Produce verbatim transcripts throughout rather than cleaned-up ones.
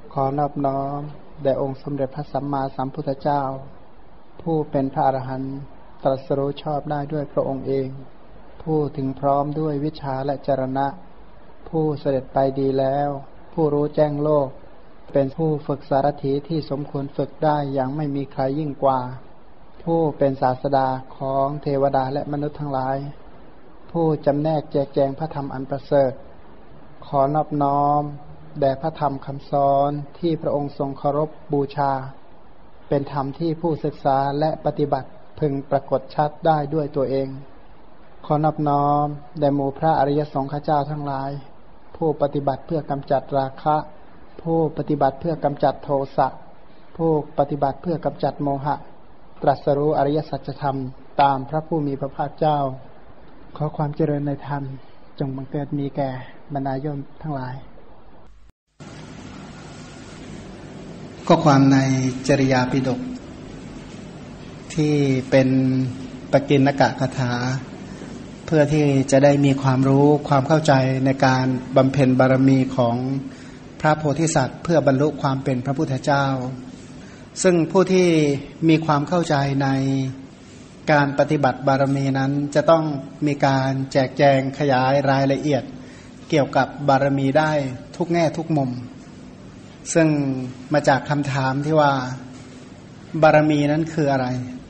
ขอนอบน้อมแด่องค์สมเด็จพระสัมมาสัมพุทธเจ้าผู้เป็นพระอรหันต์ตรัสรู้ชอบได้ด้วยพระองค์เองผู้ถึงพร้อมด้วยวิชาและจรณะผู้เสด็จไปดีแล้วผู้รู้แจ้งโลกเป็นผู้ฝึกสารถีที่สมควรฝึกได้อย่างไม่มีใครยิ่งกว่าผู้เป็นศาสดาของเทวดาและมนุษย์ทั้งหลายผู้จำแนกแจกแจงพระธรรมอันประเสริฐขอนอบน้อมแด่พระธรรมคำสอนที่พระองค์ทรงเคารพบูชาเป็นธรรมที่ผู้ศึกษาและปฏิบัติพึงปรากฏชัดได้ด้วยตัวเองขอนอบน้อมแด่หมู่พระอริยสงฆ์เจ้าทั้งหลายผู้ปฏิบัติเพื่อกำจัดราคะผู้ปฏิบัติเพื่อกำจัดโทสะผู้ปฏิบัติเพื่อกำจัดโมหะตรัสรู้อริยสัจธรรมตามพระผู้มีพระภาคเจ้าขอความเจริญในธรรมจงบังเกิดมีแก่บรรดาโยมทั้งหลายก็ความในจริยาปิฎกที่เป็นปกิณกะคาถาเพื่อที่จะได้มีความรู้ความเข้าใจในการบำเพ็ญบารมีของพระโพธิสัตว์เพื่อบรรลุความเป็นพระพุทธเจ้าซึ่งผู้ที่มีความเข้าใจในการปฏิบัติบารมีนั้นจะต้องมีการแจกแจงขยายรายละเอียดเกี่ยวกับบารมีได้ทุกแง่ทุกมุมซึ่งมาจากคำถามที่ว่าบารมีนั้นคืออะไร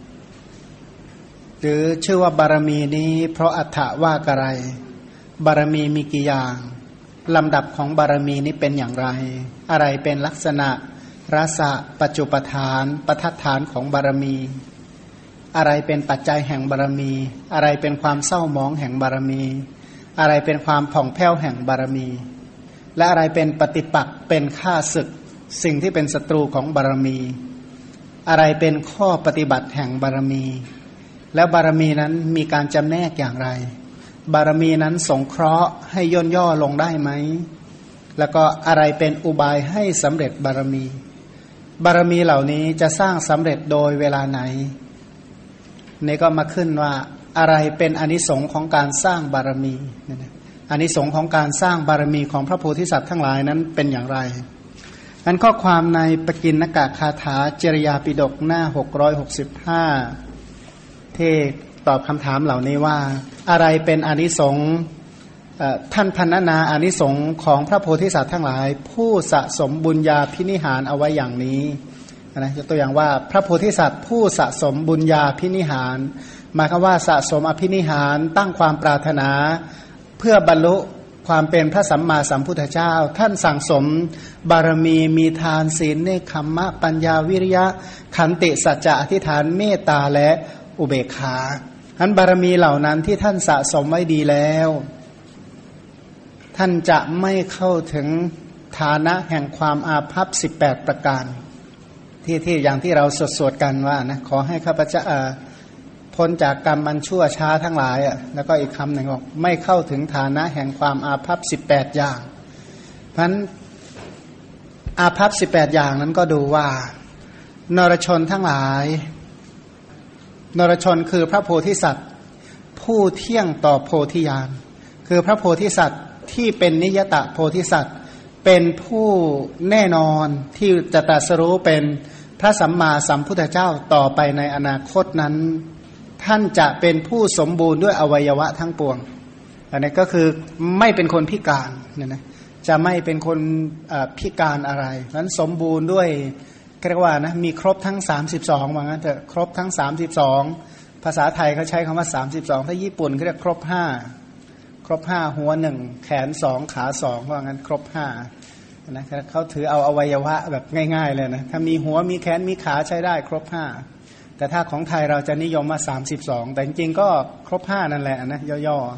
หรือชื่อว่าบารมีนี้เพราะอัฏฐว่าอะไรบารมีมีกี่อย่างลำดับของบารมีนี้เป็นอย่างไรอะไรเป็นลักษณะรสะปัจจุปทานปทัฏฐานของบารมีอะไรเป็นปัจจัยแห่งบารมีอะไรเป็นความเศร้าหมองแห่งบารมีอะไรเป็นความผ่องแผ้วแห่งบารมีและอะไรเป็นปฏิปักษ์เป็นข้าศึกสิ่งที่เป็นศัตรูของบารมีอะไรเป็นข้อปฏิบัติแห่งบารมีแล้วบารมีนั้นมีการจำแนกอย่างไรบารมีนั้นสงเคราะห์ให้ย่นย่อลงได้ไหมแล้วก็อะไรเป็นอุบายให้สำเร็จบารมีบารมีเหล่านี้จะสร้างสำเร็จโดยเวลาไหนนี่ก็มาขึ้นว่าอะไรเป็นอานิสงส์ของการสร้างบารมีอานิสงส์ของการสร้างบารมีของพระโพธิสัตว์ทั้งหลายนั้นเป็นอย่างไรอันข้อความในปกิณกะคาถาจริยาปิฎกหน้าหกร้อยหกสิบห้าที่ตอบคำถามเหล่านี้ว่าอะไรเป็นอานิสงส์ท่านพรรณนาอานิสงส์ของพระโพธิสัตว์ทั้งหลายผู้สะสมบุญญาภินิหารเอาไว้อย่างนี้นะยกตัวอย่างว่าพระโพธิสัตว์ผู้สะสมบุญญาภินิหารหมายความว่าสะสมอภินิหารตั้งความปรารถนาเพื่อบรรลุความเป็นพระสัมมาสัมพุทธเจ้าท่านสั่งสมบารมีมีทานศีลเนคขมมะปัญญาวิริยะขันติสัจจะอธิษฐานเมตตาและอุเบกขาอันบารมีเหล่านั้นที่ท่านสะสมไว้ดีแล้วท่านจะไม่เข้าถึงฐานะแห่งความอาภัพสิบแปดประการที่ที่อย่างที่เราสวดๆกันว่านะขอให้ข้าพเจ้าพ้นจากกรรมอันชั่วช้าทั้งหลายอ่ะแล้วก็อีกคำหนึ่งบอกไม่เข้าถึงฐานะแห่งความอาภัพสิบแปดอย่างเพราะฉะนั้นอาภัพสิบแปดอย่างนั้นก็ดูว่านรชนทั้งหลายนรชนคือพระโพธิสัตว์ผู้เที่ยงต่อโพธิญาณคือพระโพธิสัตว์ที่เป็นนิยตโพธิสัตว์เป็นผู้แน่นอนที่จะตรัสรู้เป็นพระสัมมาสัมพุทธเจ้าต่อไปในอนาคตนั้นท่านจะเป็นผู้สมบูรณ์ด้วยอวัยวะทั้งปวงอันนี้ก็คือไม่เป็นคนพิการเนี่ยนะจะไม่เป็นคนพิการอะไรนั้นสมบูรณ์ด้วยเรียกว่านะมีครบทั้งสามสิบสองว่างั้นเถอะครบทั้งสามสิบสองภาษาไทยเขาใช้คำว่าสามสิบสองถ้าญี่ปุ่นเขาเรียกครบห้าครบห้าหัวหนึ่งแขนสองขาสองว่างั้นครบห้านะเขาถือเอาอวัยวะแบบง่ายๆเลยนะถ้ามีหัวมีแขนมีขาใช้ได้ครบห้าแต่ถ้าของไทยเราจะนิยมมาสามสิบสองแต่จริงๆก็ครบห้านั่นแหละนะย่อ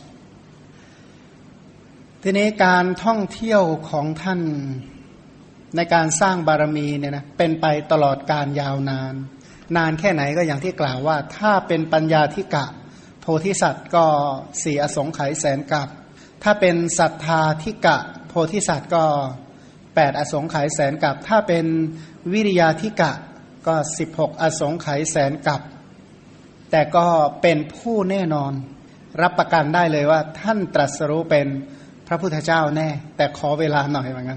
ๆทีนี้การท่องเที่ยวของท่านในการสร้างบารมีเนี่ยนะเป็นไปตลอดการยาวนานนานแค่ไหนก็อย่างที่กล่าวว่าถ้าเป็นปัญญาธิกะโพธิสัตว์ก็สี่อสงไขยแสนกับถ้าเป็นศรัทธาธิกะโพธิสัตว์ก็แปดอสงไขยแสนกับถ้าเป็นวิริยาธิกะก็สิบหกอสงไขยแสนกับแต่ก็เป็นผู้แน่นอนรับประกันได้เลยว่าท่านตรัสรู้เป็นพระพุทธเจ้าแน่แต่ขอเวลาหน่อยเหมือนกัน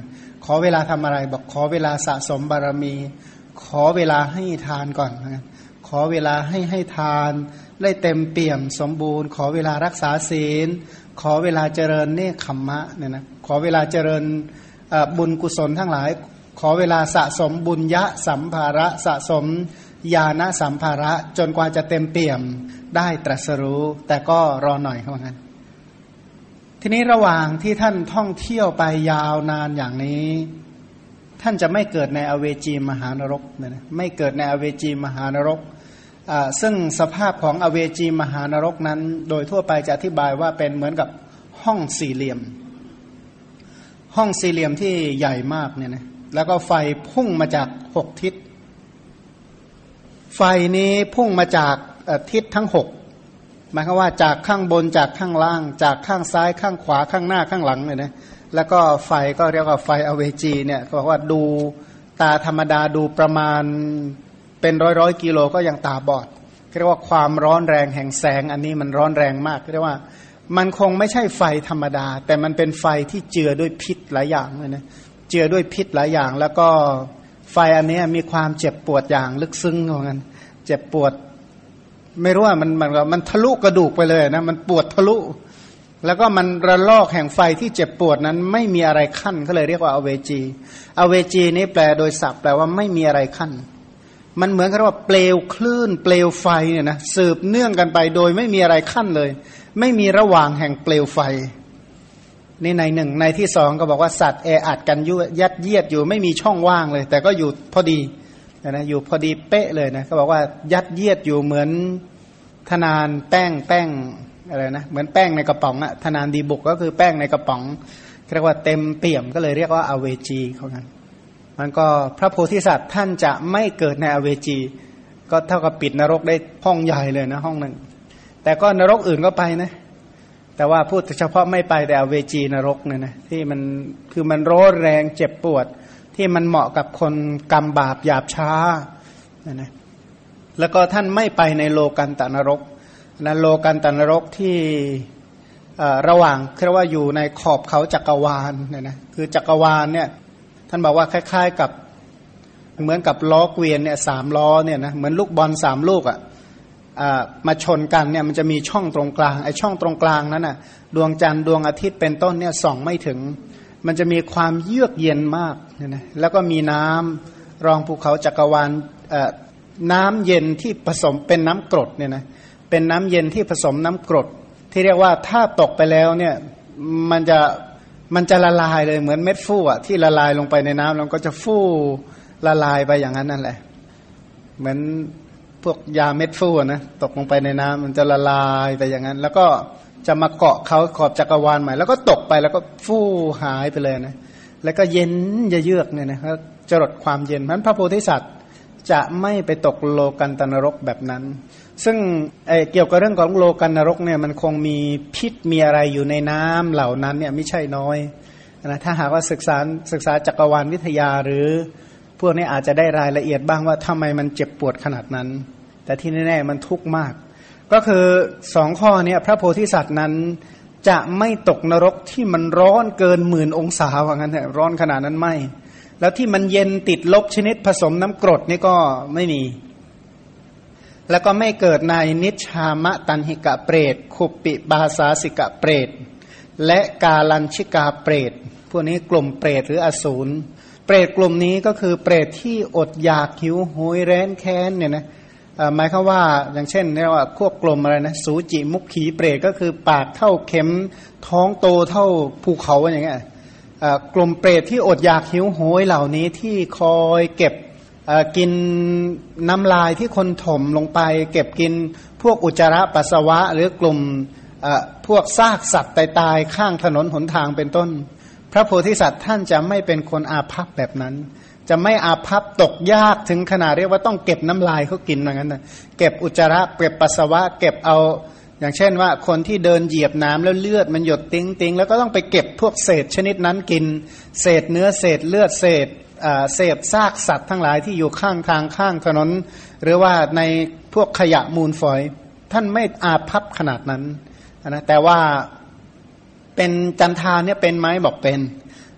ขอเวลาทำอะไรบอกขอเวลาสะสมบารมี ขอเวลาให้ทานก่อนนะขอเวลาให้ให้ทานได้เต็มเปี่ยมสมบูรณ์ขอเวลารักษาศีลขอเวลาเจริญเนคขมมะเนี่ยนะขอเวลาเจริญบุญกุศลทั้งหลายขอเวลาสะสมบุญยะสัมภาระสะสมญาณสัมภาระจนกว่าจะเต็มเปี่ยมได้ตรัสรู้แต่ก็รอหน่อยเขาว่างั้นทีนี้ระหว่างที่ท่านท่องเที่ยวไปยาวนานอย่างนี้ท่านจะไม่เกิดในอเวจีมหานรกนะไม่เกิดในอเวจีมหานรกซึ่งสภาพของอเวจีมหานรกนั้นโดยทั่วไปจะอธิบายว่าเป็นเหมือนกับห้องสี่เหลี่ยมห้องสี่เหลี่ยมที่ใหญ่มากเนี่ยนะแล้วก็ไฟพุ่งมาจากหกทิศไฟนี้พุ่งมาจากทิศทั้งหกหมายความว่าจากข้างบนจากข้างล่างจากข้างซ้ายข้างขวาข้างหน้าข้างหลังเลยนะแล้วก็ไฟก็เรียกว่าไฟอเวจีเนี่ยเขาบอกว่าดูตาธรรมดาดูประมาณเป็นร้อยร้อยกิโลก็ยังตาบอดเรียกว่าความร้อนแรงแห่งแสงอันนี้มันร้อนแรงมากเรียกว่ามันคงไม่ใช่ไฟธรรมดาแต่มันเป็นไฟที่เจือด้วยพิษหลายอย่างเลยนะเจือด้วยพิษหลายอย่างแล้วก็ไฟอันนี้มีความเจ็บปวดอย่างลึกซึ้งเหมือนกันเจ็บปวดไม่รู้ว่ามันมันมันทะลุกระดูกไปเลยนะมันปวดทะลุแล้วก็มันระลอกแห่งไฟที่เจ็บปวดนั้นไม่มีอะไรขั้นก็เลยเรียกว่าอเวจีอเวจีนี้แปลโดยศัพท์แปลว่าไม่มีอะไรขั้นมันเหมือนกับว่าเปลวคลื่นเปลวไฟเนี่ยนะสืบเนื่องกันไปโดยไม่มีอะไรขั้นเลยไม่มีระหว่างแห่งเปลวไฟนี่ในหนึ่งในที่สองก็บอกว่าสัตว์แออัดกันยุยัดเยียดอยู่ไม่มีช่องว่างเลยแต่ก็อยู่พอดีนะอยู่พอดีเป๊ะเลยนะเขาบอกว่ายัดเยียดอยู่เหมือนธนานแป้งแป้งอะไรนะเหมือนแป้งในกระป๋องอะธนานดีบุกก็คือแป้งในกระป๋องเรียกว่าเต็มเปี่ยมก็เลยเรียกว่าอเวจีเขางั้นมันก็พระโพธิสัตว์ท่านจะไม่เกิดในอเวจีก็เท่ากับปิดนรกได้ห้องใหญ่เลยนะห้องหนึ่งแต่ก็นรกอื่นก็ไปนะแต่ว่าพูดเฉพาะไม่ไปแต่อเวจีนรกเนี่ยนะที่มันคือมันร้อนแรงเจ็บปวดที่มันเหมาะกับคนกรรมบาปหยาบช้านะนะแล้วก็ท่านไม่ไปในโลกันตนรกนะโลกันตนรกที่ระหว่างเรียกว่าอยู่ในขอบเขาจักรวาลเนี่ยนะคือจักรวาลเนี่ยท่านบอกว่าคล้ายๆกับเหมือนกับล้อเกวียนเนี่ยสามล้อเนี่ยนะเหมือนลูกบอลสามลูกอ่ะมาชนกันเนี่ยมันจะมีช่องตรงกลางไอ้ช่องตรงกลางนั้นน่ะดวงจันทร์ดวงอาทิตย์เป็นต้นเนี่ยส่องไม่ถึงมันจะมีความเยือกเย็นมากเนี่ยนะแล้วก็มีน้ำรองภูเขาจักรวาลน้ำเย็นที่ผสมเป็นน้ำกรดเนี่ยนะเป็นน้ำเย็นที่ผสมน้ำกรดที่เรียกว่าถ้าตกไปแล้วเนี่ยมันจะมันจะละลายเลยเหมือนเม็ดฟู่อ่ะที่ละลายลงไปในน้ำแล้วก็จะฟู่ละลายไปอย่างนั้นนั่นแหละเหมือนพวกยาเม็ดฟู่นะตกลงไปในน้ำมันจะละลายไปอย่างนั้นแล้วก็จะมาเกาะเขาขอบจักรวาลใหม่แล้วก็ตกไปแล้วก็ฟู่หายไปเลยนะแล้วก็เย็นเยือกเนี่ยนะจรดความเย็นเพราะฉะนั้นพระโพธิสัตว์จะไม่ไปตกโลกันตนรกแบบนั้นซึ่งเอ่อเกี่ยวกับเรื่องของโลกันนรกเนี่ยมันคงมีพิษมีอะไรอยู่ในน้ำเหล่านั้นเนี่ยไม่ใช่น้อยนะถ้าหากว่าศึกษาศึกษาจักรวาลวิทยาหรือพวกนี้อาจจะได้รายละเอียดบ้างว่าทำไมมันเจ็บปวดขนาดนั้นแต่ที่แน่ๆมันทุกข์มากก็คือสองข้อนี้พระโพธิสัตว์นั้นจะไม่ตกนรกที่มันร้อนเกินหมื่นองศาว่างั้นเถอะร้อนขนาดนั้นไม่แล้วที่มันเย็นติดลบชนิดผสมน้ำกรดนี่ก็ไม่มีแล้วก็ไม่เกิดในนิชามะตันหิกะเปรตขุปปิบาสาสิกะเปรตและกาลัญชิกาเปรตพวกนี้กลุ่มเปรตหรืออสูรเปรตกลุ่มนี้ก็คือเปรตที่อดอยากหิวโหยแร้นแค้นเนี่ยนะหมายความว่าอย่างเช่นเรียกว่าพวกกลุ่มอะไรนะสูจิมุขขีเปรตก็คือปากเท่าเข็มท้องโตเท่าภูเขาอย่างเงี้ยกลุ่มเปรตที่อดอยากหิวโหยเหล่านี้ที่คอยเก็บกินน้ำลายที่คนถมลงไปเก็บกินพวกอุจจาระปัสสาวะหรือกลุ่มพวกซากสัตว์ตายๆข้างถนนหนทางเป็นต้นพระโพธิสัตว์ท่านจะไม่เป็นคนอาภัพแบบนั้นจะไม่อาภัพตกยากถึงขนาดเรียกว่าต้องเก็บน้ำลายเขากินอย่างนั้นนะเก็บอุจจาระเก็บปัสสาวะเก็บเอาอย่างเช่นว่าคนที่เดินเหยียบน้ำแล้วเลือดมันหยดติ้งติ้งแล้วก็ต้องไปเก็บพวกเศษชนิดนั้นกินเศษเนื้อเศษเลือดเศษเศษซากสัตว์ทั้งหลายที่อยู่ข้างทางข้างถนนหรือว่าในพวกขยะมูลฝอยท่านไม่อาภัพขนาดนั้นนะแต่ว่าเป็นจันทาเนี่ยเป็นไหมบอกเป็น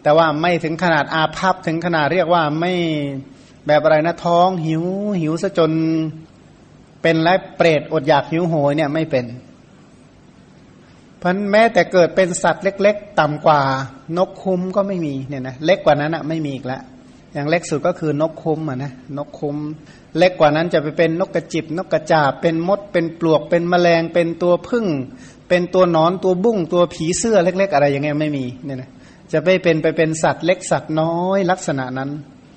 แต่ว่าไม่ถึงขนาดอาภัพถึงขนาดเรียกว่าไม่แบบอะไรนะท้องหิวหิวซะจนเป็นและเปรตอดอยากหิวโหยเนี่ยไม่เป็นเพราะแม้แต่เกิดเป็นสัตว์เล็กๆต่ำกว่านกคุ้มก็ไม่มีเนี่ยนะเล็กกว่านั้นอ่ะไม่มีอีกแล้วอย่างเล็กสุดก็คือนกคุ้มอ่ะนะนกคุ้มเล็กกว่านั้นจะไปเป็นนกกระจิบนกกระจาบเป็นมดเป็นปลวกเป็นแมลงเป็นตัวผึ้งเป็นตัวหนอนตัวบุ้งตัวผีเสื้อเล็กๆอะไรอย่างเงี้ยไม่มีเนี่ยนะจะไปเป็นไปเป็นสัตว์เล็กสัตว์น้อยลักษณะนั้น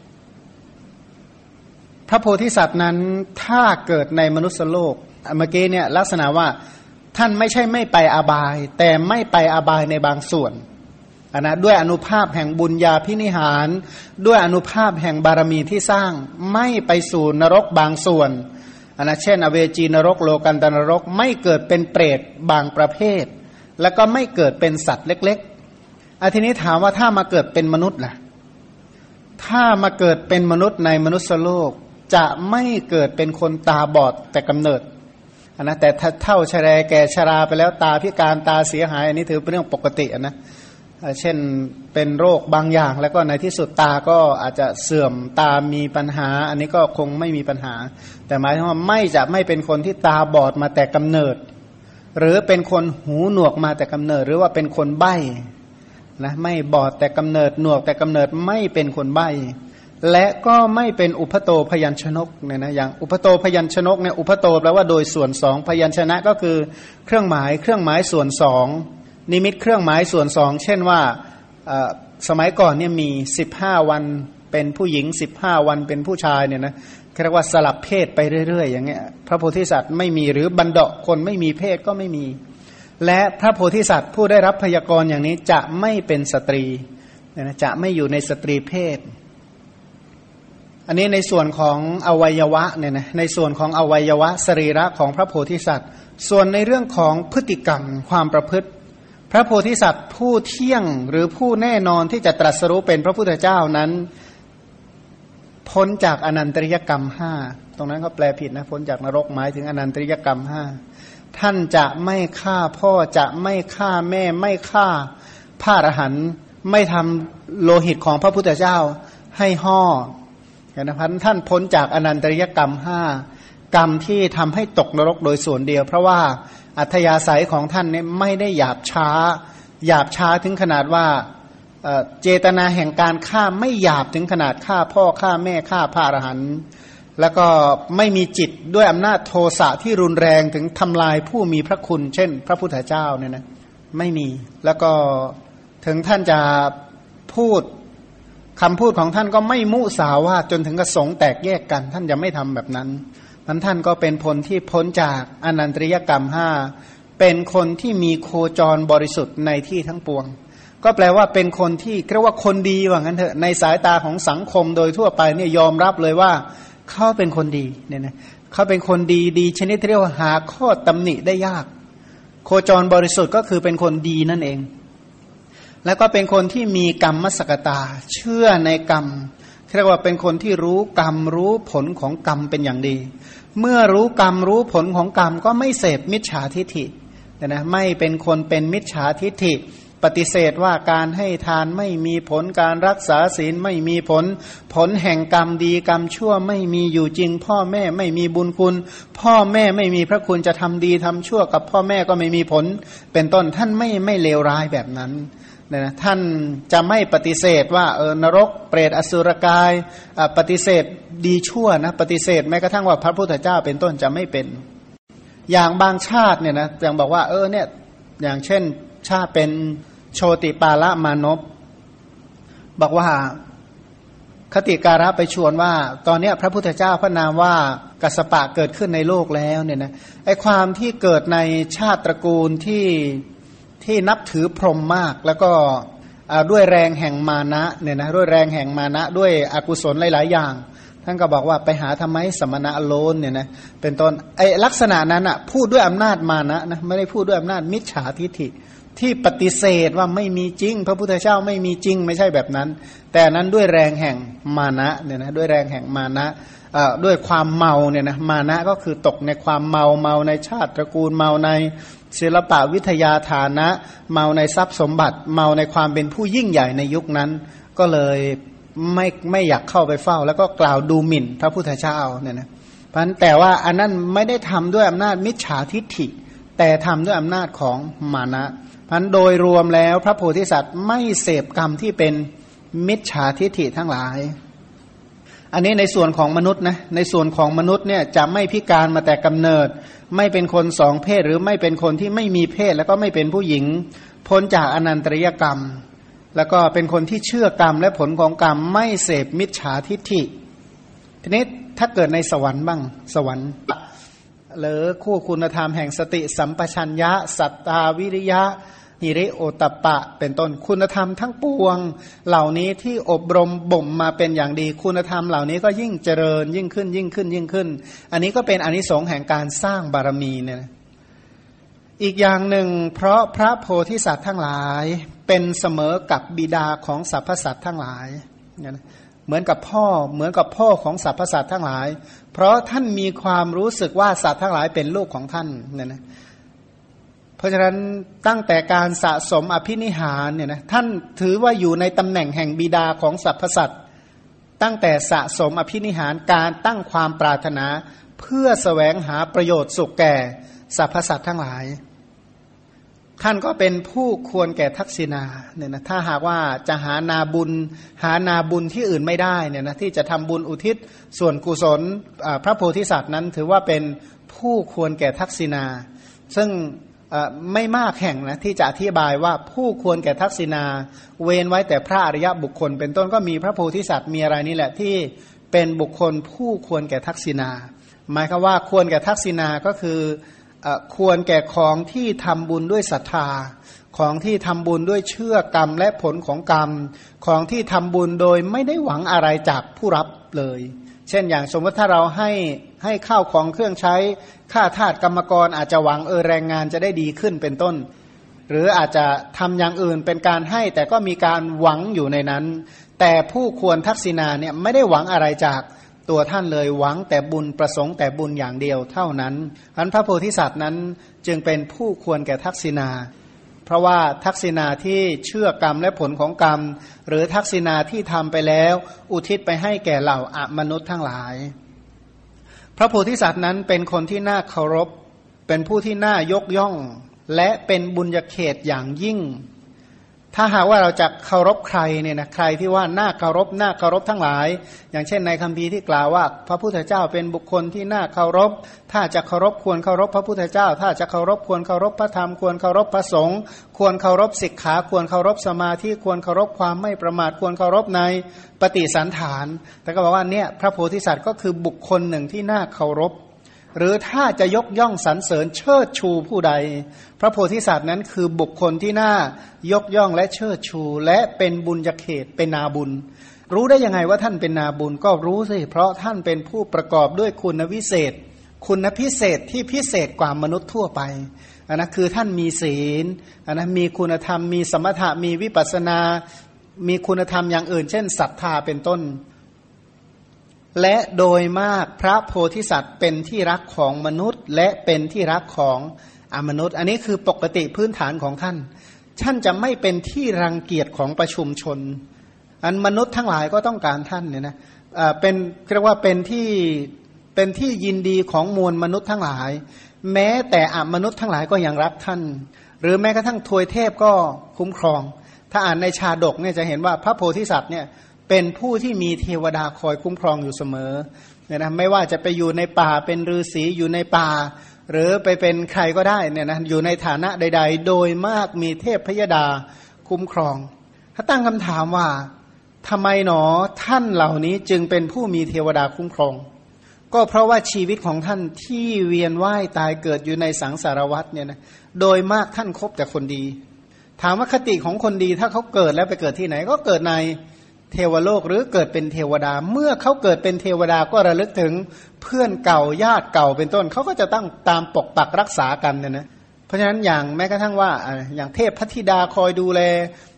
พระโพธิสัตว์นั้นถ้าเกิดในมนุษยโลกเมื่อกี้เนี่ยลักษณะว่าท่านไม่ใช่ไม่ไปอบายแต่ไม่ไปอบายในบางส่วนอันนะด้วยอนุภาพแห่งบุญญาภินิหารด้วยอนุภาพแห่งบารมีที่สร้างไม่ไปสู่นรกบางส่วนอันนะเช่นอเวจีนรกโลกันตนรกไม่เกิดเป็นเปรตบางประเภทแล้วก็ไม่เกิดเป็นสัตว์เล็กๆอ่ะทีนี้ถามว่าถ้ามาเกิดเป็นมนุษย์ล่ะถ้ามาเกิดเป็นมนุษย์ในมนุษยโลกจะไม่เกิดเป็นคนตาบอดแต่กำเนิดอันนะแต่ถ้าเท่าชราแก่ชราไปแล้วตาพิการตาเสียหายอันนี้ถือเป็นเรื่องปกตินะเช่นเป็นโรคบางอย่างแล้วก็ในที่สุดตาก็อาจจะเสื่อมตามีปัญหาอันนี้ก็คงไม่มีปัญหาแต่หมายถึงว่าไม่จะไม่เป็นคนที่ตาบอดมาแต่กำเนิดหรือเป็นคนหูหนวกมาแต่กำเนิดหรือว่าเป็นคนใบ้นะไม่บอดแต่กำเนิดหนวกแต่กำเนิดไม่เป็นคนใบ้และก็ไม่เป็นอุปโตพยัญชนกเนี่ยนะอย่างอุปโตพยัญชนกเนี่ยอุปโตแปลว่าโดยส่วนสองพยัญชนะก็คือเครื่องหมายเครื่องหมายส่วนสองนิมิตเครื่องหมายส่วนสองเช่นว่าสมัยก่อนเนี่ยมีสิบห้าวันเป็นผู้หญิงสิบห้าวันเป็นผู้ชายเนี่ยนะเรียกว่าสลับเพศไปเรื่อยๆอย่างเงี้ยพระโพธิสัตว์ไม่มีหรือบัณฑะคนไม่มีเพศก็ไม่มีและพระโพธิสัตว์ผู้ได้รับพยากรณ์อย่างนี้จะไม่เป็นสตรีนะจะไม่อยู่ในสตรีเพศอันนี้ในส่วนของอวัยวะเนี่ยนะในส่วนของอวัยวะสรีระของพระโพธิสัตว์ส่วนในเรื่องของพฤติกรรมความประพฤติพระโพธิสัตว์ผู้เที่ยงหรือผู้แน่นอนที่จะตรัสรู้เป็นพระพุทธเจ้านั้นพ้นจากอนันตริยกรรมห้าตรงนั้นเขาแปลผิดนะพ้นจากนรกหมายถึงอนันตริยกรรมห้าท่านจะไม่ฆ่าพ่อจะไม่ฆ่าแม่ไม่ฆ่าพระอรหันต์ไม่ทำโลหิตของพระพุทธเจ้าให้ห่อนะพันท่านพ้นจากอนันตริยกรรมห้ากรรมที่ทำให้ตกนรกโดยส่วนเดียวเพราะว่าอัธยาศัยของท่านเนี่ยไม่ได้หยาบช้าหยาบช้าถึงขนาดว่าเจตนาแห่งการฆ่าไม่หยาบถึงขนาดฆ่าพ่อฆ่าแม่ฆ่าพระอรหันต์แล้วก็ไม่มีจิตด้วยอำนาจโทสะที่รุนแรงถึงทำลายผู้มีพระคุณเช่นพระพุทธเจ้าเนี่ยนะไม่มีแล้วก็ถึงท่านจะพูดคำพูดของท่านก็ไม่มุสาวาทจนถึงกระสงแตกแยกกันท่านจะไม่ทำแบบนั้นนั้นท่านก็เป็นผลที่พ้นจากอนันตริยกรรมห้าเป็นคนที่มีโคจรบริสุทธิ์ในที่ทั้งปวงก็แปลว่าเป็นคนที่เรียกว่าคนดีว่างั้นเถอะในสายตาของสังคมโดยทั่วไปเนี่ยยอมรับเลยว่าเขาเป็นคนดีเนี่ยนะเขาเป็นคนดีดีชนิดที่เรียกว่าหาข้อตำหนิได้ยากโคจรบริสุทธิ์ก็คือเป็นคนดีนั่นเองแล้วก็เป็นคนที่มีกรรมมสกตาเชื่อในกรรมเรียกว่าเป็นคนที่รู้กรรมรู้ผลของกรรมเป็นอย่างดีเมื่อรู้กรรมรู้ผลของกรรมก็ไม่เสพมิจฉาทิฏฐินะไม่เป็นคนเป็นมิจฉาทิฏฐิปฏิเสธว่าการให้ทานไม่มีผลการรักษาศีลไม่มีผลผลแห่งกรรมดีกรรมชั่วไม่มีอยู่จริงพ่อแม่ไม่มีบุญคุณพ่อแม่ไม่มีพระคุณจะทำดีทำชั่วกับพ่อแม่ก็ไม่มีผลเป็นต้นท่านไม่ไม่เลวร้ายแบบนั้นนะท่านจะไม่ปฏิเสธว่าเออนรกเปรตอสุรกายปฏิเสธดีชั่วนะปฏิเสธแม้กระทั่งว่าพระพุทธเจ้าเป็นต้นจะไม่เป็นอย่างบางชาติเนี่ยนะอย่างบอกว่าเออเนี่ยอย่างเช่นชาติเป็นโชติปาละมานพบอกว่าคติการะไปชวนว่าตอนนี้พระพุทธเจ้าพระนามว่ากัสสปะเกิดขึ้นในโลกแล้วเนี่ยนะไอความที่เกิดในชาติตระกูลที่ที่นับถือพรหมมากแล้วก็ด้วยแรงแห่งมานะเนี่ยนะด้วยแรงแห่งมานะด้วยอกุศลหลายๆอย่างท่านก็บอกว่าไปหาทำไมสมณะโลนเนี่ยนะเป็นต้นไอลักษณะนั้นอ่ะพูดด้วยอำนาจมานะนะไม่ได้พูดด้วยอำนาจมิจฉาทิฏฐิที่ปฏิเสธว่าไม่มีจริงพระพุทธเจ้าไม่มีจริงไม่ใช่แบบนั้นแต่นั้นด้วยแรงแห่งมานะเนี่ยนะด้วยแรงแห่งมานะด้วยความเมาเนี่ยนะมานะก็คือตกในความเมาเมาในชาติตระกูลเมาในศิลปะวิทยาฐานะเมาในทรัพย์สมบัติเมาในความเป็นผู้ยิ่งใหญ่ในยุคนั้นก็เลยไม่ไม่อยากเข้าไปเฝ้าแล้วก็กล่าวดูหมิ่นพระพุทธเจ้าเนี่ยนะเพราะฉะนั้นแต่ว่าอันนั้นไม่ได้ทำด้วยอำนาจมิจฉาทิฏฐิแต่ทำด้วยอำนาจของมานะเพราะฉะนั้นโดยรวมแล้วพระโพธิสัตว์ไม่เสพกรรมที่เป็นมิจฉาทิฏฐิทั้งหลายอันนี้ในส่วนของมนุษย์นะในส่วนของมนุษย์เนี่ยจะไม่พิการมาแต่กำเนิดไม่เป็นคนสองเพศหรือไม่เป็นคนที่ไม่มีเพศแล้วก็ไม่เป็นผู้หญิงพ้นจากอนันตริยกรรมแล้วก็เป็นคนที่เชื่อกรรมและผลของกรรมไม่เสพมิจฉาทิฏฐิทีนี้ถ้าเกิดในสวรรค์บ้างสวรรค์หรือคู่คุณธรรมแห่งสติสัมปชัญญะสัตตาวิริยะหิริโอตตัปปะเป็นต้นคุณธรรมทั้งปวงเหล่านี้ที่อบรมบ่มมาเป็นอย่างดีคุณธรรมเหล่านี้ก็ยิ่งเจริญยิ่งขึ้นยิ่งขึ้นยิ่งขึ้นอันนี้ก็เป็นอานิสงส์แห่งการสร้างบารมีเนี่ยอีกอย่างหนึ่งเพราะพระโพธิสัตว์ทั้งหลายเป็นเสมอกับบิดาของสรรพสัตว์ทั้งหลายเหมือนกับพ่อเหมือนกับพ่อของสรรพสัตว์ทั้งหลายเพราะท่านมีความรู้สึกว่าสัตว์ทั้งหลายเป็นลูกของท่านเนี่ยนะเพราะฉะนั้นตั้งแต่การสะสมอภินิหารเนี่ยนะท่านถือว่าอยู่ในตำแหน่งแห่งบิดาของสรรพสัตว์ตั้งแต่สะสมอภินิหารการตั้งความปรารถนาเพื่อแสวงหาประโยชน์สุขแก่สรรพสัตว์ทั้งหลายท่านก็เป็นผู้ควรแก่ทักษิณาเนี่ยนะถ้าหากว่าจะหานาบุญหานาบุญที่อื่นไม่ได้เนี่ยนะที่จะทำบุญอุทิศส่วนกุศลพระโพธิสัตว์นั้นถือว่าเป็นผู้ควรแก่ทักษิณาซึ่งไม่มากแห่งนะที่จะอธิบายว่าผู้ควรแก่ทักษิณาเว้นไว้แต่พระอริยบุคคลเป็นต้นก็มีพระโพธิสัตว์มีอะไรนี่แหละที่เป็นบุคคลผู้ควรแก่ทักษิณาหมายความว่าควรแก่ทักษิณาก็คือควรแก่ของที่ทำบุญด้วยศรัทธาของที่ทำบุญด้วยเชื่อกรรมและผลของกรรมของที่ทำบุญโดยไม่ได้หวังอะไรจากผู้รับเลยเช่นอย่างสมมติถ้าเราให้ให้ข้าวของเครื่องใช้ค่าทาสกรรมกรอาจจะหวังเออแรงงานจะได้ดีขึ้นเป็นต้นหรืออาจจะทำอย่างอื่นเป็นการให้แต่ก็มีการหวังอยู่ในนั้นแต่ผู้ควรทักษิณาเนี่ยไม่ได้หวังอะไรจากตัวท่านเลยหวังแต่บุญประสงค์แต่บุญอย่างเดียวเท่านั้นอันพระโพธิสัตว์นั้นจึงเป็นผู้ควรแก่ทักษิณาเพราะว่าทักษิณาที่เชื่อกรรมและผลของกรรมหรือทักษิณาที่ทำไปแล้วอุทิศไปให้แก่เหล่าอมนุษย์ทั้งหลายพระโพธิสัตว์นั้นเป็นคนที่น่าเคารพเป็นผู้ที่น่ายกย่องและเป็นบุญญาเขตอย่างยิ่งถ้าหากว่าเราจะเคารพใครเนี่ยนะใครที่ว่าน่าเคารพน่าเคารพทั้งหลายอย่างเช่นในคัมภีร์ที่กล่าวว่าพระพุทธเจ้าเป็นบุคคลที่น่าเคารพถ้าจะเคารพควรเคารพพระพุทธเจ้าถ้าจะเคารพควรเคารพพระธรรมควรเคารพพระสงฆ์ควรเคารพสิกขาควรเคารพสมาธิควรเคารพความไม่ประมาทควรเคารพในปฏิสันฐานแต่ก็บอกว่าเนี่ยพระโพธิสัตว์ก็คือบุคคลหนึ่งที่น่าเคารพหรือถ้าจะยกย่องสรรเสริญเชิดชูผู้ใดพระโพธิสัตว์นั้นคือบุคคลที่น่ายกย่องและเชิดชูและเป็นบุญญาเขตเป็นนาบุญรู้ได้ยังไงว่าท่านเป็นนาบุญก็รู้สิเพราะท่านเป็นผู้ประกอบด้วยคุณวิเศษคุณพิเศษที่พิเศษกว่ามนุษย์ทั่วไปอันนั้นคือท่านมีศีลอันนั้นมีคุณธรรมมีสมถะมีวิปัสสนามีคุณธรรมอย่างอื่นเช่นศรัทธาเป็นต้นและโดยมากพระโพธิสัตว์เป็นที่รักของมนุษย์และเป็นที่รักของอมนุษย์อันนี้คือปกติพื้นฐานของท่านท่านจะไม่เป็นที่รังเกียจของประชุมชนอันมนุษย์ทั้งหลายก็ต้องการท่านเนี่ยนะเป็นเรียกว่าเป็นที่เป็นที่ยินดีของมวลมนุษย์ทั้งหลายแม้แต่อมนุษย์ทั้งหลายก็ยังรักท่านหรือแม้กระทั่งทวยเทพก็คุ้มครองถ้าอ่านในชาดกเนี่ยจะเห็นว่าพระโพธิสัตว์เนี่ยเป็นผู้ที่มีเทวดาคอยคุ้มครองอยู่เสมอเนี่ยนะไม่ว่าจะไปอยู่ในป่าเป็นฤาษีอยู่ในป่าหรือไปเป็นใครก็ได้เนี่ยนะอยู่ในฐานะใดๆโดยมากมีเทพพยดาคุ้มครองถ้าตั้งคำถามว่าทำไมหนอท่านเหล่านี้จึงเป็นผู้มีเทวดาคุ้มครองก็เพราะว่าชีวิตของท่านที่เวียนว่ายตายเกิดอยู่ในสังสารวัฏเนี่ยนะโดยมากท่านคบแต่คนดีถามว่าคติของคนดีถ้าเขาเกิดแล้วไปเกิดที่ไหนก็เกิดในเทวโลกหรือเกิดเป็นเทวดาเมื่อเขาเกิดเป็นเทวดาก็ระลึกถึงเพื่อนเก่าญาติเก่าเป็นต้นเขาก็จะต้องตามปกปักรักษากันเนี่ยนะเพราะฉะนั้นอย่างแม้กระทั่งว่าอย่างเทพพธิดาคอยดูแล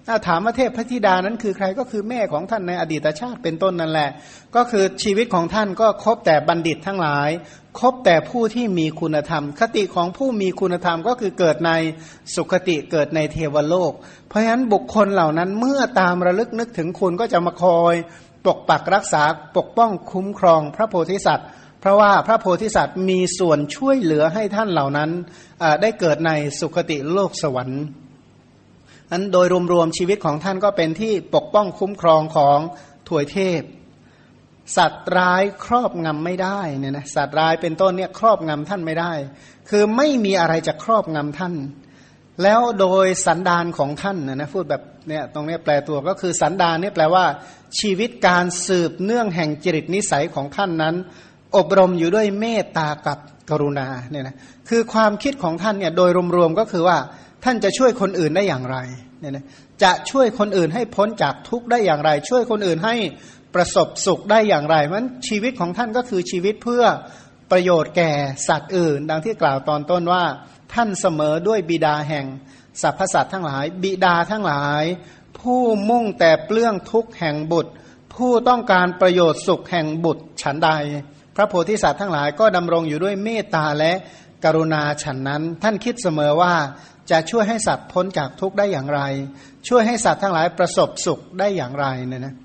ถ้าถามว่าเทพพธิดานั้นคือใครก็คือแม่ของท่านในอดีตชาติเป็นต้นนั่นแหละก็คือชีวิตของท่านก็คบแต่บัณฑิตทั้งหลายคบแต่ผู้ที่มีคุณธรรมคติของผู้มีคุณธรรมก็คือเกิดในสุคติเกิดในเทวโลกเพราะฉะนั้นบุคคลเหล่านั้นเมื่อตามระลึกนึกถึงคุณก็จะมาคอยปกปักรักษาปกป้องคุ้มครองพระโพธิสัตว์เพราะว่าพระโพธิสัตว์มีส่วนช่วยเหลือให้ท่านเหล่านั้นได้เกิดในสุคติโลกสวรรค์นั้นโดยรวมๆชีวิตของท่านก็เป็นที่ปกป้องคุ้มครองของทวยเทพสัตว์ร้ายครอบงำไม่ได้เนี่ยนะสัตว์ร้ายเป็นต้นเนี่ยครอบงำท่านไม่ได้คือไม่มีอะไรจะครอบงำท่านแล้วโดยสันดานของท่านนะนะพูดแบบเนี่ยตรงนี้แปลตัวก็คือสันดานเนี่ยแปลว่าชีวิตการสืบเนื่องแห่งจริตนิสัยของท่านนั้นอบรมอยู่ด้วยเมตตากับกรุณาเนี่ยนะคือความคิดของท่านเนี่ยโดยรวมๆก็คือว่าท่านจะช่วยคนอื่นได้อย่างไรเนี่ยนะจะช่วยคนอื่นให้พ้นจากทุกข์ได้อย่างไรช่วยคนอื่นให้ประสบสุขได้อย่างไรมันชีวิตของท่านก็คือชีวิตเพื่อประโยชน์แก่สัตว์อื่นดังที่กล่าวตอนต้นว่าท่านเสมอด้วยบิดาแห่งสรรพสัตว์ทั้งหลายบิดาทั้งหลายผู้มุ่งแต่เปลื้องทุกข์แห่งบุตรผู้ต้องการประโยชน์สุขแห่งบุตรฉันใดพระโพธิสัตว์ทั้งหลายก็ดำรงอยู่ด้วยเมตตาและกรุณาฉันนั้นท่านคิดเสมอว่าจะช่วยให้สัตว์พ้นจากทุกข์ได้อย่างไรช่วยให้สัตว์ทั้งหลายประสบสุขได้อย่างไรเนี่ยนะ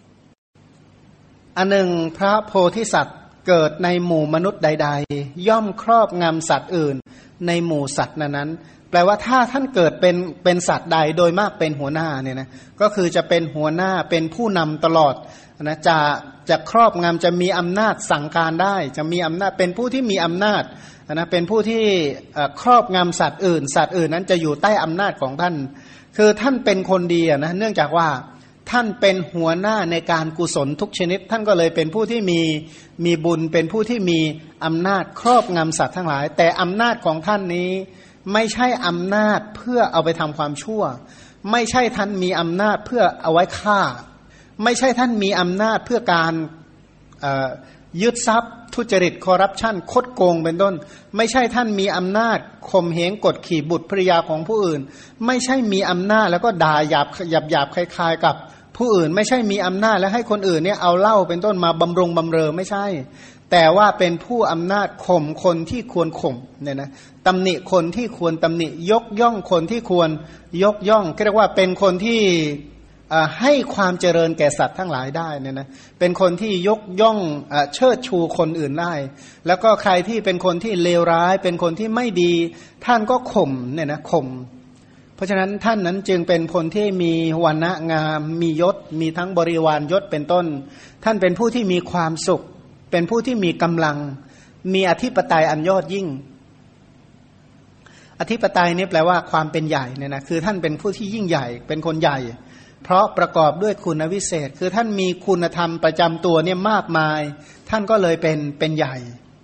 อันหนึ่งพระโพธิสัตว์เกิดในหมู่มนุษย์ใดๆย่อมครอบงำสัตว์อื่นในหมู่สัตว์นั้นแปลว่าถ้าท่านเกิดเป็นเป็นสัตว์ใดโดยมากเป็นหัวหน้าเนี่ยนะก็คือจะเป็นหัวหน้าเป็นผู้นำตลอดนะจะจะครอบงำจะมีอำนาจสั่งการได้จะมีอำนาจเป็นผู้ที่มีอำนาจนะเป็นผู้ที่ครอบงำสัตว์อื่นสัตว์อื่นนั้นจะอยู่ใต้อำนาจของท่านคือท่านเป็นคนดีนะเนื่องจากว่าท่านเป็นหัวหน้าในการกุศลทุกชนิดท่านก็เลยเป็นผู้ที่มีมีบุญเป็นผู้ที่มีอำนาจครอบงำสัตว์ทั้งหลายแต่อำนาจของท่านนี้ไม่ใช่อำนาจเพื่อเอาไปทำความชั่วไม่ใช่ท่านมีอำนาจเพื่อเอาไว้ฆ่าไม่ใช่ท่านมีอำนาจเพื่อการยึดทรัพย์ทุจริตคอร์รัปชันคดโกงเป็นต้นไม่ใช่ท่านมีอำนาจข่มเหงกดขี่บุตรภริยาของผู้อื่นไม่ใช่มีอำนาจแล้วก็ด่าหยาบหยาบหยาบคล้ายๆกับผู้อื่นไม่ใช่มีอำนาจแล้วให้คนอื่นเนี่ยเอาเหล้าเป็นต้นมาบำรุงบำเรอไม่ใช่แต่ว่าเป็นผู้อำนาจข่มคนที่ควรข่มเนี่ยนะตำหนิคนที่ควรตำหนิยกย่องคนที่ควรยกย่องเรียกว่าเป็นคนที่ให้ความเจริญแก่สัตว์ทั้งหลายได้เนี่ยนะเป็นคนที่ยกย่องเชิดชูคนอื่นได้แล้วก็ใครที่เป็นคนที่เลวร้ายเป็นคนที่ไม่ดีท่านก็ข่มเนี่ยนะข่มเพราะฉะนั้นท่านนั้นจึงเป็นคนที่มีวรรณะงามมียศมีทั้งบริวารยศเป็นต้นท่านเป็นผู้ที่มีความสุขเป็นผู้ที่มีกำลังมีอธิปไตยอันยอดยิ่งอธิปไตยนี่แปลว่าความเป็นใหญ่เนี่ยนะคือท่านเป็นผู้ที่ยิ่งใหญ่เป็นคนใหญ่เพราะประกอบด้วยคุณวิเศษคือท่านมีคุณธรรมประจำตัวเนี่ยมากมายท่านก็เลยเป็นเป็นใหญ่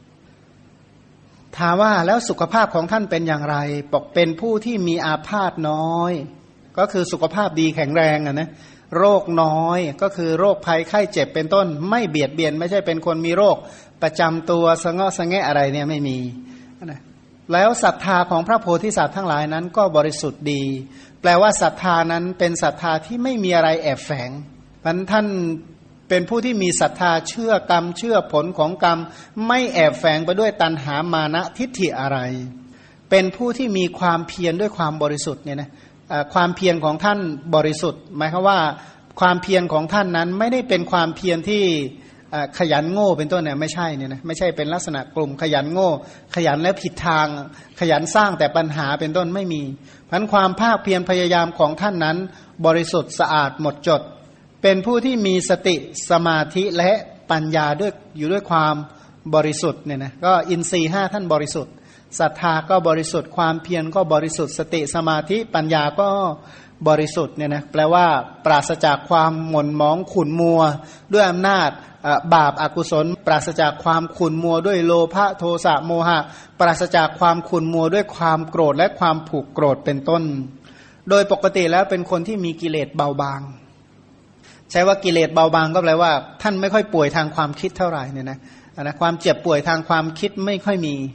ถามว่าแล้วสุขภาพของท่านเป็นอย่างไรบอกเป็นผู้ที่มีอาพาธน้อยก็คือสุขภาพดีแข็งแรงอ่ะนะโรคน้อยก็คือโรคภัยไข้เจ็บเป็นต้นไม่เบียดเบียนไม่ใช่เป็นคนมีโรคประจำตัวสะเงาะสะแงะอะไรเนี่ยไม่มีนะแล้วศรัทธาของพระโพธิสัตว์ทั้งหลายนั้นก็บริสุทธิ์ดีแปลว่าศรัทธานั้นเป็นศรัทธาที่ไม่มีอะไรแอบแฝงเพราะท่านเป็นผู้ที่มีศรัทธาเชื่อกรรมเชื่อผลของกรรมไม่แอบแฝงไปด้วยตัณหามานะทิฏฐิอะไรเป็นผู้ที่มีความเพียรด้วยความบริสุทธิ์เนี่ยนะความเพียรของท่านบริสุทธิ์หมายความว่าความเพียรของท่านนั้นไม่ได้เป็นความเพียรที่ขยันโง่เป็นต้นเนี่ยไม่ใช่เนี่ยนะไม่ใช่เป็นลักษณะกลุ่มขยันโง่ขยันแล้วผิดทางขยันสร้างแต่ปัญหาเป็นต้นไม่มีเพราะฉะนั้นความภาคเพียรพยายามของท่านนั้นบริสุทธิ์สะอาดหมดจดเป็นผู้ที่มีสติสมาธิและปัญญาด้วยอยู่ด้วยความบริสุทธิ์เนี่ยนะก็อินทรีย์ห้าท่านบริสุทธิ์ศรัทธาก็บริสุทธิ์ความเพียรก็บริสุทธิ์สติสมาธิปัญญาก็บริสุทธิ์เนี่ยนะแปลว่าปราศจากความหม่นหมองขุ่นมัวด้วยอำนาจบาปอกุศลปราศจากความขุ่นมัวด้วยโลภะโทสะโมหะปราศจากความขุ่นมัวด้วยความโกรธและความผูกโกรธเป็นต้นโดยปกติแล้วเป็นคนที่มีกิเลสเบาบางใช้ว่ากิเลสเบาบางก็แปลว่าท่านไม่ค่อยป่วยทางความคิดเท่าไหร่เนี่ยนะนะความเจ็บป่วยทางความคิดไม่ค่อยมี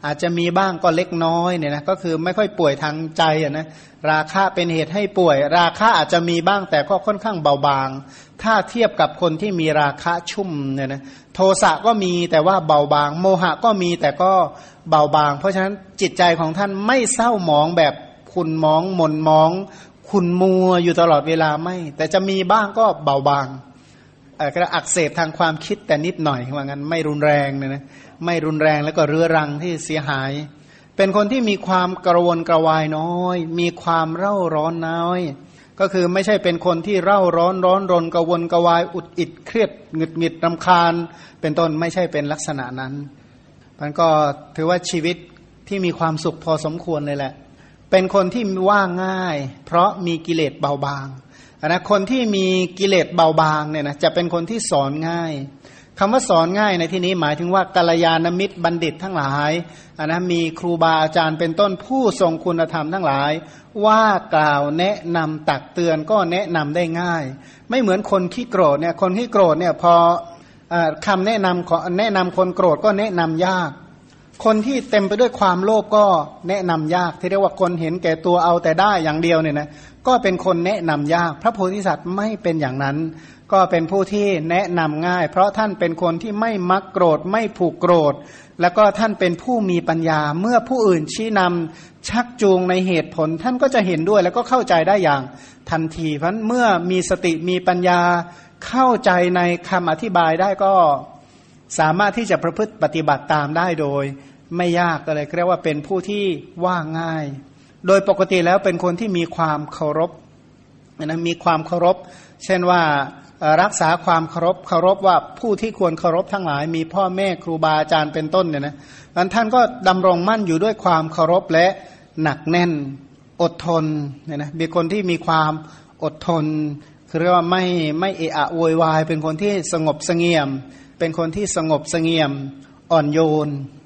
อาจจะมีบ้างก็เล็กน้อยเนี่ยนะก็คือไม่ค่อยป่วยทางใจอ่ะนะราคะเป็นเหตุให้ป่วยราคะอาจจะมีบ้างแต่ก็ค่อนข้างเบาบางถ้าเทียบกับคนที่มีราคะชุ่มเนี่ยนะโทสะก็มีแต่ว่าเบาบางโมหะก็มีแต่ก็เบาบางเพราะฉะนั้นจิตใจของท่านไม่เศร้าหมองแบบขุ่นหมองหม่นหมองขุ่นมัวอยู่ตลอดเวลาไม่แต่จะมีบ้างก็เบาบางก็อักเสบทางความคิดแต่นิดหน่อยว่างั้นไม่รุนแรงเนี่ยนะไม่รุนแรงแล้วก็เรื้อรังที่เสียหายเป็นคนที่มีความกระวนกระวายน้อยมีความเร่าร้อนน้อยก็คือไม่ใช่เป็นคนที่เร่าร้อนร้อนรนกระวนกระวายอุดอิดเครียดหงุดหงิดรำคาญเป็นต้นไม่ใช่เป็นลักษณะนั้นมันก็ถือว่าชีวิตที่มีความสุขพอสมควรเลยแหละเป็นคนที่ว่าง่ายเพราะมีกิเลสเบาบางนะคนที่มีกิเลสเบาบางเนี่ยนะจะเป็นคนที่สอนง่ายคำว่าสอนง่ายในที่นี้หมายถึงว่ากัลยาณมิตรบัณฑิตทั้งหลายนะมีครูบาอาจารย์เป็นต้นผู้ทรงคุณธรรมทั้งหลายว่ากล่าวแนะนำตักเตือนก็แนะนำได้ง่ายไม่เหมือนคนขี้โกรธเนี่ยคนขี้โกรธเนี่ยพอคำแนะนำขอแนะนำคนโกรธก็แนะนำยากคนที่เต็มไปด้วยความโลภก็แนะนำยากที่เรียกว่าคนเห็นแก่ตัวเอาแต่ได้อย่างเดียวเนี่ยนะก็เป็นคนแนะนำยากพระโพธิสัตว์ไม่เป็นอย่างนั้นก็เป็นผู้ที่แนะนำง่ายเพราะท่านเป็นคนที่ไม่มักโกรธไม่ผูกโกรธแล้วก็ท่านเป็นผู้มีปัญญาเมื่อผู้อื่นชี้นำชักจูงในเหตุผลท่านก็จะเห็นด้วยแล้วก็เข้าใจได้อย่างทันทีเพราะเมื่อมีสติมีปัญญาเข้าใจในคำอธิบายได้ก็สามารถที่จะประพฤติปฏิบัติตามได้โดยไม่ยากก็เลยเรียกว่าเป็นผู้ที่ว่าง่ายโดยปกติแล้วเป็นคนที่มีความเคารพนะมีความเคารพเช่นว่ารักษาความเคารพเคารพว่าผู้ที่ควรเคารพทั้งหลายมีพ่อแม่ครูบาอาจารย์เป็นต้นเนี่ยนะนั้นท่านก็ดำรงมั่นอยู่ด้วยความเคารพและหนักแน่นอดทนเนี่ยนะเป็นคนที่มีความอดทนคือเรียกว่าไม่ไม่เอะอะโวยวายเป็นคนที่สงบเสงี่ยมเป็นคนที่สงบเสงี่ยมอ่อนโยน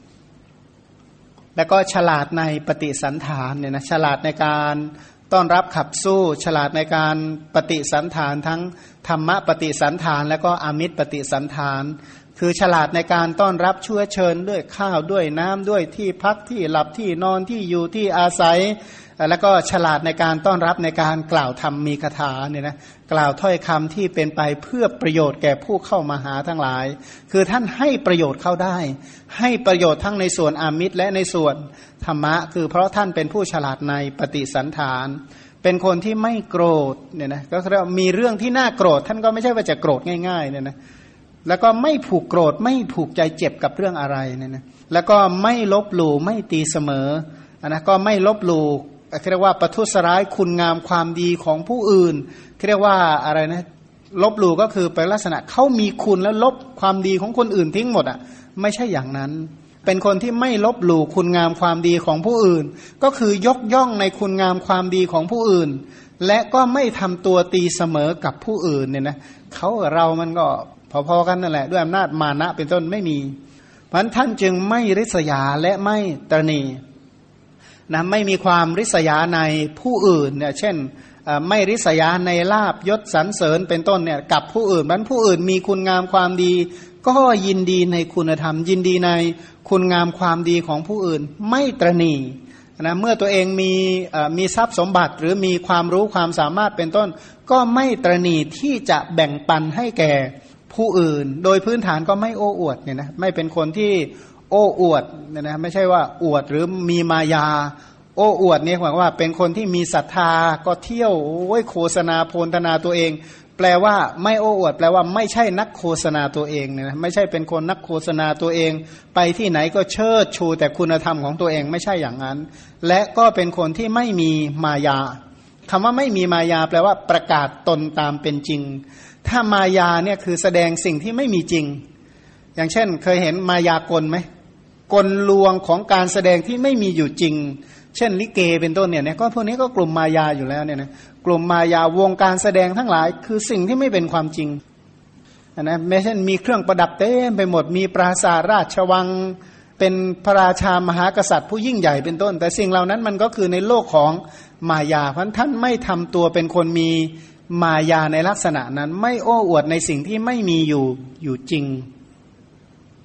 แล้วก็ฉลาดในปฏิสันถานเนี่ยนะฉลาดในการต้อนรับขับสู้ฉลาดในการปฏิสันถานทั้งธรรมะปฏิสันถานแล้วก็อามิตรปฏิสันถานคือฉลาดในการต้อนรับช่วยเชิญด้วยข้าวด้วยน้ำด้วยที่พักที่หลับที่นอนที่อยู่ที่อาศัยแล้วก็ฉลาดในการต้อนรับในการกล่าวธรรมมีคาถาเนี่ยนะกล่าวถ้อยคำที่เป็นไปเพื่อประโยชน์แก่ผู้เข้ามาหาทั้งหลายคือท่านให้ประโยชน์เข้าได้ให้ประโยชน์ทั้งในส่วนอามิตรและในส่วนธรรมะคือเพราะท่านเป็นผู้ฉลาดในปฏิสันถานเป็นคนที่ไม่โกรธเนี่ยนะก็คือมีเรื่องที่น่าโกรธท่านก็ไม่ใช่ว่าจะโกรธง่ายๆเนี่ยนะแล้วก็ไม่ผูกโกรธไม่ผูกใจเจ็บกับเรื่องอะไรเนี่ยนะแล้วก็ไม่ลบหลู่ไม่ตีเสมอนะก็ไม่ลบหลู่เรียกว่าประทุษร้ายคุณงามความดีของผู้อื่นเรียกว่าอะไรนะลบหลู่ก็คือเป็นลักษณะเขามีคุณแล้วลบความดีของคนอื่นทิ้งหมดอ่ะไม่ใช่อย่างนั้นเป็นคนที่ไม่ลบหลู่คุณงามความดีของผู้อื่นก็คือยกย่องในคุณงามความดีของผู้อื่นและก็ไม่ทำตัวตีเสมอกับผู้อื่นเนี่ยนะเขากับเรามันก็พอๆกันนั่นแหละด้วยอำนาจมานะเป็นต้นไม่มีเพราะฉะนั้นท่านจึงไม่ริษยาและไม่ตระหนี่นะไม่มีความริษยาในผู้อื่นเนี่ยเช่นไม่ริษยาในลาภยศสรรเสริญเป็นต้นเนี่ยกับผู้อื่นเพราะฉะนั้นผู้อื่นมีคุณงามความดีก็ยินดีในคุณธรรมยินดีในคุณงามความดีของผู้อื่นไม่ตระหนี่นะเมื่อตัวเองมีมีทรัพย์สมบัติหรือมีความรู้ความสามารถเป็นต้นก็ไม่ตระหนี่ที่จะแบ่งปันให้แก่ผู้อื่นโดยพื้นฐานก็ไม่โอ้อวดเนี่ยนะไม่เป็นคนที่โอ้อวดเนี่ยนะไม่ใช่ว่าอวดหรือมีมายาโอ้อวดเนี่ยหมายว่าเป็นคนที่มีศรัทธาก็เที่ยวโอ้ยโฆษณาโพลธนาตัวเองแปลว่าไม่โอ้อวดแปลว่าไม่ใช่นักโฆษณาตัวเองเนี่ยนะไม่ใช่เป็นคนนักโฆษณาตัวเองไปที่ไหนก็เชิดชูแต่คุณธรรมของตัวเองไม่ใช่อย่างนั้นและก็เป็นคนที่ไม่มีมายาคำว่าไม่มีมายาแปลว่าประกาศตนตามเป็นจริงถ้ามายาเนี่ยคือแสดงสิ่งที่ไม่มีจริงอย่างเช่นเคยเห็นมายากลไหมกลลวงของการแสดงที่ไม่มีอยู่จริงเช่นลิเกเป็นต้นเนี่ยก็พวกนี้ก็กลุ่มมายาอยู่แล้วเนี่ยนะกลุ่มมายาวงการแสดงทั้งหลายคือสิ่งที่ไม่เป็นความจริงนะไม่ใช่มีเครื่องประดับเต็มไปหมดมีปราสาทราชวังเป็นพระราชามหากษัตริย์ผู้ยิ่งใหญ่เป็นต้นแต่สิ่งเหล่านั้นมันก็คือในโลกของมายาเพราะท่านไม่ทำตัวเป็นคนมีมายาในลักษณะนั้นไม่โอ้อวดในสิ่งที่ไม่มีอยู่อยู่จริง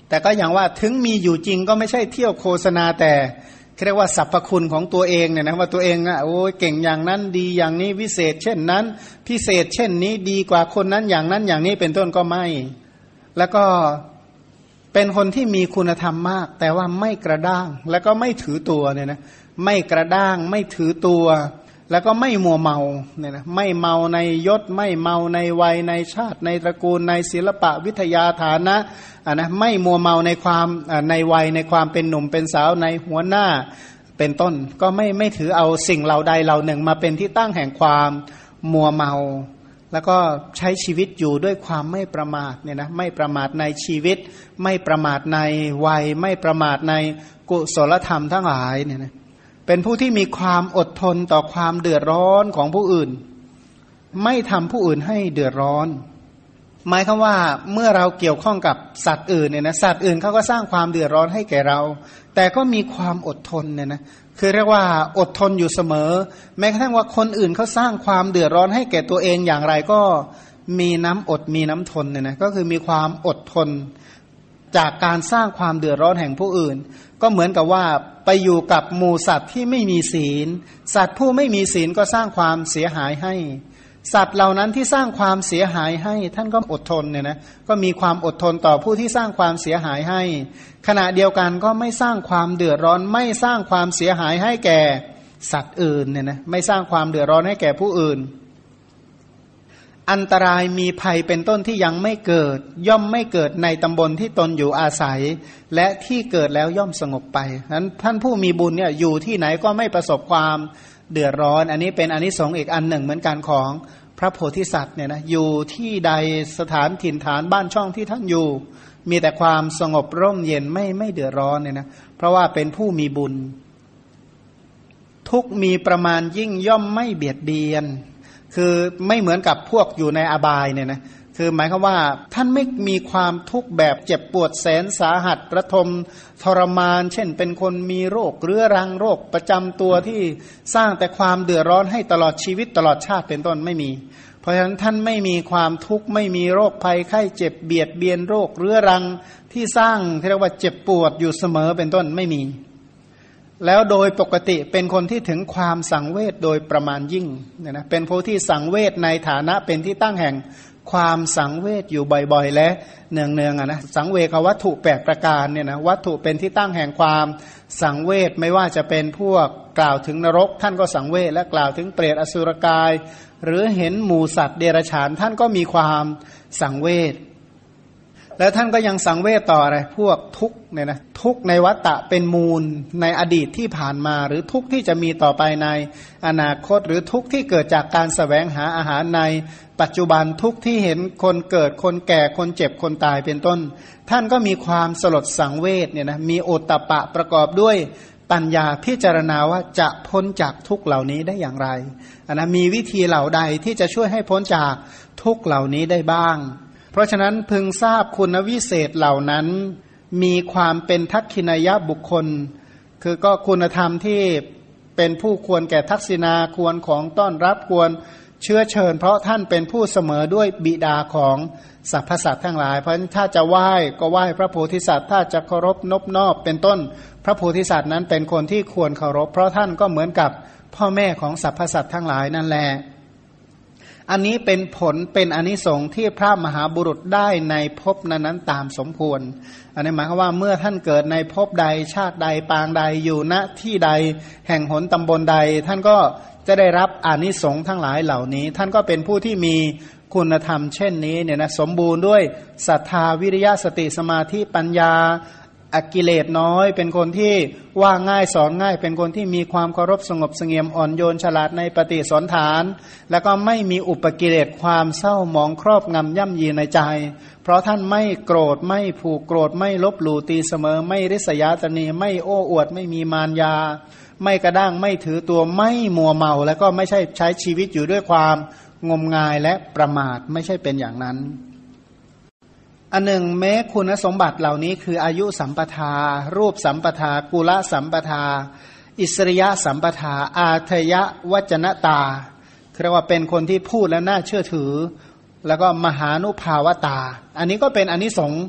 แต่ก็อย่างว่าถึงมีอยู่จริงก็ไม่ใช่เที่ยวโฆษณาแต่เรียกว่าสรรพคุณของตัวเองเนี่ยนะว่าตัวเองอ่ะโอ้ยเก่งอย่างนั้นดีอย่างนี้วิเศษเช่นนั้นพิเศษเช่นนี้ดีกว่าคนนั้นอย่างนั้นอย่างนี้เป็นต้นก็ไม่แล้วก็เป็นคนที่มีคุณธรรมมากแต่ว่าไม่กระด้างแล้วก็ไม่ถือตัวเนี่ยนะไม่กระด้างไม่ถือตัวแล้วก็ไม่มัวเมาเนี่ยนะไม่เมาในยศไม่เมาในวัยในชาติในตระกูลในศิลปะวิทยาฐานะอ่ะนะไม่มัวเมาในความในวัยในความเป็นหนุ่มเป็นสาวในหัวหน้าเป็นต้นก็ไม่ไม่ถือเอาสิ่งเหล่าใดเหล่าหนึ่งมาเป็นที่ตั้งแห่งความมัวเมาแล้วก็ใช้ชีวิตอยู่ด้วยความไม่ประมาทเนี่ยนะไม่ประมาทในชีวิตไม่ประมาทในวัยไม่ประมาทในกุศลธรรมทั้งหลายเนี่ยนะเป็นผู้ที่มีความอดทนต่อความเดือดร้อนของผู้อื่นไม่ทำผู้อื่นให้เดือดร้อนหมายความว่าเมื่อเราเกี่ยวข้องกับสัตว์อื่นเนี่ยนะสัตว์อื่นเขาก็สร้างความเดือดร้อนให้แก่เราแต่ก็มีความอดทนเนี่ยนะคือเรียกว่าอดทนอยู่เสมอแม้กระทั่งว่าคนอื่นเขาสร้างความเดือดร้อนให้แก่ตัวเองอย่างไรก็มีน้ำอดมีน้ำทนเนี่ยนะก็คือมีความอดทนจากการสร้างความเดือดร้อนแห่งผู้อื่นก็เหมือนกับว่าไปอยู่กับหมู่สัตว์ที่ไม่มีศีลสัตว์ผู้ไม่มีศีลก็สร้างความเสียหายให้สัตว์เหล่านั้นที่สร้างความเสียหายให้ท่านก็อดทนเนี่ยนะก็มีความอดทนต่อผู้ที่สร้างความเสียหายให้ขณะเดียวกันก็ไม่สร้างความเดือดร้อนไม่สร้างความเสียหายให้แก่สัตว์อื่นเนี่ยนะไม่สร้างความเดือดร้อนให้แก่ผู้อื่นอันตรายมีภัยเป็นต้นที่ยังไม่เกิดย่อมไม่เกิดในตำบลที่ตนอยู่อาศัยและที่เกิดแล้วย่อมสงบไปนั้นท่านผู้มีบุญเนี่ยอยู่ที่ไหนก็ไม่ประสบความเดือดร้อนอันนี้เป็นอานิสงส์อีกอันหนึ่งเหมือนกันของพระโพธิสัตว์เนี่ยนะอยู่ที่ใดสถานถิ่นฐานบ้านช่องที่ท่านอยู่มีแต่ความสงบร่มเย็นไม่ไม่เดือดร้อนเนี่ยนะเพราะว่าเป็นผู้มีบุญทุกมีประมาณยิ่งย่อมไม่เบียดเบียนคือไม่เหมือนกับพวกอยู่ในอบายเนี่ยนะคือหมายความว่าท่านไม่มีความทุกข์แบบเจ็บปวดแสนสาหัสระทมทรมานเช่นเป็นคนมีโรคเรื้อรังโรคประจำตัวที่สร้างแต่ความเดือดร้อนให้ตลอดชีวิตตลอดชาติเป็นต้นไม่มีเพราะฉะนั้นท่านไม่มีความทุกข์ไม่มีโรคภัยไข้เจ็บเบียดเบียนโรคเรื้อรังที่สร้างที่เรียกว่าเจ็บปวดอยู่เสมอเป็นต้นไม่มีแล้วโดยปกติเป็นคนที่ถึงความสังเวชโดยประมาณยิ่งเนี่ยนะเป็นผู้ที่สังเวชในฐานะเป็นที่ตั้งแห่งความสังเวชอยู่บ่อยๆและเนืองๆอ่ะนะสังเวชวัตถุแปดประการเนี่ยนะวัตถุเป็นที่ตั้งแห่งความสังเวชไม่ว่าจะเป็นพวกกล่าวถึงนรกท่านก็สังเวชและกล่าวถึงเปรตอสุรกายหรือเห็นหมู่สัตว์เดรัจฉานท่านก็มีความสังเวชแล้วท่านก็ยังสังเวชต่ออะไรพวกทุกข์เนี่ยนะทุกข์ในวัฏฏะเป็นมูลในอดีตที่ผ่านมาหรือทุกข์ที่จะมีต่อไปในอนาคตหรือทุกข์ที่เกิดจากการแสวงหาอาหารในปัจจุบันทุกข์ที่เห็นคนเกิดคนแก่คนเจ็บคนตายเป็นต้นท่านก็มีความสลดสังเวชเนี่ยนะมีโอตตัปปะประกอบด้วยปัญญาพิจารณาว่าจะพ้นจากทุกข์เหล่านี้ได้อย่างไรอันนะมีวิธีเหล่าใดที่จะช่วยให้พ้นจากทุกข์เหล่านี้ได้บ้างเพราะฉะนั้นพึงทราบคุณวิเศษเหล่านั้นมีความเป็นทักขิณายบุคคลคือก็คุณธรรมที่เป็นผู้ควรแก่ทักษิณาควรของต้อนรับควรเชื้อเชิญเพราะท่านเป็นผู้เสมอด้วยบิดาของสรรพสัตว์ทั้งหลายเพราะฉะนั้นถ้าจะไหว้ก็ไหว้พระโพธิสัตว์ถ้าจะเคารพนบนอบเป็นต้นพระโพธิสัตว์นั้นเป็นคนที่ควรเคารพเพราะท่านก็เหมือนกับพ่อแม่ของสรรพสัตว์ทั้งหลายนั่นแหละอันนี้เป็นผลเป็นอานิสงส์ที่พระมหาบุรุษได้ในภพนั้นๆตามสมควรอันนี้หมายความว่าเมื่อท่านเกิดในภพใดชาติใดปางใดอยู่ณที่ใดแห่งหนตำบลใดท่านก็จะได้รับอานิสงส์ทั้งหลายเหล่านี้ท่านก็เป็นผู้ที่มีคุณธรรมเช่นนี้เนี่ยนะสมบูรณ์ด้วยศรัทธาวิริยะสติสมาธิปัญญาอกิเลสน้อยเป็นคนที่ว่าง่ายสอนง่ายเป็นคนที่มีความเคารพสงบเสงี่ยมอ่อนโยนฉลาดในปฏิสนฐานแล้วก็ไม่มีอุปกิเลสความเศร้าหมองครอบงำย่ำยีในใจเพราะท่านไม่โกรธไม่ผูกโกรธไม่ลบหลู่ตีเสมอไม่ริษยาตนีไม่โอ้อวดไม่มีมารยาไม่กระด้างไม่ถือตัวไม่มัวเมาแล้วก็ไม่ใช่ใช้ชีวิตอยู่ด้วยความงมงายและประมาทไม่ใช่เป็นอย่างนั้นอันหนึ่งแม้คุณสมบัติเหล่านี้คืออายุสัมปทารูปสัมปทากุลสัมปทาอิสริยสัมปทาอาทยวจนตาเรียกว่าเป็นคนที่พูดแล้วน่าเชื่อถือแล้วก็มหานุภาวตาอันนี้ก็เป็นอานิสงส์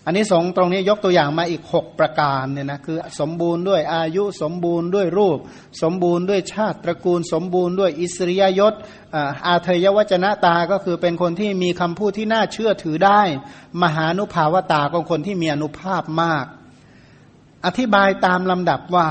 อันนี้สงตรงนี้ยกตัวอย่างมาอีกหกประการเนี่ยนะคือสมบูรณ์ด้วยอายุสมบูรณ์ด้วยรูปสมบูรณ์ด้วยชาติตระกูลสมบูรณ์ด้วยอิสริยยศอาเทยวจนะตาก็คือเป็นคนที่มีคำพูดที่น่าเชื่อถือได้มหานุภาวตาก็คนที่มีอนุภาพมากอธิบายตามลำดับว่า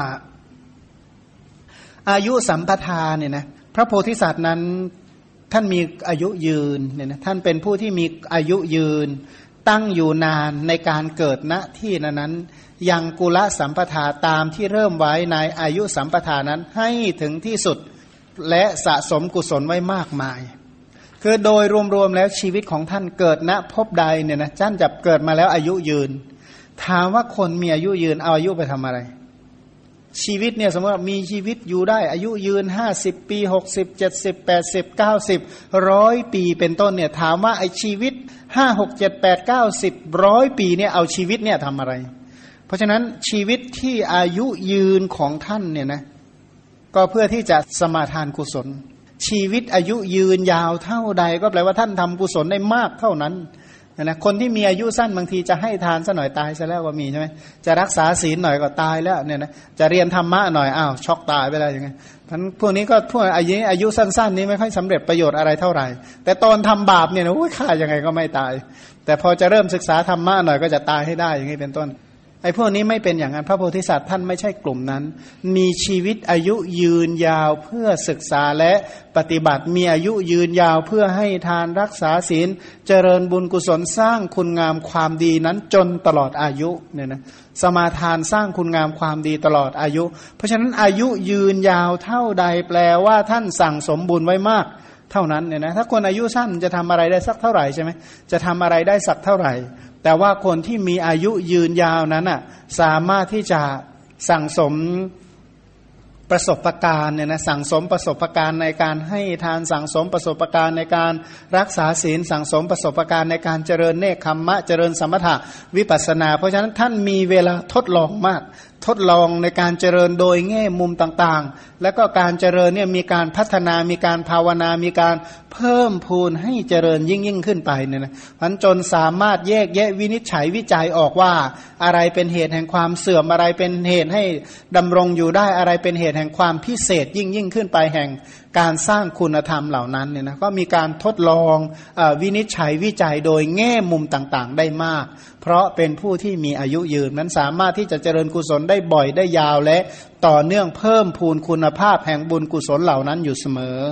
อายุสัมปทาเนี่ยนะพระโพธิสัตว์นั้นท่านมีอายุยืนเนี่ยนะท่านเป็นผู้ที่มีอายุยืนตั้งอยู่นานในการเกิดณที่นั้นยังกุลสัมปทาตามที่เริ่มไว้ในอายุสัมปทานั้นให้ถึงที่สุดและสะสมกุศลไว้มากมายคือโดยรวมๆแล้วชีวิตของท่านเกิดณภพใดเนี่ยนะท่านจะเกิดมาแล้วอายุยืนถามว่าคนมีอายุยืนเอาอายุไปทำอะไรชีวิตเนี่ยสมมติว่ามีชีวิตอยู่ได้อายุยืนห้าสิบปีหกสิบ เจ็ดสิบ แปดสิบ เก้าสิบ หนึ่งร้อยปีเป็นต้นเนี่ยถามว่าไอ้ชีวิตห้า หก เจ็ด แปด เก้า สิบ หนึ่งร้อยปีเนี่ยเอาชีวิตเนี่ยทำอะไรเพราะฉะนั้นชีวิตที่อายุยืนของท่านเนี่ยนะก็เพื่อที่จะสมาทานกุศลชีวิตอายุยืนยาวเท่าใดก็แปลว่าท่านทำกุศลได้มากเท่านั้นนะคนที่มีอายุสั้นบางทีจะให้ทานซะหน่อยตายซะแล้วก็มีใช่ไหมจะรักษาศีลหน่อยก็ตายแล้วเนี่ยนะจะเรียนธรรมะหน่อยอ้าวช็อกตายไปแล้วอย่างเงี้ยทั้นพวกนี้ก็พวกอายุอายุสั้นๆนี้ไม่ค่อยสำเร็จประโยชน์อะไรเท่าไหร่แต่ตอนทำบาปเนี่ยนะโอ้ยฆ่ายังไงก็ไม่ตายแต่พอจะเริ่มศึกษาธรรมะหน่อยก็จะตายให้ได้อย่างนี้เป็นต้นไอ้พวกนี้ไม่เป็นอย่างนั้นพระโพธิสัตว์ท่านไม่ใช่กลุ่มนั้นมีชีวิตอายุยืนยาวเพื่อศึกษาและปฏิบัติมีอายุยืนยาวเพื่อให้ทานรักษาศีลเจริญบุญกุศลสร้างคุณงามความดีนั้นจนตลอดอายุเนี่ยนะสมาทานสร้างคุณงามความดีตลอดอายุเพราะฉะนั้นอายุยืนยาวเท่าใดแปลว่าท่านสั่งสมบุญไว้มากเท่านั้นเนี่ยนะถ้าคนอายุสั้นจะทำอะไรได้สักเท่าไหร่ใช่ไหมจะทำอะไรได้สักเท่าไหร่แต่ว่าคนที่มีอายุยืนยาวนั้นอ่ะสามารถที่จะสั่งสมประสบการณ์เนี่ยนะสั่งสมประสบการณ์ในการให้ทานสั่งสมประสบการณ์ในการรักษาศีลสั่งสมประสบการณ์ในการเจริญเนกขัมมะเจริญสมถะวิปัสสนาเพราะฉะนั้นท่านมีเวลาทดลองมากทดลองในการเจริญโดยแง่มุมต่างๆแล้วก็การเจริญเนี่ยมีการพัฒนามีการภาวนามีการเพิ่มพูนให้เจริญยิ่งยิ่งขึ้นไปเนี่ยนะพันจนสามารถแยกแยะวินิจฉัยวิจัยออกว่าอะไรเป็นเหตุแห่งความเสื่อมอะไรเป็นเหตุให้ดำรงอยู่ได้อะไรเป็นเหตุแห่งความพิเศษยิ่งยิ่งขึ้นไปแห่งการสร้างคุณธรรมเหล่านั้นเนี่ยนะก็มีการทดลองเอ่อวินิจฉัยวิจัยโดยแง่มุมต่างๆได้มากเพราะเป็นผู้ที่มีอายุยืนนั้นสามารถที่จะเจริญกุศลได้บ่อยได้ยาวและต่อเนื่องเพิ่มพูนคุณภาพแห่งบุญกุศลเหล่านั้นอยู่เสมอ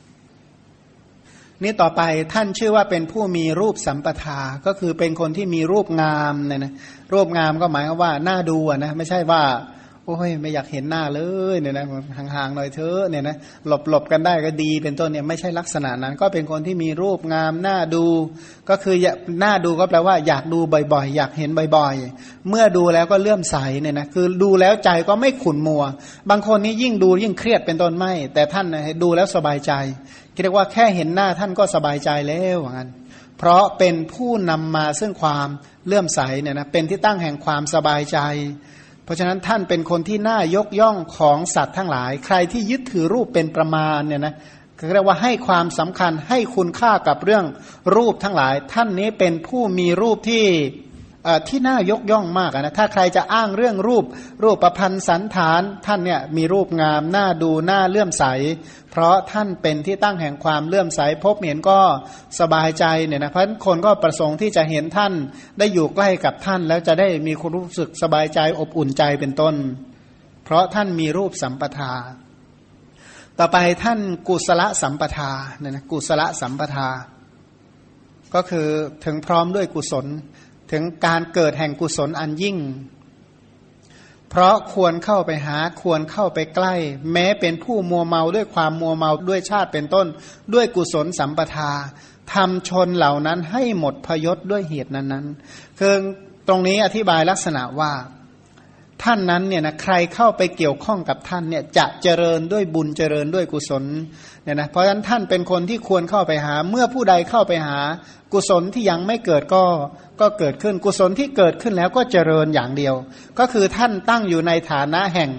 นี่ต่อไปท่านชื่อว่าเป็นผู้มีรูปสัมปทาก็คือเป็นคนที่มีรูปงามเนี่ยนะรูปงามก็หมายความว่าน่าดูอ่ะนะไม่ใช่ว่าโอ้ยไม่อยากเห็นหน้าเลยเนี่ยนะห่างๆหน่อยเถอะเนี่ยนะหลบๆกันได้ก็ดีเป็นต้นเนี่ยไม่ใช่ลักษณะนั้นก็เป็นคนที่มีรูปงามน่าดูก็คือน่าดูก็แปลว่าอยากดูบ่อยๆอยากเห็นบ่อยๆเมื่อดูแล้วก็เลื่อมใสเนี่ยนะคือดูแล้วใจก็ไม่ขุ่นมัวบางคนนี่ยิ่งดูยิ่งเครียดเป็นต้นไม่แต่ท่านดูแล้วสบายใจเรียกว่าแค่เห็นหน้าท่านก็สบายใจแล้วว่างั้นเพราะเป็นผู้นำมาซึ่งความเลื่อมใสเนี่ยนะเป็นที่ตั้งแห่งความสบายใจเพราะฉะนั้นท่านเป็นคนที่น่ายกย่องของสัตว์ทั้งหลายใครที่ยึดถือรูปเป็นประมาณเนี่ยนะเรียกว่าให้ความสำคัญให้คุณค่ากับเรื่องรูปทั้งหลายท่านนี้เป็นผู้มีรูปที่ที่น่ายกย่องมากนะถ้าใครจะอ้างเรื่องรูปรูปประพันธ์สันฐานท่านเนี่ยมีรูปงามน่าดูน่าเลื่อมใสเพราะท่านเป็นที่ตั้งแห่งความเลื่อมใสพบเห็นก็สบายใจเนี่ยนะเพราะคนก็ประสงค์ที่จะเห็นท่านได้อยู่ใกล้กับท่านแล้วจะได้มีความรู้สึกสบายใจอบอุ่นใจเป็นต้นเพราะท่านมีรูปสัมปทาต่อไปท่านกุศลสัมปทาเนี่ยนะกุศลสัมปทาก็คือถึงพร้อมด้วยกุศลถึงการเกิดแห่งกุศลอันยิ่งเพราะควรเข้าไปหาควรเข้าไปใกล้แม้เป็นผู้มัวเมาด้วยความมัวเมาด้วยชาติเป็นต้นด้วยกุศลสัมปทาทำชนเหล่านั้นให้หมดพยศด้วยเหตุนั้นๆคือตรงนี้อธิบายลักษณะว่าท่านนั้นเนี่ยนะใครเข้าไปเกี่ยวข้องกับท่านเนี่ยจะเจริญด้วยบุญเจริญด้วยกุศลเนี่ยนะเพราะฉะนั้นท่านเป็นคนที่ควรเข้าไปหาเมื่อผู้ใดเข้าไปหากุศลที่ยังไม่เกิดก็ก็เกิดขึ้นกุศลที่เกิดขึ้นแล้วก็เจริญอย่างเดียวก็คือท่านตั้งอยู่ในฐานะแห่ง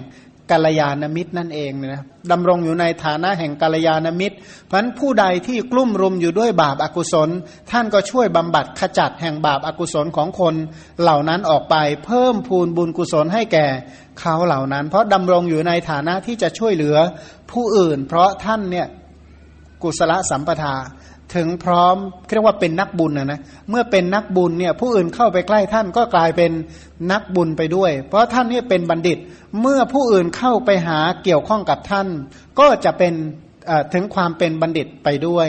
กัลยาณมิตรนั่นเองนะดำรงอยู่ในฐานะแห่งกัลยาณมิตรเพราะฉะนั้นผู้ใดที่กลุ่มรุมอยู่ด้วยบาปอกุศลท่านก็ช่วยบำบัดขจัดแห่งบาปอกุศลของคนเหล่านั้นออกไปเพิ่มพูนบุญกุศลให้แก่เขาเหล่านั้นเพราะดำรงอยู่ในฐานะที่จะช่วยเหลือผู้อื่นเพราะท่านเนี่ยกุศลสัมปทาถึงพร้อมเรียกว่าเป็นนักบุญนะนะเมื่อเป็นนักบุญเนี่ยผู้อื่นเข้าไปใกล้ท่านก็กลายเป็นนักบุญไปด้วยเพราะท่านเนี่ยเป็นบัณฑิตเมื่อผู้อื่นเข้าไปหาเกี่ยวข้องกับท่านก็จะเป็นถึงความเป็นบัณฑิตไปด้วย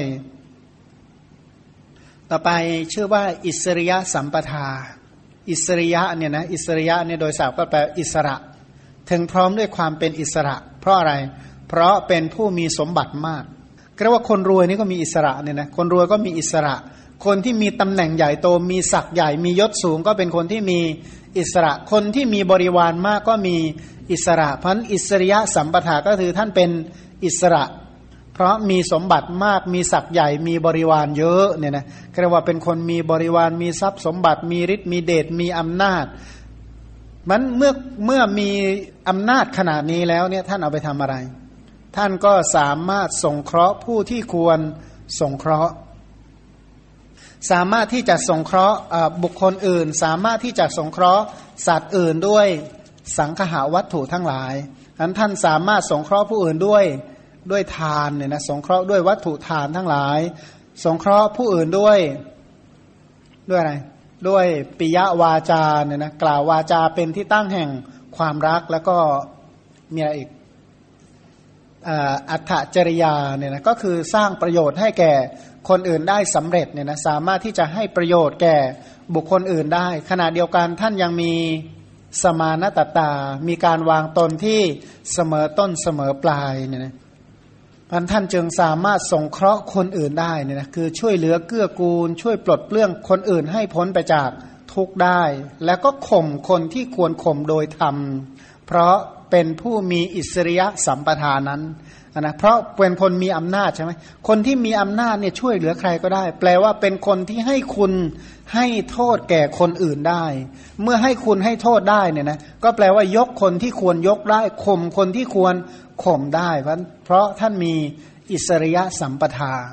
ต่อไปชื่อว่าอิสริยสัมปทาอิสริยะเนี่ยนะอิสริยะเนี่ยโดยศัพท์ก็แปลอิสระถึงพร้อมด้วยความเป็นอิสระเพราะอะไรเพราะเป็นผู้มีสมบัติมากเรียกว่าคนรวยนี่ก็มีอิสระเนี่ยนะคนรวยก็มีอิสระคนที่มีตำแหน่งใหญ่โตมีศักย์ใหญ่มียศสูงก็เป็นคนที่มีอิสระคนที่มีบริวารมากก็มีอิสระเพราะอิสริยสัมปทาก็คือท่านเป็นอิสระเพราะมีสมบัติมากมีศักย์ใหญ่มีบริวารเยอะเนี่ยนะเรียกว่าเป็นคนมีบริวารมีทรัพย์สมบัติมีฤทธิ์มีเดชมีอำนาจมันเมื่อเมื่อมีอำนาจขนาดนี้แล้วเนี่ยท่านเอาไปทำอะไรท่านก็สามารถสงเคราะห์ผู้ที่ควรสงเคราะห์สามารถที่จะสงเคราะห์บุคคลอื่นสามารถที่จะสงเคราะห์สัตว์อื่นด้วยสังคหาวัตถุทั้งหลายนั้นท่านสามารถสงเคราะห์ผู้อื่นด้วยด้วยทานเนี่ยนะสงเคราะห์ด้วยวัตถุทานทั้งหลายสงเคราะห์ผู้อื่นด้วยด้วยอะไรด้วยปิยวาจาเนี่ยนะกล่าววาจาเป็นที่ตั้งแห่งความรักแล้วก็มีอะไรอีกอัตถจริยาเนี่ยนะก็คือสร้างประโยชน์ให้แก่คนอื่นได้สำเร็จเนี่ยนะสามารถที่จะให้ประโยชน์แก่บุคคลอื่นได้ขณะเดียวกันท่านยังมีสมานตตามีการวางตนที่เสมอต้นเสมอปลายเนี่ยนะท่านจึงสามารถสงเคราะห์คนอื่นได้เนี่ยนะคือช่วยเหลือเกื้อกูลช่วยปลดเปลื้องคนอื่นให้พ้นไปจากทุกข์ได้แล้วก็ข่มคนที่ควรข่มโดยธรรมเพราะเป็นผู้มีอิสริยสัมปทานนั้นนะเพราะเป็นคนมีอำนาจใช่ไหมคนที่มีอำนาจเนี่ยช่วยเหลือใครก็ได้แปลว่าเป็นคนที่ให้คุณให้โทษแก่คนอื่นได้เมื่อให้คุณให้โทษได้เนี่ยนะก็แปลว่ายกคนที่ควรยกได้ข่มคนที่ควรข่มได้เพราะเพราะท่านมีอิสริยสัมปทา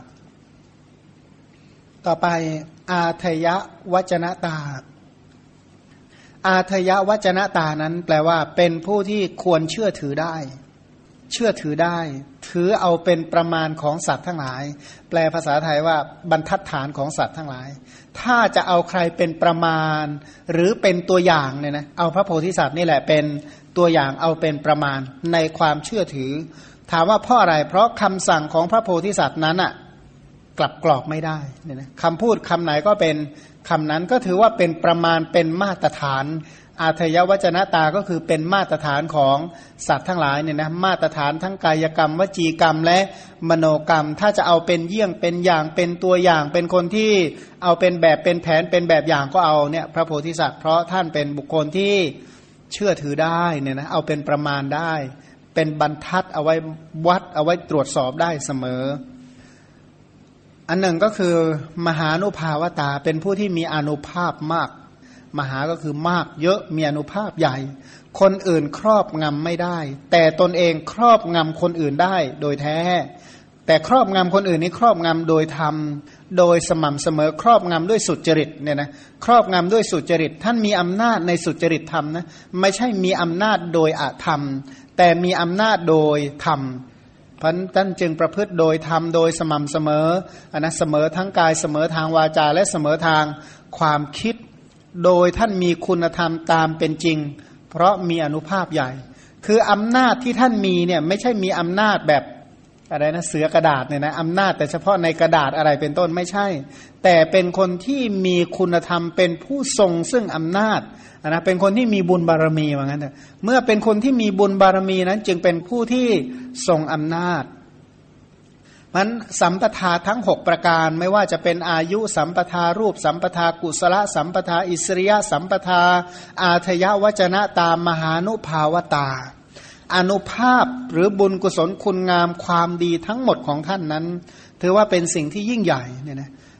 ต่อไปอาทยวจนตาอาทยวจนตานั้นแปลว่าเป็นผู้ที่ควรเชื่อถือได้เชื่อถือได้ถือเอาเป็นประมาณของสัตว์ทั้งหลายแปลภาษาไทยว่าบรรทัดฐานของสัตว์ทั้งหลายถ้าจะเอาใครเป็นประมาณหรือเป็นตัวอย่างเนี่ยนะเอาพระโพธิสัตว์นี่แหละเป็นตัวอย่างเอาเป็นประมาณในความเชื่อถือถามว่าเพราะอะไรเพราะคำสั่งของพระโพธิสัตว์นั้นอ่ะกลับกรอกไม่ได้เนี่ยนะคำพูดคำไหนก็เป็นคำนั้นก็ถือว่าเป็นประมาณเป็นมาตรฐานอาทยวจนตาก็คือเป็นมาตรฐานของสัตว์ทั้งหลายเนี่ยนะมาตรฐานทั้งกายกรรมวจีกรรมและมโนกรรมถ้าจะเอาเป็นเยี่ยงเป็นอย่างเป็นตัวอย่างเป็นคนที่เอาเป็นแบบเป็นแผนเป็นแบบอย่างก็เอาเนี่ยพระโพธิสัตว์เพราะท่านเป็นบุคคลที่เชื่อถือได้เนี่ยนะเอาเป็นประมาณได้เป็นบรรทัดเอาไว้วัดเอาไว้ตรวจสอบได้เสมออันหนึ่งก็คือมหานุภาวตาเป็นผู้ที่มีอานุภาพมากมหาก็คือมากเยอะมีอานุภาพใหญ่คนอื่นครอบงำไม่ได้แต่ตนเองครอบงำคนอื่นได้โดยแท้แต่ครอบงำคนอื่นนี้ครอบงำโดยธรรมโดยสม่ำเสมอครอบงำด้วยสุจริตเนี่ยนะครอบงำด้วยสุจริตท่านมีอำนาจในสุจริตธรรมนะไม่ใช่มีอำนาจโดยอธรรมแต่มีอำนาจโดยธรรมเพราะท่านจึงประพฤติโดยธรรมโดยสม่ำเสมออันนะเสมอทั้งกายเสมอทางวาจาและเสมอทางความคิดโดยท่านมีคุณธรรมตามเป็นจริงเพราะมีอานุภาพใหญ่คืออำนาจที่ท่านมีเนี่ยไม่ใช่มีอำนาจแบบอะไรนะเสือกระดาษเนี่ยนะอำนาจแต่เฉพาะในกระดาษอะไรเป็นต้นไม่ใช่แต่เป็นคนที่มีคุณธรรมเป็นผู้ทรงซึ่งอำนาจนะเป็นคนที่มีบุญบารมีว่างั้นเถอะเมื่อเป็นคนที่มีบุญบารมีนั้นจึงเป็นผู้ที่ทรงอำนาจมันสัมปทาทั้งหกประการไม่ว่าจะเป็นอายุสัมปทารูปสัมปทากุศลสัมปทาอิสริยสัมปทาอาทยวจนะตามหานุภาวตาอานุภาพหรือบุญกุศลคุณงามความดีทั้งหมดของท่านนั้นถือว่าเป็นสิ่งที่ยิ่งใหญ่เนี่ยนะ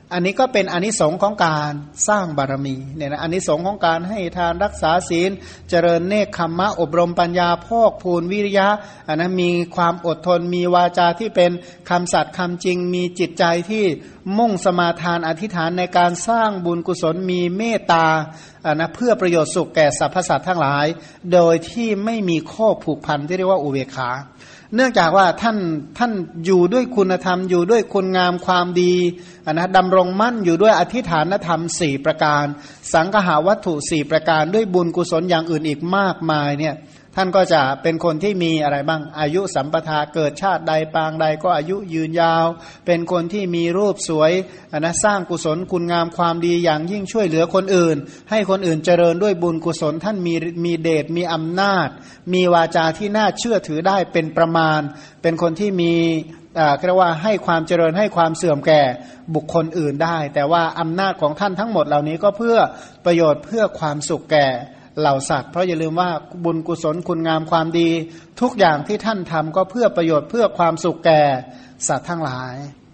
อันนี้ก็เป็นอานิสงส์ของการสร้างบารมีเนี่ยนะอานิสงส์ของการให้ทานรักษาศีลเจริญเนกขัมมะอบรมปัญญาพอกพูนวิริยะอันนะมีความอดทนมีวาจาที่เป็นคำสัตย์คำจริงมีจิตใจที่มุ่งสมาทานอธิษฐานในการสร้างบุญกุศลมีเมตตาอันนะเพื่อประโยชน์สุขแก่สรรพสัตว์ทั้งหลายโดยที่ไม่มีข้อผูกพันที่เรียกว่าอุเบกขาเนื่องจากว่าท่านท่านอยู่ด้วยคุณธรรมอยู่ด้วยคุณงามความดีนะดำรงมั่นอยู่ด้วยอธิฐานธรรมสี่ประการสังฆาวัตถุสี่ประการด้วยบุญกุศลอย่างอื่นอีกมากมายเนี่ยท่านก็จะเป็นคนที่มีอะไรบ้างอายุสัมปทาเกิดชาติใดปางใดก็อายุยืนยาวเป็นคนที่มีรูปสวยนะสร้างกุศลคุณงามความดีอย่างยิ่งช่วยเหลือคนอื่นให้คนอื่นเจริญด้วยบุญกุศลท่านมีมีเดชมีอำนาจมีวาจาที่น่าเชื่อถือได้เป็นประมาณเป็นคนที่มีอ่าเรียกว่าให้ความเจริญให้ความเสื่อมแก่บุคคลอื่นได้แต่ว่าอำนาจของท่านทั้งหมดเหล่านี้ก็เพื่อประโยชน์เพื่อความสุขแก่เหล่าสัตว์เพราะอย่าลืมว่าบุญกุศลคุณงามความดีทุกอย่างที่ท่านทำก็เพื่อประโยชน์เพื่อความสุขแก่สัตว์ทั้งหลาย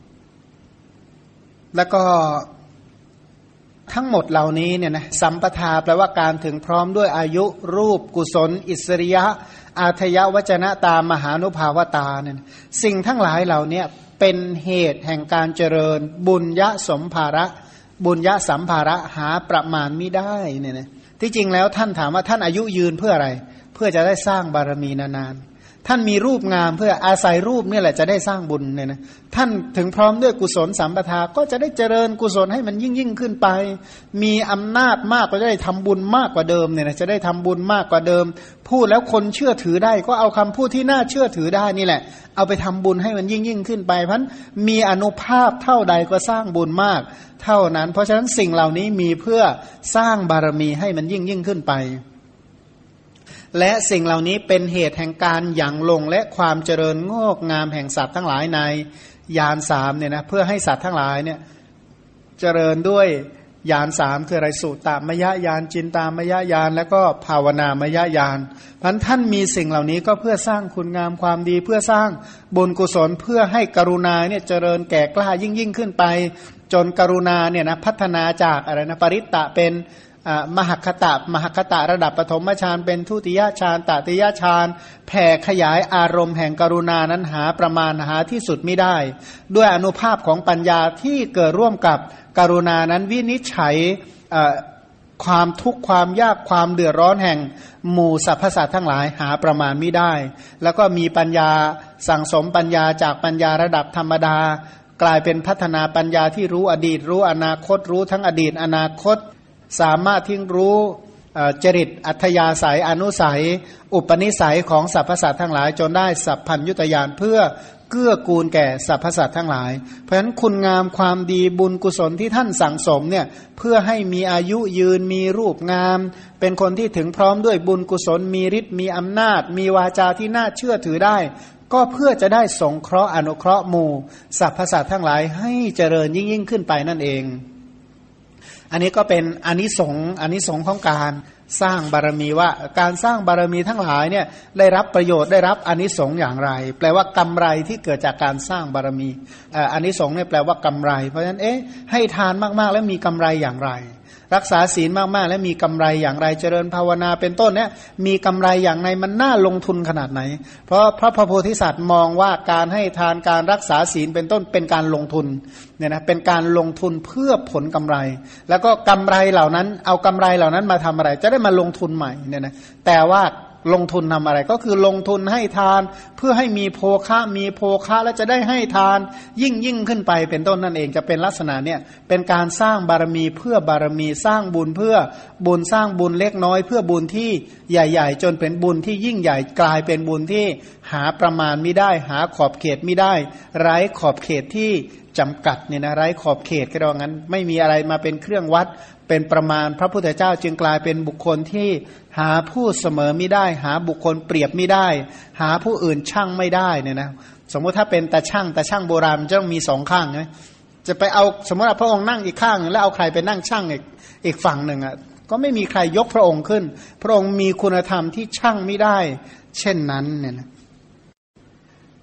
แล้วก็ทั้งหมดเหล่านี้เนี่ยนะสัมปทาแปลว่าการถึงพร้อมด้วยอายุรูปกุศลอิสริยะอาทยวจนะตามมหานุภาวตาเนี่ยสิ่งทั้งหลายเหล่านี้เป็นเหตุแห่งการเจริญบุญยสมภาระบุญยสัมภาระหาประมาณมิได้เนี่ยนะที่จริงแล้วท่านถามว่าท่านอายุยืนเพื่ออะไรเพื่อจะได้สร้างบารมีนานๆท่านมีรูปงามเพื่ออาศัยรูปนี่แหละจะได้สร้างบุญเนี่ยนะท่านถึงพร้อมด้วยกุศลสัมปทาก็จะได้เจริญกุศลให้มันยิ่งยิ่งขึ้นไปมีอำนาจมากก็จะได้ทำบุญมากกว่าเดิมเนี่ยนะจะได้ทำบุญมากกว่าเดิมพูดแล้วคนเชื่อถือได้ก็เอาคำพูดที่น่าเชื่อถือได้นี่แหละเอาไปทำบุญให้มันยิ่งยิ่งขึ้นไปเพราะมีอานุภาพเท่าใดก็สร้างบุญมากเท่านั้นเพราะฉะนั้นสิ่งเหล่านี้มีเพื่อสร้างบารมีให้มันยิ่งยิ่งขึ้นไปและสิ่งเหล่านี้เป็นเหตุแห่งการหยั่งลงและความเจริญงอกงามแห่งสัตว์ทั้งหลายในญาณสามเนี่ยนะเพื่อให้สัตว์ทั้งหลายเนี่ยเจริญด้วยญาณสามคืออะไรสุตตมยญาณจินตามยญาณและก็ภาวนามยญาณเพราะท่านมีสิ่งเหล่านี้ก็เพื่อสร้างคุณงามความดีเพื่อสร้างบุญกุศลเพื่อให้กรุณาเนี่ยเจริญแก่กล้ายิ่งยิ่งขึ้นไปจนกรุณาเนี่ยนะพัฒนาจากอะไรนะปริตตะเป็นมหคตะมหคตะระดับปฐมฌานเป็นทุติยฌานตติยฌานแผ่ขยายอารมณ์แห่งกรุณานั้นหาประมาณหาที่สุดไม่ได้ด้วยอนุภาพของปัญญาที่เกิดร่วมกับกรุณานั้นวินิจฉัยความทุกข์ความยากความเดือดร้อนแห่งหมู่สรรพสัตว์ทั้งหลายหาประมาณไม่ได้แล้วก็มีปัญญาสั่งสมปัญญาจากปัญญาระดับธรรมดากลายเป็นพัฒนาปัญญาที่รู้อดีตรู้อนาคตรู้ทั้งอดีตอนาคตสามารถที่รู้จริตอัธยาศัยอนุสัยอุปนิสัยของสรรพสัตว์ทั้งหลายจนได้สัพพัญญุตญาณเพื่อเกื้อกูลแก่สรรพสัตว์ทั้งหลายเพราะฉะนั้นคุณงามความดีบุญกุศลที่ท่านสั่งสมเนี่ยเพื่อให้มีอายุยืนมีรูปงามเป็นคนที่ถึงพร้อมด้วยบุญกุศลมีฤทธิ์มีอำนาจมีวาจาที่น่าเชื่อถือได้ก็เพื่อจะได้สงเคราะห์อนุเคราะห์หมู่สรรพสัตว์ทั้งหลายให้เจริญยิ่งยิ่งขึ้นไปนั่นเองอันนี้ก็เป็นอานิสงส์อานิสงส์ของการสร้างบารมีว่าการสร้างบารมีทั้งหลายเนี่ยได้รับประโยชน์ได้รับอานิสงส์อย่างไรแปลว่ากำไรที่เกิดจากการสร้างบารมีอานิสงส์เนี่ยแปลว่ากำไรเพราะฉะนั้นเอ๊ะให้ทานมากๆแล้วมีกำไรอย่างไรรักษาศีลมากๆแล้วมีกำไรอย่างไรเจริญภาวนาเป็นต้นเนี่ยมีกำไรอย่างไรมันน่าลงทุนขนาดไหนเพราะพระพโพธิสัตว์มองว่าการให้ทานการรักษาศีลเป็นต้นเป็นการลงทุนเนี่ยนะเป็นการลงทุนเพื่อผลกำไรแล้วก็กำไรเหล่านั้นเอากำไรเหล่านั้นมาทำอะไรจะได้มาลงทุนใหม่เนี่ยนะแต่ว่าลงทุนทำอะไรก็คือลงทุนให้ทานเพื่อให้มีโภคะมีโภคะแล้วจะได้ให้ทานยิ่งยิ่งขึ้นไปเป็นต้นนั่นเองจะเป็นลักษณะเนี่ยเป็นการสร้างบารมีเพื่อบารมีสร้างบุญเพื่อบุญสร้างบุญเล็กน้อยเพื่อบุญที่ใหญ่ๆจนเป็นบุญที่ยิ่งใหญ่กลายเป็นบุญที่หาประมาณไม่ได้หาขอบเขตไม่ได้ไร้ขอบเขตที่จำกัดเนี่ยนะไร้ขอบเขตก็ว่างั้นไม่มีอะไรมาเป็นเครื่องวัดเป็นประมาณพระพุทธเจ้าจึงกลายเป็นบุคคลที่หาผู้เสมอไม่ได้หาบุคคลเปรียบไม่ได้หาผู้อื่นชั่งไม่ได้เนี่ยนะสมมติถ้าเป็นตาช่างตาช่างโบราณมันจะต้องมีสองข้างใช่ไหมจะไปเอาสมมติว่าพระองค์นั่งอีกข้างแล้วเอาใครไปนั่งช่างอีกอีกฝั่งหนึ่งอ่ะก็ไม่มีใครยกพระองค์ขึ้นพระองค์มีคุณธรรมที่ชั่งไม่ได้เช่นนั้นเนี่ยนะ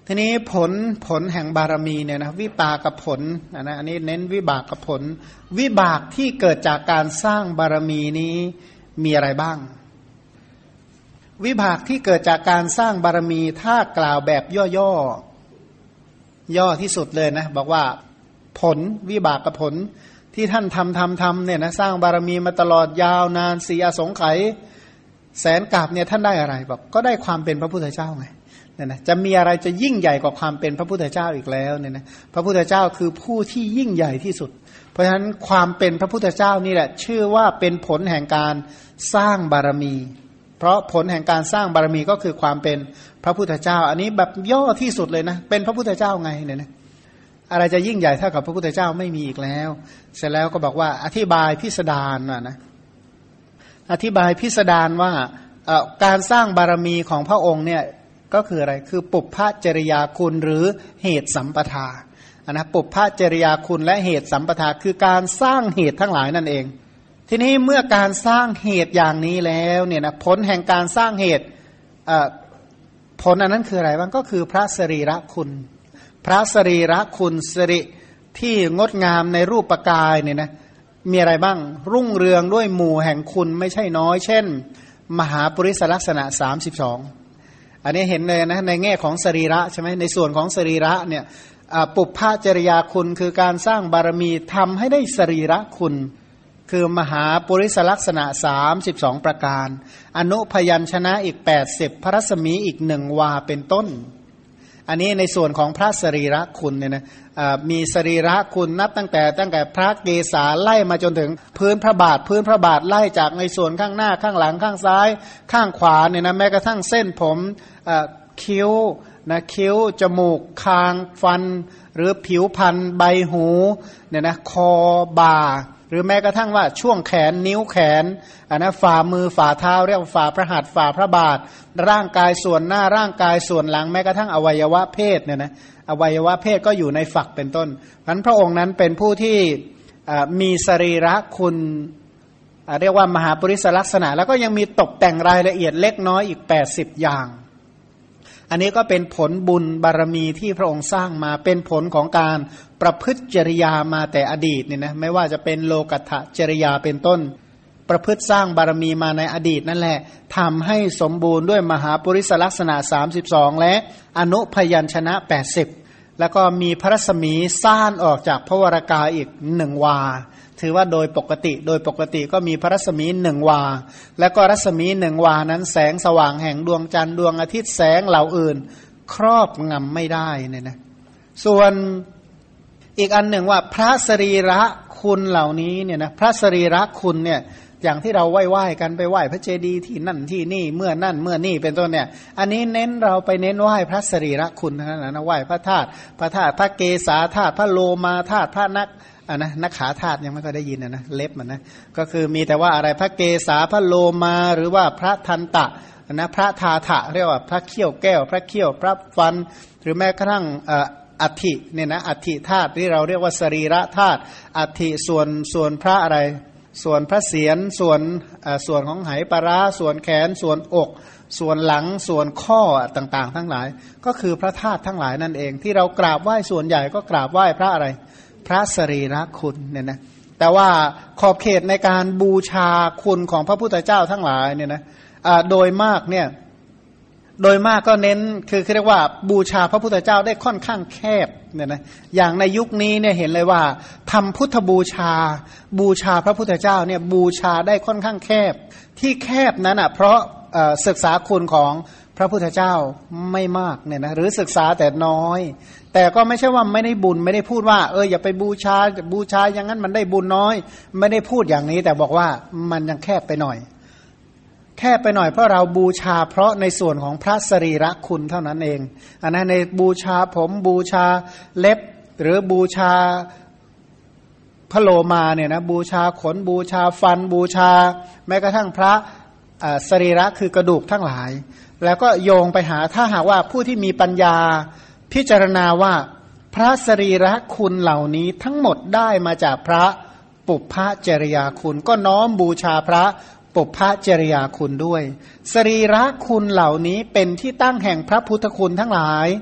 ทีนี้ผลผลแห่งบารมีเนี่ยนะวิปากกับผลนะอันนี้เน้นวิบากกับผลวิบากที่เกิดจากการสร้างบารมีนี้มีอะไรบ้างวิบากที่เกิดจากการสร้างบารมีถ้ากล่าวแบบย่อๆย่อที่สุดเลยนะบอกว่าผลวิบากกับผลที่ท่านทำทำทำเนี่ยนะสร้างบารมีมาตลอดยาวนานสี่อสงไขยแสนกาพเนี่ยท่านได้อะไรบอกก็ได้ความเป็นพระพุทธเจ้าไงเนี่ยนะจะมีอะไรจะยิ่งใหญ่กว่าความเป็นพระพุทธเจ้าอีกแล้วเนี่ยนะพระพุทธเจ้าคือผู้ที่ยิ่งใหญ่ที่สุดเพราะฉะนั้นความเป็นพระพุทธเจ้านี่แหละชื่อว่าเป็นผลแห่งการสร้างบารมีเพราะผลแห่งการสร้างบารมีก็คือความเป็นพระพุทธเจ้าอันนี้แบบย่อที่สุดเลยนะเป็นพระพุทธเจ้าไงเนี่ยนะอะไรจะยิ่งใหญ่เท่ากับพระพุทธเจ้าไม่มีอีกแล้วเสร็จแล้วก็บอกว่าอธิบายพิสดารน่ะนะอธิบายพิสดารว่าการสร้างบารมีของพระองค์เนี่ยก็คืออะไรคือปุพพจริยาคุณหรือเหตุสัมปทาอันนะปุพพจริยาคุณและเหตุสัมปทาคือการสร้างเหตุทั้งหลายนั่นเองทีนี้เมื่อการสร้างเหตุอย่างนี้แล้วเนี่ยนะผลแห่งการสร้างเหตุผลอันนั้นคืออะไรบ้างก็คือพระสรีระคุณพระสรีระคุณสริที่งดงามในรูปกายเนี่ยนะมีอะไรบ้างรุ่งเรืองด้วยหมู่แห่งคุณไม่ใช่น้อยเช่นมหาปริศลักษณะสามสิบสองอันนี้เห็นเลยนะในแง่ของสรีระใช่ไหมในส่วนของสรีระเนี่ยปุพพจริยาคุณคือการสร้างบารมีทำให้ได้สรีระคุณคือมหาปุริสลักษณะสามสิบสองประการอนุพยัญชนะอีกแปดสิบพระรัศมีอีกหนึ่งวาเป็นต้นอันนี้ในส่วนของพระสรีระคุณเนี่ยนะมีสรีระคุณนับตั้งแต่ตั้งแต่พระเกศาไล่มาจนถึงพื้นพระบาทพื้นพระบาทไล่จากในส่วนข้างหน้าข้างหลังข้างซ้ายข้างขวาเนี่ยนะแม้กระทั่งเส้นผมคิ้วนะคิ้วจมูกคางฟันหรือผิวพรรณใบหูเนี่ยนะคอบ่าหรือแม้กระทั่งว่าช่วงแขนนิ้วแขนอันนะฝ่ามือฝ่าเท้าเรียกว่าฝ่าพระหัตถ์ฝ่าพระบาทร่างกายส่วนหน้าร่างกายส่วนหลังแม้กระทั่งอวัยวะเพศเนี่ยนะอวัยวะเพศก็อยู่ในฝักเป็นต้นเพราะฉะนั้นพระองค์นั้นเป็นผู้ที่มีสรีระคุณเรียกว่ามหาปริศลักษณะแล้วก็ยังมีตกแต่งรายละเอียดเล็กน้อยอีกแปดสิบอย่างอันนี้ก็เป็นผลบุญบารมีที่พระองค์สร้างมาเป็นผลของการประพฤติจริยามาแต่อดีตเนี่ยนะไม่ว่าจะเป็นโลกัตถจริยาเป็นต้นประพฤติสร้างบารมีมาในอดีตนั่นแหละทำให้สมบูรณ์ด้วยมหาปุริสลักษณะสามสิบสองและอนุพยัญชนะแปดสิบแล้วก็มีพระรัศมีซ่านออกจากพระวรากายอีกหนึ่งวาถือว่าโดยปกติโดยปกติก็มีพระรัศมีหนึ่งวาแล้วก็รัศมีหนึ่งวานั้นแสงสว่างแห่งดวงจันทร์ดวงอาทิตย์แสงเหล่าอื่นครอบงำไม่ได้เนี่ยนะส่วนอีกอันหนึ่งว่าพระสรีระคุณเหล่านี้เนี่ยนะพระสรีระคุณเนี่ยอย่างที่เราไหว้ๆกันไปไหว้พระเจดีย์ที่นั่นที่นี่เมื่อนั่นเมื่อนี่เป็นต้นเนี่ยอันนี้เน้นเราไปเน้นไหว้พระสรีระคุณทั้งนั้นนะไหว้พระธาตุพระธาตุพระเกศาธาตุพระโลมาธาตุพระนักอ่ะนะนักขาธาตุยังไม่ก็ได้ยินนะนะเล็บมันนะก็คือมีแต่ว่าอะไรพระเกศาพระโลมาหรือว่าพระทันตะนะพระทาถะเรียกว่าพระเขี้ยวแก้วพระเขี้ยวพระฟันหรือแม้กระทั่งอัฐิเนี่ยนะอัฐิธาตุที่เราเรียกว่าสรีระธาตุอัฐิส่วนส่วนพระอะไรส่วนพระเศียรส่วนส่วนของไหปลาร้าส่วนแขนส่วนอกส่วนหลังส่วนข้อต่างๆทั้งหลายก็คือพระธาตุทั้งหลายนั่นเองที่เรากราบไหว้ส่วนใหญ่ก็กราบไหว้พระอะไรพระสรีระคุณเนี่ยนะแต่ว่าขอบเขตในการบูชาคุณของพระพุทธเจ้าทั้งหลายเนี่ยนะโดยมากเนี่ยโดยมากก็เน้นคือเรียกว่าบูชาพระพุทธเจ้าได้ค่อนข้างแคบเนี่ยนะอย่างในยุคนี้เนี่ยเห็นเลยว่าทำพุทธบูชาบูชาพระพุทธเจ้าเนี่ยบูชาได้ค่อนข้างแคบที่แคบนั้นอ่ะเพราะศึกษาคุณของพระพุทธเจ้าไม่มากเนี่ยนะหรือศึกษาแต่น้อยแต่ก็ไม่ใช่ว่าไม่ได้บุญไม่ได้พูดว่าเอออย่าไปบูชาบูชาอย่างนั้นมันได้บุญน้อยไม่ได้พูดอย่างนี้แต่บอกว่ามันยังแคบไปหน่อยแคบไปหน่อยเพราะเราบูชาเพราะในส่วนของพระสรีระคุณเท่านั้นเองอันนั้นในบูชาผมบูชาเล็บหรือบูชาพระโลมาเนี่ยนะบูชาขนบูชาฟันบูชาแม้กระทั่งพระสรีระคือกระดูกทั้งหลายแล้วก็โยงไปหาถ้าหากว่าผู้ที่มีปัญญาพิจารณาว่าพระสรีระคุณเหล่านี้ทั้งหมดได้มาจากพระปุพพจริยาคุณก็น้อมบูชาพระปุพพจริยาคุณด้วยสรีระคุณเหล่านี้เป็นที่ตั้งแห่งพระพุทธคุณทั้งหลาย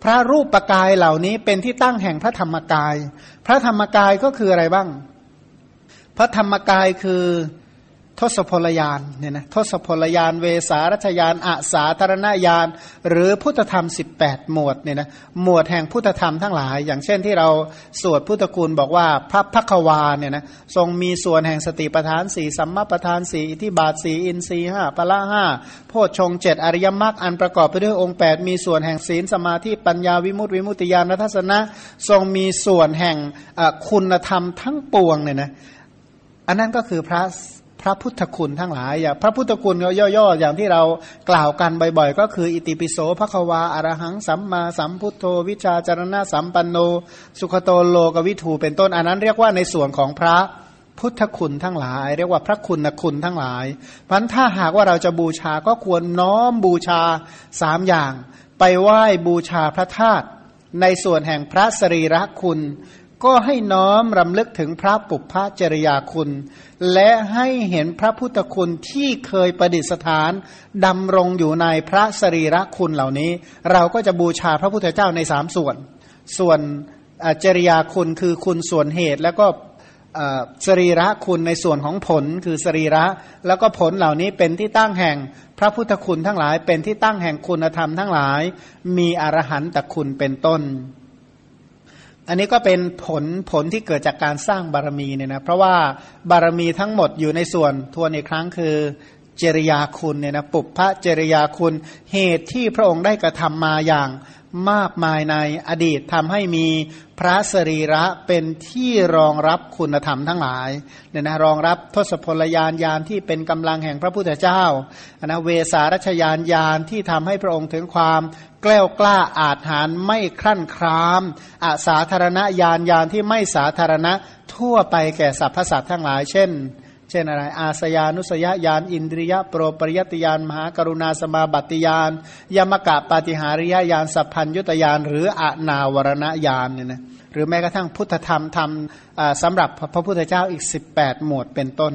พระรูปกายเหล่านี้เป็นที่ตั้งแห่งพระธรรมกายพระธรรมกายก็คืออะไรบ้างพระธรรมกายคือทศพลยานเนี่ยนะทศพลยานเวสารัชยานอสาธารณญาณหรือพุทธธรรมสิบแปดหมวดเนี่ยนะหมวดแห่งพุทธธรรมทั้งหลายอย่างเช่นที่เราสวดพุทธคุณบอกว่าพระภัควาเนี่ยนะทรงมีส่วนแห่งสติปัฏฐานสี่สัมมาปัฏฐานสี่อิทธิบาทสี่อินทรีย์ห้าพละห้าโพชฌงค์เจ็ดอริยมรรคอันประกอบไปด้วยองค์แปดมีส่วนแห่งศีลสมาธิปัญญาวิมุตติวิมุตติญาณทัศนะทรงมีส่วนแห่งคุณธรรมทั้งปวงเนี่ยนะอันนั้นก็คือพระพระพุทธคุณทั้งหลายอย่างพระพุทธคุณย่อๆอย่างที่เรากล่าวกันบ่อยๆก็คืออิติปิโสภควาอรหังสัมมาสัมพุทโธวิชาจารณะสัมปันโนสุขโตโลกวิถูเป็นต้นอันนั้นเรียกว่าในส่วนของพระพุทธคุณทั้งหลายเรียกว่าพระคุณคุณทั้งหลายเพราะฉะนั้นถ้าหากว่าเราจะบูชาก็ควรน้อมบูชาสามอย่างไปไหว้บูชาพระธาตุในส่วนแห่งพระสรีระคุณก็ให้น้อมรำลึกถึงพระปุพพจริยาคุณและให้เห็นพระพุทธคุณที่เคยประดิษฐานดำรงอยู่ในพระสรีระคุณเหล่านี้เราก็จะบูชาพระพุทธเจ้าในสามส่วนส่วนจริยาคุณคือคุณส่วนเหตุแล้วก็สรีระคุณในส่วนของผลคือสรีระแล้วก็ผลเหล่านี้เป็นที่ตั้งแห่งพระพุทธคุณทั้งหลายเป็นที่ตั้งแห่งคุณธรรมทั้งหลายมีอรหันตคุณเป็นต้นอันนี้ก็เป็นผลผลที่เกิดจากการสร้างบารมีเนี่ยนะเพราะว่าบารมีทั้งหมดอยู่ในส่วนทวนอีกครั้งคือจริยาคุณเนี่ยนะปุพพจริยาคุณเหตุที่พระองค์ได้กระทำมาอย่างมากมายในอดีตทำให้มีพระสรีระเป็นที่รองรับคุณธรรมทั้งหลายเนี่ยนะรองรับทศพลยานยานที่เป็นกำลังแห่งพระพุทธเจ้านะเวสารัชยานยานที่ทำให้พระองค์ถึงความแกล้วกล้าอาจหาญไม่ครั่นครามอาสาธารณญาณญาณที่ไม่สาธารณะทั่วไปแก่สรรพสัตว์ทั้งหลายเช่นเช่นอะไรอาสยานุสยญาณอินทรียโปรปริยติญาณมหากรุณาสมาบัติญาณยมกะปาฏิหาริยญาณสัพพัญญุตญาณหรืออนาวรณญาณเนี่ยนะหรือแม้กระทั่งพุทธธรรมธรรมสำหรับพระพุทธเจ้าอีกสิบแปดหมวดเป็นต้น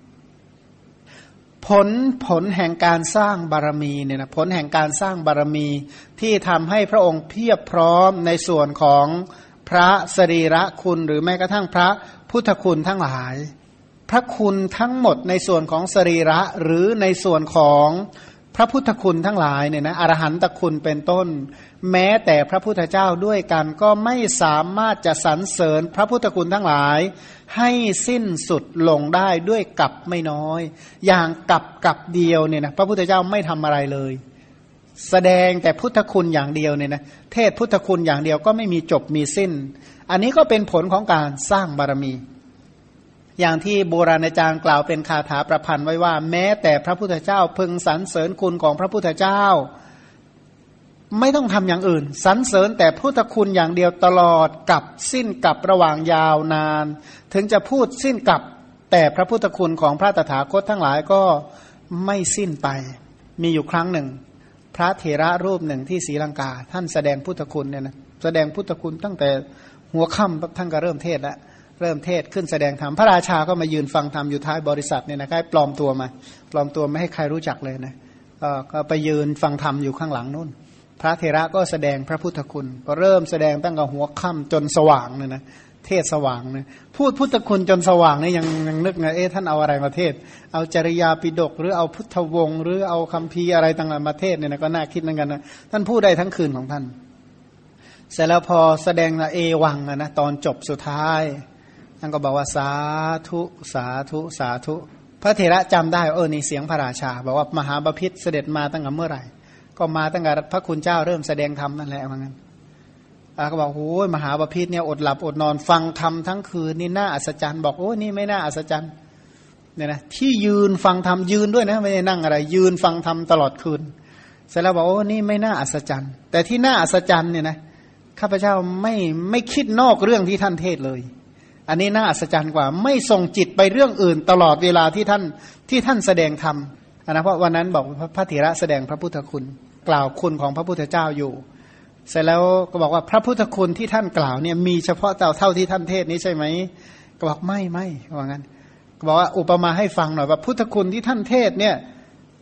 ผลผลแห่งการสร้างบารมีเนี่ยนะผลแห่งการสร้างบารมีที่ทำให้พระองค์เพียบพร้อมในส่วนของพระสรีระคุณหรือแม้กระทั่งพระพุทธคุณทั้งหลายพระคุณทั้งหมดในส่วนของสรีระหรือในส่วนของพระพุทธคุณทั้งหลายเนี่ยนะอรหันตคุณเป็นต้นแม้แต่พระพุทธเจ้าด้วยกันก็ไม่สามารถจะสรรเสริญพระพุทธคุณทั้งหลายให้สิ้นสุดลงได้ด้วยกับไม่น้อยอย่างกับกับเดียวเนี่ยนะพระพุทธเจ้าไม่ทำอะไรเลยแสดงแต่พุทธคุณอย่างเดียวเนี่ยนะเทศพุทธคุณอย่างเดียวก็ไม่มีจบมีสิ้นอันนี้ก็เป็นผลของการสร้างบารมีอย่างที่โบราณอาจารย์กล่าวเป็นคาถาประพันธ์ไว้ว่าแม้แต่พระพุทธเจ้าพึงสรรเสริญคุณของพระพุทธเจ้าไม่ต้องทำอย่างอื่นสรรเสริญแต่พุทธคุณอย่างเดียวตลอดกับสิ้นกับระหว่างยาวนานถึงจะพูดสิ้นกับแต่พระพุทธคุณของพระตถาคตทั้งหลายก็ไม่สิ้นไปมีอยู่ครั้งหนึ่งพระเถระรูปหนึ่งที่ศรีลังกาท่านแสดงพุทธคุณเนี่ยนะแสดงพุทธคุณตั้งแต่หัวค่ำท่านก็เริ่มเทศแล้วเริ่มเทศขึ้นแสดงธรรมพระราชาก็มายืนฟังธรรมอยู่ท้ายบริษัทเนี่ยนะใกล้ปลอมตัวมาปลอมตัวไม่ให้ใครรู้จักเลยนะก็ไปยืนฟังธรรมอยู่ข้างหลังนู่นพระเถระก็แสดงพระพุทธคุณพอเริ่มแสดงตั้งแต่หัวค่ำจนสว่างเนี่ยนะเทศสว่างเนี่ยพูดพุทธคุณจนสว่างนี่ยังยังนึกไงเอ๊ะท่านเอาอะไรมาเทศเอาจริยาปิฎกหรือเอาพุทธวงศ์หรือเอาคัมภีร์อะไรต่างๆมาเทศเนี่ยนะก็น่าคิดเหมือนกันนะท่านพูดได้ทั้งคืนของท่านเสร็จแล้วพอแสดงเอวังนะตอนจบสุดท้ายท่านก็บอกว่าสาธุสาธุสาธุพระเถระจำได้เออนี่เสียงพระราชาบอกว่ามหาบพิตรเสด็จมาตั้งแต่เมื่อไหร่ก็มาตั้งแต่พระคุณเจ้าเริ่มแสดงธรรมนั่นแหละว่างั้นอ่าก็บอกโอ้ยมหาบพิตรเนี่ยอดหลับอดนอนฟังธรรมทั้งคืนนี่น่าอัศจรรย์บอกโอ้ยนี่ไม่น่าอัศจรรย์เนี่ยนะที่ยืนฟังธรรมยืนด้วยนะไม่ได้นั่งอะไรยืนฟังธรรมตลอดคืนเสร็จแล้วบอกโอ้นี่ไม่น่าอัศจรรย์แต่ที่น่าอัศจรรย์เนี่ยนะข้าพเจ้าไม่ไม่คิดนอกเรื่องที่ท่านเทศเลยอันนี้น่าอัศจรรย์กว่าไม่ส่งจิตไปเรื่องอื่นตลอดเวลาที่ท่านที่ท่านแสดงธรรมนะเพราะวันนั้นบอกพระเถระแสดงพระพุทธคุณกล่าวคุณของพระพุทธเจ้าอยู่เสร็จแล้วก็บอกว่าพระพุทธคุณที่ท่านกล่าวเนี่ยมีเฉพาะเท่าเท่าที่ท่านเทศนี้ใช่ไหมก็บอกไม่ไม่ว่างั้นก็บอกว่าอุปมาให้ฟังหน่อยว่าพุทธคุณที่ท่านเทศเนี่ย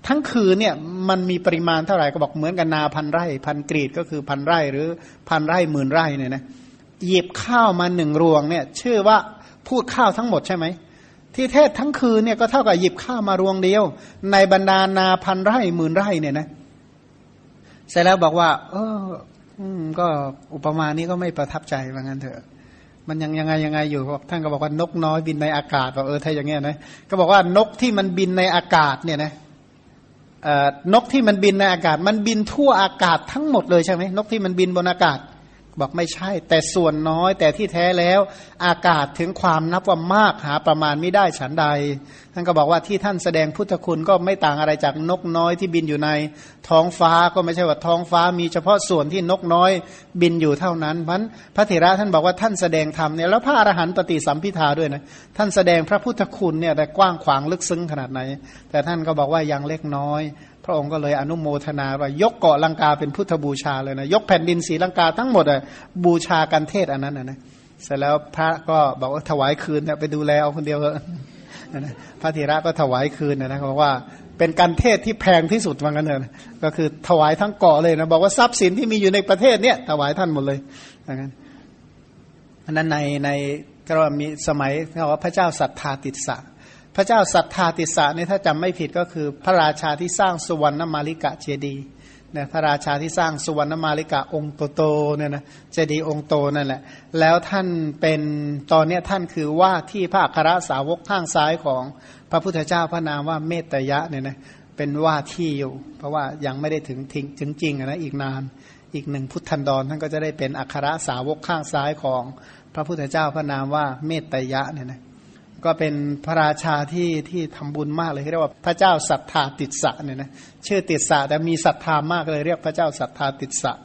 ทั้งคืนเนี่ยมันมีปริมาณเท่าไหร่ก็บอกเหมือนกันนาพันไร่พันกรีดก็คือพันไร่หรือพันไร่หมื่นไร่เนี่ยนะหยิบข้าวมาหนึ่งรวงเนี่ยชื่อว่าพูดข้าวทั้งหมดใช่ไหมที่เทศทั้งคืนเนี่ยก็เท่ากับหยิบข้าวมารวงเดียวในบรรดานาพันไร่หมื่นไร่เนี่ยนะเสร็จแล้วบอกว่าเอออืมก็อุปมานี้ก็ไม่ประทับใจว่างั้นเถอะมันยังยังไงยังไงอยู่ท่านก็บอกว่านกน้อยบินในอากาศบอกเออถ้าอย่างเงี้ยนะก็บอกว่านกที่มันบินในอากาศเนี่ยนะเอ่อนกที่มันบินในอากาศมันบินทั่วอากาศทั้งหมดเลยใช่ไหมนกที่มันบินบนอากาศบอกไม่ใช่แต่ส่วนน้อยแต่ที่แท้แล้วอากาศถึงความนับว่ามากหาประมาณไม่ได้ฉันใดท่านก็บอกว่าที่ท่านแสดงพุทธคุณก็ไม่ต่างอะไรจากนกน้อยที่บินอยู่ในท้องฟ้าก็ไม่ใช่ว่าท้องฟ้ามีเฉพาะส่วนที่นกน้อยบินอยู่เท่านั้นเพราะพระเถระท่านบอกว่าท่านแสดงธรรมเนี่ยแล้วพระอรหันต์ปฏิสัมภิทาด้วยนะท่านแสดงพระพุทธคุณเนี่ยแต่กว้างขวางลึกซึ้งขนาดไหนแต่ท่านก็บอกว่ายังเล็กน้อยพระองค์ก็เลยอนุโมทนาว่ายกเกาะลังกาเป็นพุทธบูชาเลยนะยกแผ่นดินศรีลังกาทั้งหมดอ่ะบูชากันเทศอันนั้นนะนะเสร็จแล้วพระก็บอกว่าถวายคืนเนี่ยไปดูแลเอาคนเดียวเถอะนะพระเถระก็ถวายคืนนะนะบอกว่าเป็นการเทศที่แพงที่สุดว่างั้นเลยก็คือถวายทั้งเกาะเลยนะบอกว่าทรัพย์สินที่มีอยู่ในประเทศเนี่ยถวายท่านหมดเลยอย่างนั้นอันนั้นในในก็มีสมัยเขาว่าพระเจ้าสัทธาติสสะพระเจ้าสัทธาติสสะนี่ถ้าจำไม่ผิดก็คือพระราชาที่สร้างสุวรรณมาลิกะเจดีย์เนี่ยพระราชาที่สร้างสุวรรณมาลิกะองค์โตๆเนี่ยนะเจดีย์องค์โตนั่นแหละแล้วท่านเป็นตอนนี้ท่านคือว่าที่พระอัครสาวกข้างซ้ายของพระพุทธเจ้าพระนามว่าเมตยะเนี่ยนะเป็นว่าที่อยู่เพราะว่ายังไม่ได้ถึงถึงถึงจริงนะอีกนานอีกหนึ่งพุทธันดรท่านก็จะได้เป็นอัครสาวกข้างซ้ายของพระพุทธเจ้าพระนามว่าเมตยะเนี่ยนะก็เป็นพระราชาที่ที่ทำบุญมากเลยเรียกว่าพระเจ้าสัทธาติสสะเนี่ยนะชื่อติสสะแต่มีศรัทธามากเลยเรียกพระเจ้าสัทธาติสสะ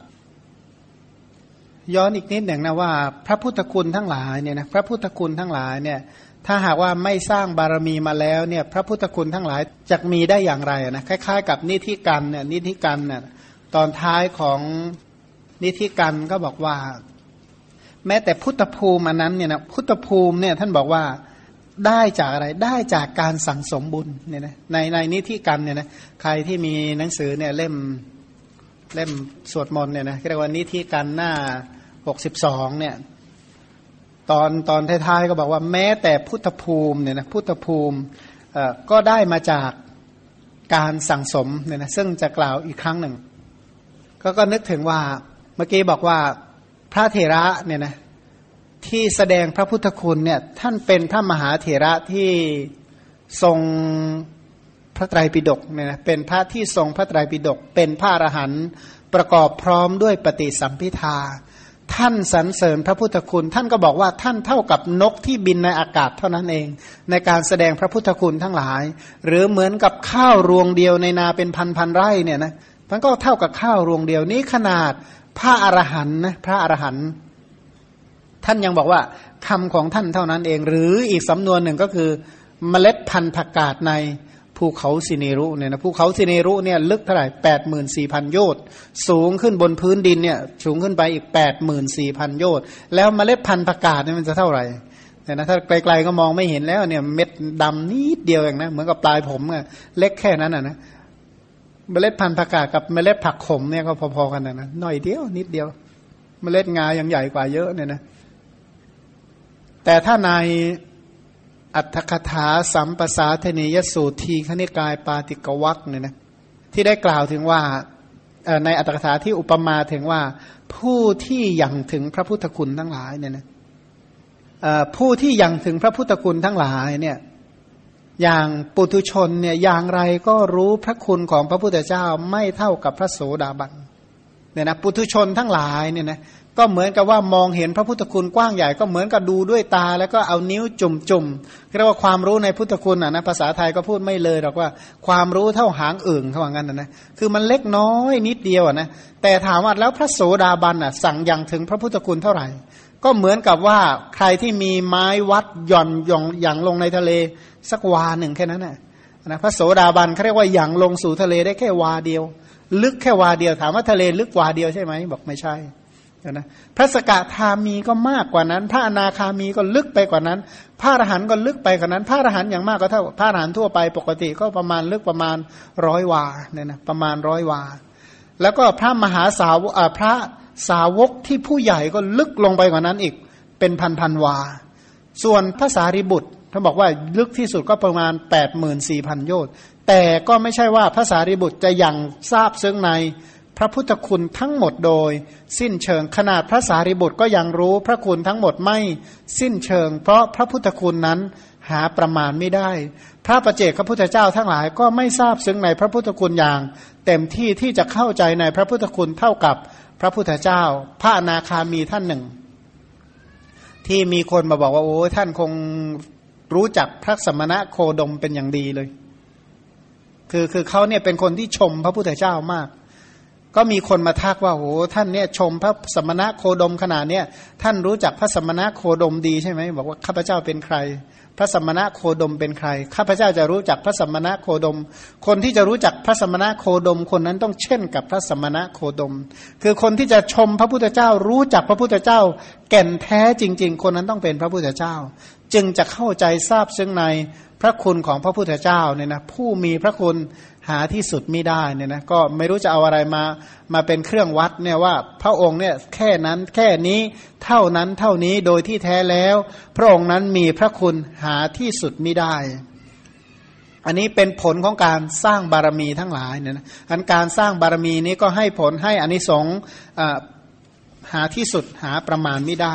ย้อนอีกนิดหนึ่งนะว่าพระพุทธคุณทั้งหลายเนี่ยนะพระพุทธคุณทั้งหลายเนี่ยถ้าหากว่าไม่สร้างบารมีมาแล้วเนี่ยพระพุทธคุณทั้งหลายจะมีได้อย่างไรนะคล้ายๆกับนิธิกันเนี่ยนิธิกันเนี่ยตอนท้ายของนิธิกันก็บอกว่าแม้แต่พุทธภูมิอันนั้นเนี่ยนะพุทธภูมิเนี่ยท่านบอกว่าได้จากอะไรได้จากการสั่งสมบุญเนี่ยนะในในนิธิกันเนี่ยนะใครที่มีหนังสือเนี่ยเล่มเล่มสวดมนต์เนี่ยนะเรียกว่านิธิกันหน้าหกสิบสองเนี่ยตอนตอนท้ายๆก็บอกว่าแม้แต่พุทธภูมิเนี่ยนะพุทธภูมิเอ่อก็ได้มาจากการสั่งสมเนี่ยนะซึ่งจะกล่าวอีกครั้งหนึ่งก็ก็นึกถึงว่าเมื่อกี้บอกว่าพระเถระเนี่ยนะที่แสดงพระพุทธคุณเนี่ยท่านเป็นพระมหาเถระที่ทรงพระไตรปิฎกเนี่ยนะเป็นพระที่ทรงพระไตรปิฎกเป็นพระอรหันต์ประกอบพร้อมด้วยปฏิสัมภิทาท่านสรรเสริญพระพุทธคุณท่านก็บอกว่าท่านเท่ากับนกที่บินในอากาศเท่านั้นเองในการแสดงพระพุทธคุณทั้งหลายหรือเหมือนกับข้าวรวงเดียวในนาเป็นพันพันไร่เนี่ยนะมันก็เท่ากับข้าวรวงเดียวนี้ขนาดพระอรหันต์นะพระอรหันต์ท่านยังบอกว่าคำของท่านเท่านั้นเองหรืออีกสำนวนหนึ่งก็คือเมล็ดพันธุ์ผักกาดในภูเขาสิเนรุเนี่ยนะภูเขาสิเนรุเนี่ยลึกเท่าไหร่แปดหมื่นสี่พันโยชน์สูงขึ้นบนพื้นดินเนี่ยสูงขึ้นไปอีกแปดหมื่นสี่พันโยชน์แล้วเมล็ดพันธุ์ผักกาดเนี่ยมันจะเท่าไหร่แต่นะถ้าไกลๆก็มองไม่เห็นแล้วเนี่ยเม็ดดำนิดเดียวเองนะเหมือนกับปลายผมอะเล็กแค่นั้นอะนะเมล็ดพันธุ์ผักกาดกับเมล็ดผักขมเนี่ยก็พอๆกันนะนะหน่อยเดียวนิดเดียวเมล็ดงายังใหญ่กว่าเยอะเนี่ยนะแต่ถ้าในอัตถกถาสัมปสาทเนยสูตรทีฆนิกายปาติกวรรคเนี่ยนะที่ได้กล่าวถึงว่าในอัตถกถาที่อุปมาถึงว่าผู้ที่ยังถึงพระพุทธคุณทั้งหลายเนี่ยนะผู้ที่ยังถึงพระพุทธคุณทั้งหลายเนี่ยอย่างปุถุชนเนี่ยอย่างไรก็รู้พระคุณของพระพุทธเจ้าไม่เท่ากับพระโสดาบันเนี่ยนะปุถุชนทั้งหลายเนี่ยนะก็เหมือนกับว่ามองเห็นพระพุทธคุณกว้างใหญ่ก็เหมือนกับดูด้วยตาแล้วก็เอานิ้วจุ่มจุ่มเรียกว่าความรู้ในพุทธคุณอ่ะนะภาษาไทยก็พูดไม่เลยหรอกว่าความรู้เท่าหางอึ่งเขาว่างั้นนะคือมันเล็กน้อยนิดเดียวอ่ะนะแต่ถามว่าแล้วพระโสดาบันอ่ะสั่งยังถึงพระพุทธคุณเท่าไหร่ก็เหมือนกับว่าใครที่มีไม้วัดหย่อนหย่องหยั่งลงในทะเลสักวาหนึ่งแค่นั้นน่ะนะพระโสดาบันเขาเรียกว่าหยั่งลงสู่ทะเลได้แค่วาเดียวลึกแค่วาเดียวถามว่าทะเลลึกวาเดียวใช่ไหมบอกไม่ใช่นะพระสกทามีก็มากกว่านั้นพระอนาคามีก็ลึกไปกว่านั้นพระอรหันต์ก็ลึกไปกว่านั้นพระอรหันต์อย่างมากก็เท่าพระอรหันต์ทั่วไปปกติก็ประมาณลึกประมาณร้อยวาเนี่ยนะประมาณร้อยวาแล้วก็พระมหาสาวกพระสาวกที่ผู้ใหญ่ก็ลึกลงไปกว่านั้นอีกเป็นพันพันวาส่วนพระสารีบุตรท่านบอกว่าลึกที่สุดก็ประมาณ แปดหมื่นสี่พัน โยชน์แต่ก็ไม่ใช่ว่าพระสารีบุตรจะยังทราบซึ้งในพระพุทธคุณทั้งหมดโดยสิ้นเชิงขนาดพระสารีบุตรก็ยังรู้พระคุณทั้งหมดไม่สิ้นเชิงเพราะพระพุทธคุณนั้นหาประมาณไม่ได้พระปัจเจกพระพุทธเจ้าทั้งหลายก็ไม่ทราบซึ้งในพระพุทธคุณอย่างเต็มที่ที่จะเข้าใจในพระพุทธคุณเท่ากับพระพุทธเจ้าพระอนาคามีท่านหนึ่งที่มีคนมาบอกว่าโอ้ท่านคงรู้จักพระสมณะโคดมเป็นอย่างดีเลยคือคือเขาเนี่ยเป็นคนที่ชมพระพุทธเจ้ามากก็มีคนมาทักว่าโอ้ท่านเนี่ยชมพระสมณะโคดมขนาดเนี้ยท่านรู้จักพระสมณะโคดมดีใช่ไหมบอกว่าข้าพเจ้าเป็นใครพระสมณะโคดมเป็นใครข้าพเจ้าจะรู้จักพระสมณะโคดมคนที่จะรู้จักพระสมณะโคดมคนนั้นต้องเช่นกับพระสมณะโคดมคือคนที่จะชมพระพุทธเจ้ารู้จักพระพุทธเจ้าแก่นแท้จริงๆคนนั้นต้องเป็นพระพุทธเจ้าจึงจะเข้าใจทราบซึ้งในพระคุณของพระพุทธเจ้าเนี่ยนะผู้มีพระคุณหาที่สุดไม่ได้เนี่ยนะก็ไม่รู้จะเอาอะไรมามาเป็นเครื่องวัดเนี่ยว่าพระองค์เนี่ยแค่นั้นแค่นี้เท่านั้นเท่านี้โดยที่แท้แล้วพระองค์นั้นมีพระคุณหาที่สุดไม่ได้อันนี้เป็นผลของการสร้างบารมีทั้งหลายเนี่ยนะอันการสร้างบารมีนี้ก็ให้ผลให้อานิสงส์หาที่สุดหาประมาณไม่ได้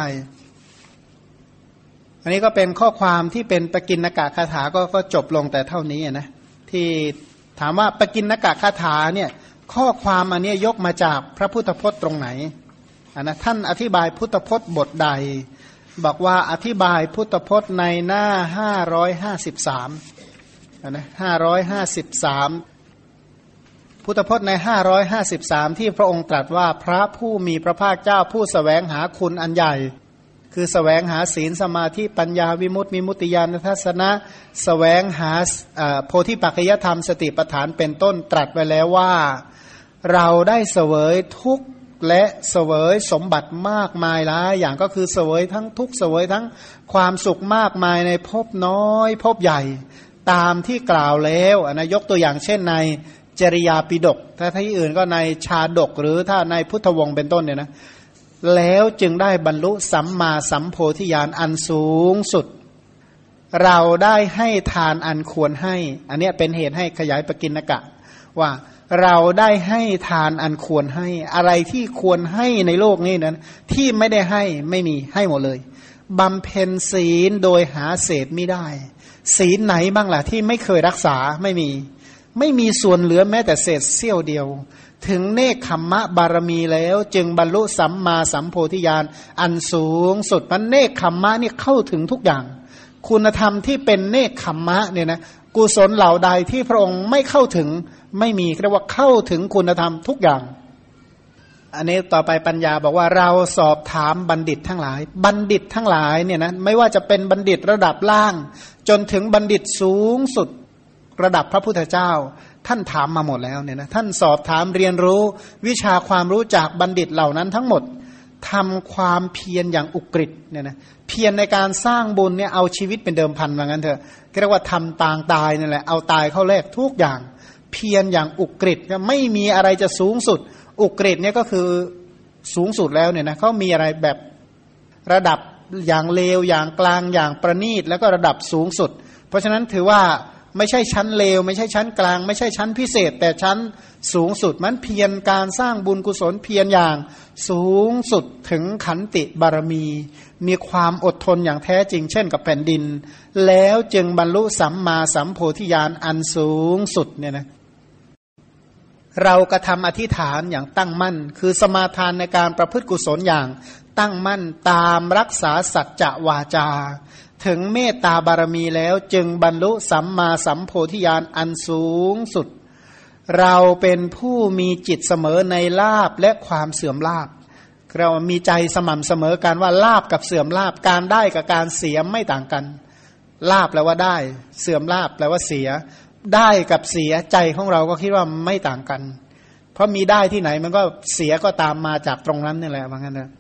อันนี้ก็เป็นข้อความที่เป็นปกิณกะคาถาก็ก็จบลงแต่เท่านี้นะที่ถามว่าปกิณกะคาถาเนี่ยข้อความอันนี้ยกมาจากพระพุทธพจน์ตรงไหนอันนะท่านอธิบายพุทธพจน์บทใดบอกว่าอธิบายพุทธพจน์ในหน้าห้าร้อยห้าสิบสามอันนะห้าร้อยห้าสิบสามพุทธพจน์ในห้าร้อยห้าสิบสามที่พระองค์ตรัสว่าพระผู้มีพระภาคเจ้าผู้แสวงหาคุณอันใหญ่คือแสวงหาศีลสมาธิปัญญาวิมุตติวิมุตติญาณทัศนะแสวงหาโพธิปัจจยธรรมสติปัฏฐานเป็นต้นตรัสไว้แล้วว่าเราได้เสวยทุกข์และเสวยสมบัติมากมายหลายอย่างก็คือเสวยทั้งทุกข์เสวยทั้งความสุขมากมายในภพน้อยภพใหญ่ตามที่กล่าวแล้วนะยกตัวอย่างเช่นในจริยาปิฎกถ้าที่อื่นก็ในชาดกหรือถ้าในพุทธวงศ์เป็นต้นเนี่ยนะแล้วจึงได้บรรลุสัมมาสัมโพธิญาณอันสูงสุดเราได้ให้ทานอันควรให้อันนี้เป็นเหตุให้ขยายปกิณกะว่าเราได้ให้ทานอันควรให้อะไรที่ควรให้ในโลกนี้นั้นที่ไม่ได้ให้ไม่มีให้หมดเลยบำเพ็ญศีลโดยหาเศษไม่ได้ศีลไหนบ้างล่ะที่ไม่เคยรักษาไม่มีไม่มีส่วนเหลือแม้แต่เศษเสี้ยวเดียวถึงเนคขมมะบารมีแล้วจึงบรรลุสัมมาสัมโพธิญาณอันสูงสุดมันเนคขมมะนี่เข้าถึงทุกอย่างคุณธรรมที่เป็นเนคขมมะเนี่ยนะกุศลเหล่าใดที่พระองค์ไม่เข้าถึงไม่มีเรียกว่าเข้าถึงคุณธรรมทุกอย่างอันนี้ต่อไปปัญญาบอกว่าเราสอบถามบัณฑิตทั้งหลายบัณฑิตทั้งหลายเนี่ยนะไม่ว่าจะเป็นบัณฑิตระดับล่างจนถึงบัณฑิตสูงสุดระดับพระพุทธเจ้าท่านถามมาหมดแล้วเนี่ยนะท่านสอบถามเรียนรู้วิชาความรู้จากบัณฑิตเหล่านั้นทั้งหมดทำความเพียรอย่างอุกฤษเนี่ยนะเพียรในการสร้างบุญเนี่ยเอาชีวิตเป็นเดิมพันว่างั้นเถอะเรียกว่าทำต่างตายนี่แหละเอาตายเข้าแลกทุกอย่างเพียรอย่างอุกฤษไม่มีอะไรจะสูงสุดอุกฤษเนี่ยก็คือสูงสุดแล้วเนี่ยนะเขามีอะไรแบบระดับอย่างเลวอย่างกลางอย่างประณีตแล้วก็ระดับสูงสุดเพราะฉะนั้นถือว่าไม่ใช่ชั้นเลวไม่ใช่ชั้นกลางไม่ใช่ชั้นพิเศษแต่ชั้นสูงสุดมันเพียรการสร้างบุญกุศลเพียรอย่างสูงสุดถึงขันติบารมีมีความอดทนอย่างแท้จริงเช่นกับแผ่นดินแล้วจึงบรรลุสัมมาสัมโพธิญาณอันสูงสุดเนี่ยนะเรากระทำอธิษฐานอย่างตั้งมั่นคือสมาทานในการประพฤติกุศลอย่างตั้งมั่นตามรักษาสัจจะวาจาถึงเมตตาบารมีแล้วจึงบรรลุสัมมาสัมโพธิญาณอันสูงสุดเราเป็นผู้มีจิตเสมอในลาภและความเสื่อมลาภเรามีใจสม่ำเสมอกันว่าลาภกับเสื่อมลาภการได้กับการเสียไม่ต่างกันลาภแปลว่าได้เสื่อมลาภแปลว่าเสียได้กับเสียใจของเราก็คิดว่าไม่ต่างกันเพราะมีได้ที่ไหนมันก็เสียก็ตามมาจากตรงนั้นนี่แหละว่างั้นนะ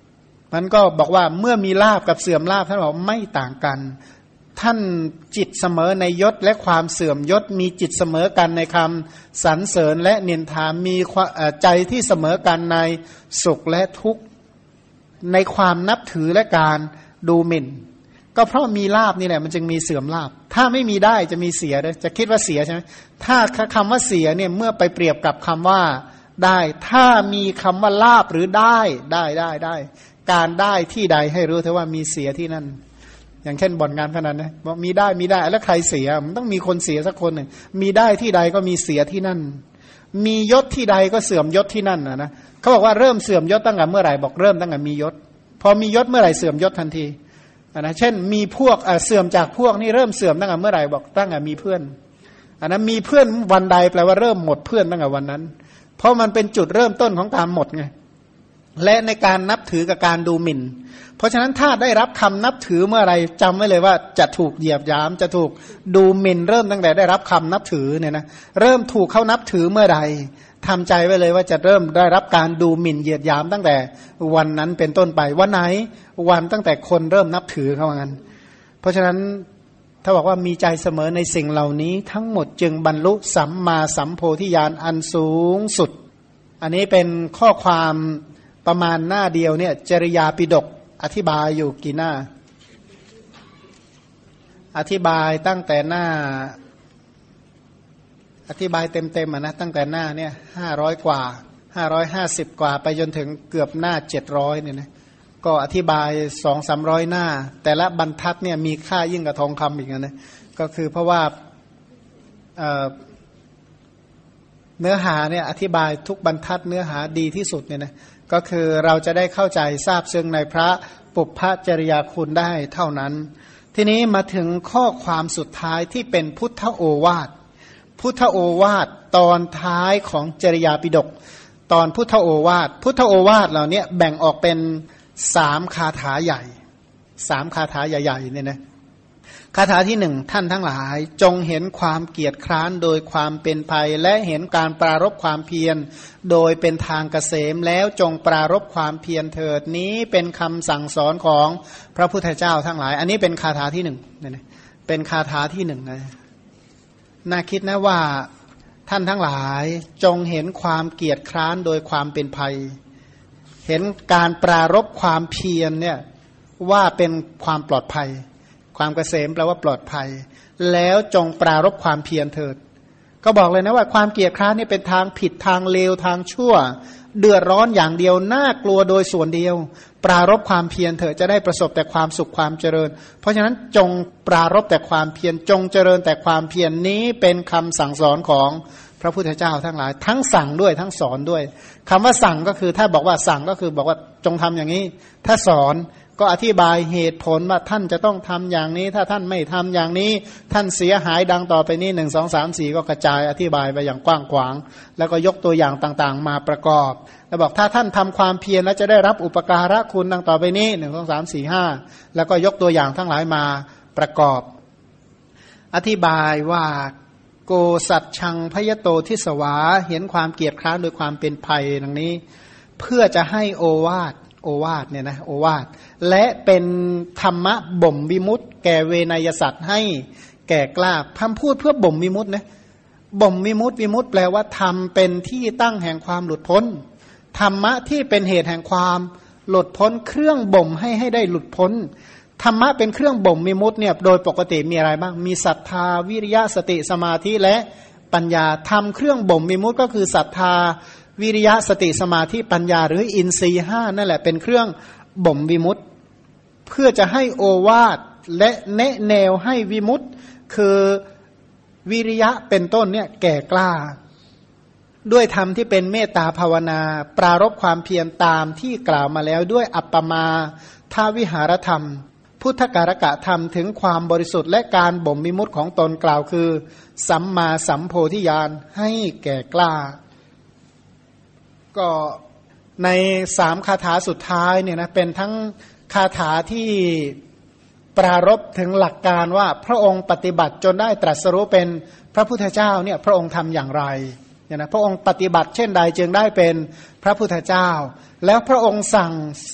มันก็บอกว่าเมื่อมีลาภกับเสื่อมลาภท่านบอกไม่ต่างกันท่านจิตเสมอในยศและความเสื่อมยศมีจิตเสมอกันในคำสรรเสริญและนินทามีใจที่เสมอกันในสุขและทุกข์ในความนับถือและการดูหมิ่นก็เพราะมีลาภนี่แหละมันจึงมีเสื่อมลาภถ้าไม่มีได้จะมีเสียเลยจะคิดว่าเสียใช่ไหมถ้าคำว่าเสียเนี่ยเมื่อไปเปรียบกับคำว่าได้ถ้ามีคำว่าลาภหรือได้ได้ได้ได้การได้ที่ใดให้รู้เถอะว่ามีเสียที่นั่นอย่างเช่นบ่อนงานพนันนะบอกมีได้มีได้แล้วใครเสียมันต้องมีคนเสียสักคนหนึ่งมีได้ที่ใดก็มีเสียที่นั่นมียศที่ใดก็เสื่อมยศที่นั่นนะนะเขาบอกว่าเริ่มเสื่อมยศตั้งแต่เมื่อไหร่บอกเริ่มตั้งแต่มียศพอมียศเมื่อไหร่เสื่อมยศทันทีนะเช่นมีพวกเสื่อมจากพวกนี่เริ่มเสื่อมตั้งแต่เมื่อไหร่บอกตั้งแต่มีเพื่อนอันนั้นมีเพื่อนวันใดแปลว่าเริ่มหมดเพื่อนตั้งแต่วันนั้นเพราะมันเป็นจุดเริ่มต้นของการหมดไงและในการนับถือกับการดูหมิ่นเพราะฉะนั้นถ้าได้รับคำนับถือเมื่อไรจำไว้เลยว่าจะถูกเหยียบย้ำจะถูกดูหมิ่นเริ่มตั้งแต่ได้รับคำนับถือเนี่ยนะเริ่มถูกเขานับถือเมื่อใดทำใจไว้เลยว่าจะเริ่มได้รับการดูหมิ่นเหยียดหยามตั้งแต่วันนั้นเป็นต้นไปวันไหนวันตั้งแต่คนเริ่มนับถือเขาว่างั้นเพราะฉะนั้นถ้าบอกว่ามีใจเสมอในสิ่งเหล่านี้ทั้งหมดจึงบรรลุสัมมาสัมโพธิญาณอันสูงสุดอันนี้เป็นข้อความประมาณหน้าเดียวเนี่ยจริยาปิฎกอธิบายอยู่กี่หน้าอธิบายตั้งแต่หน้าอธิบายเต็มๆอ่ะนะตั้งแต่หน้าเนี่ยห้าร้อยกว่าห้าร้อยห้าสิบกว่าไปจนถึงเกือบหน้าเจ็ดร้อยเนี่ยนะก็อธิบายสองสามร้อยหน้าแต่ละบรรทัดเนี่ยมีค่ายิ่งกว่าทองคำอีกนะก็คือเพราะว่าเอ่อเนื้อหาเนี่ยอธิบายทุกบรรทัดเนื้อหาดีที่สุดเนี่ยนะก็คือเราจะได้เข้าใจทราบซึ้งในพระปุพพจริยาคุณได้เท่านั้นทีนี้มาถึงข้อความสุดท้ายที่เป็นพุทธโอวาทพุทธโอวาทตอนท้ายของจริยาปิฎกตอนพุทธโอวาทพุทธโอวาทเหล่านี้แบ่งออกเป็นสามคาถาใหญ่สามคาถาใหญ่ๆเนี่ยนะคาถาที่หนึ่งท่านทั้งหลายจงเห็นความเกียจคร้านโดยความเป็นภัยและเห็นการปรารภความเพียรโดยเป็นทางเกษมแล้วจงปรารภความเพียรเถิดนี้เป็นคำสั่งสอนของพระพุทธเจ้าทั้งหลายอันนี้เป็นคาถาที่หนึ่งเนี่ยเป็นคาถาที่หนึ่งนะน่าคิดนะว่าท่านทั้งหลายจงเห็นความเกียจคร้านโดยความเป็นภัยเห็นการปรารภความเพียรเนี่ยว่าเป็นความปลอดภัยความเกษมแปลว่าปลอดภัยแล้วจงปรารภความเพียรเถิดก็บอกเลยนะว่าความเกียจคร้านนี่เป็นทางผิดทางเลวทางชั่วเดือดร้อนอย่างเดียวน่ากลัวโดยส่วนเดียวปรารภความเพียรเถิดจะได้ประสบแต่ความสุขความเจริญเพราะฉะนั้นจงปรารภแต่ความเพียรจงเจริญแต่ความเพียร น, นี้เป็นคำสั่งสอนของพระพุทธเจ้าทั้งหลายทั้งสั่งด้วยทั้งสอนด้วยคำว่าสั่งก็คือถ้าบอกว่าสั่งก็คือบอกว่าจงทำอย่างนี้ถ้าสอนก็อธิบายเหตุผลว่าท่านจะต้องทำอย่างนี้ถ้าท่านไม่ทำอย่างนี้ท่านเสียหายดังต่อไปนี้หนึ่งสองสามสี่ก็กระจายอธิบายไปอย่างกว้างขวางแล้วก็ยกตัวอย่างต่างๆมาประกอบแล้วบอกถ้าท่านทำความเพียรแล้วจะได้รับอุปการะคุณดังต่อไปนี้หนึ่งสองสามสี่ห้าแล้วก็ยกตัวอย่างทั้งหลายมาประกอบอธิบายว่าโกสัจชังพยโตทิสวาเห็นความเกียจคร้านโดยความเป็นภัยดังนี้เพื่อจะให้โอวาทโอวาทเนี่ยนะโอวาทและเป็นธรรมะบ่มวิมุตติแก่เวนยสัตว์ให้แก่กล้าคำพูดเพื่อบ่มวิมุตตินะบ่มวิมุตติวิมุตติแปลว่าธรรมเป็นที่ตั้งแห่งความหลุดพ้นธรรมะที่เป็นเหตุแห่งความหลุดพ้นเครื่องบ่มให้ให้ได้หลุดพ้นธรรมะเป็นเครื่องบ่มวิมุตติเนี่ยโดยปกติมีอะไรบ้างมีศรัทธาวิริยะสติสมาธิและปัญญาทำเครื่องบ่มวิมุตติก็คือศรัทธาวิริยะสติสมาธิปัญญาหรืออินทรีย์ห้านั่นแหละเป็นเครื่องบ่มวิมุตติเพื่อจะให้โอวาทและแนะแนวให้วิมุตติคือวิริยะเป็นต้นเนี่ยแก่กล้าด้วยธรรมที่เป็นเมตตาภาวนาปรารภความเพียรตามที่กล่าวมาแล้วด้วยอัปปมาทวิหารธรรมพุทธการกะธรรมถึงความบริสุทธิ์และการบ่มวิมุตติของตนกล่าวคือสัมมาสัมโพธิญาณให้แก่กล้าก็ในสามคาถาสุดท้ายเนี่ยนะเป็นทั้งคาถาที่ปรารภถึงหลักการว่าพระองค์ปฏิบัติจนได้ตรัสรู้เป็นพระพุทธเจ้าเนี่ยพระองค์ทำอย่างไรเนี่ยนะพระองค์ปฏิบัติเช่นใดจึงได้เป็นพระพุทธเจ้าแล้วพระองค์สั่ง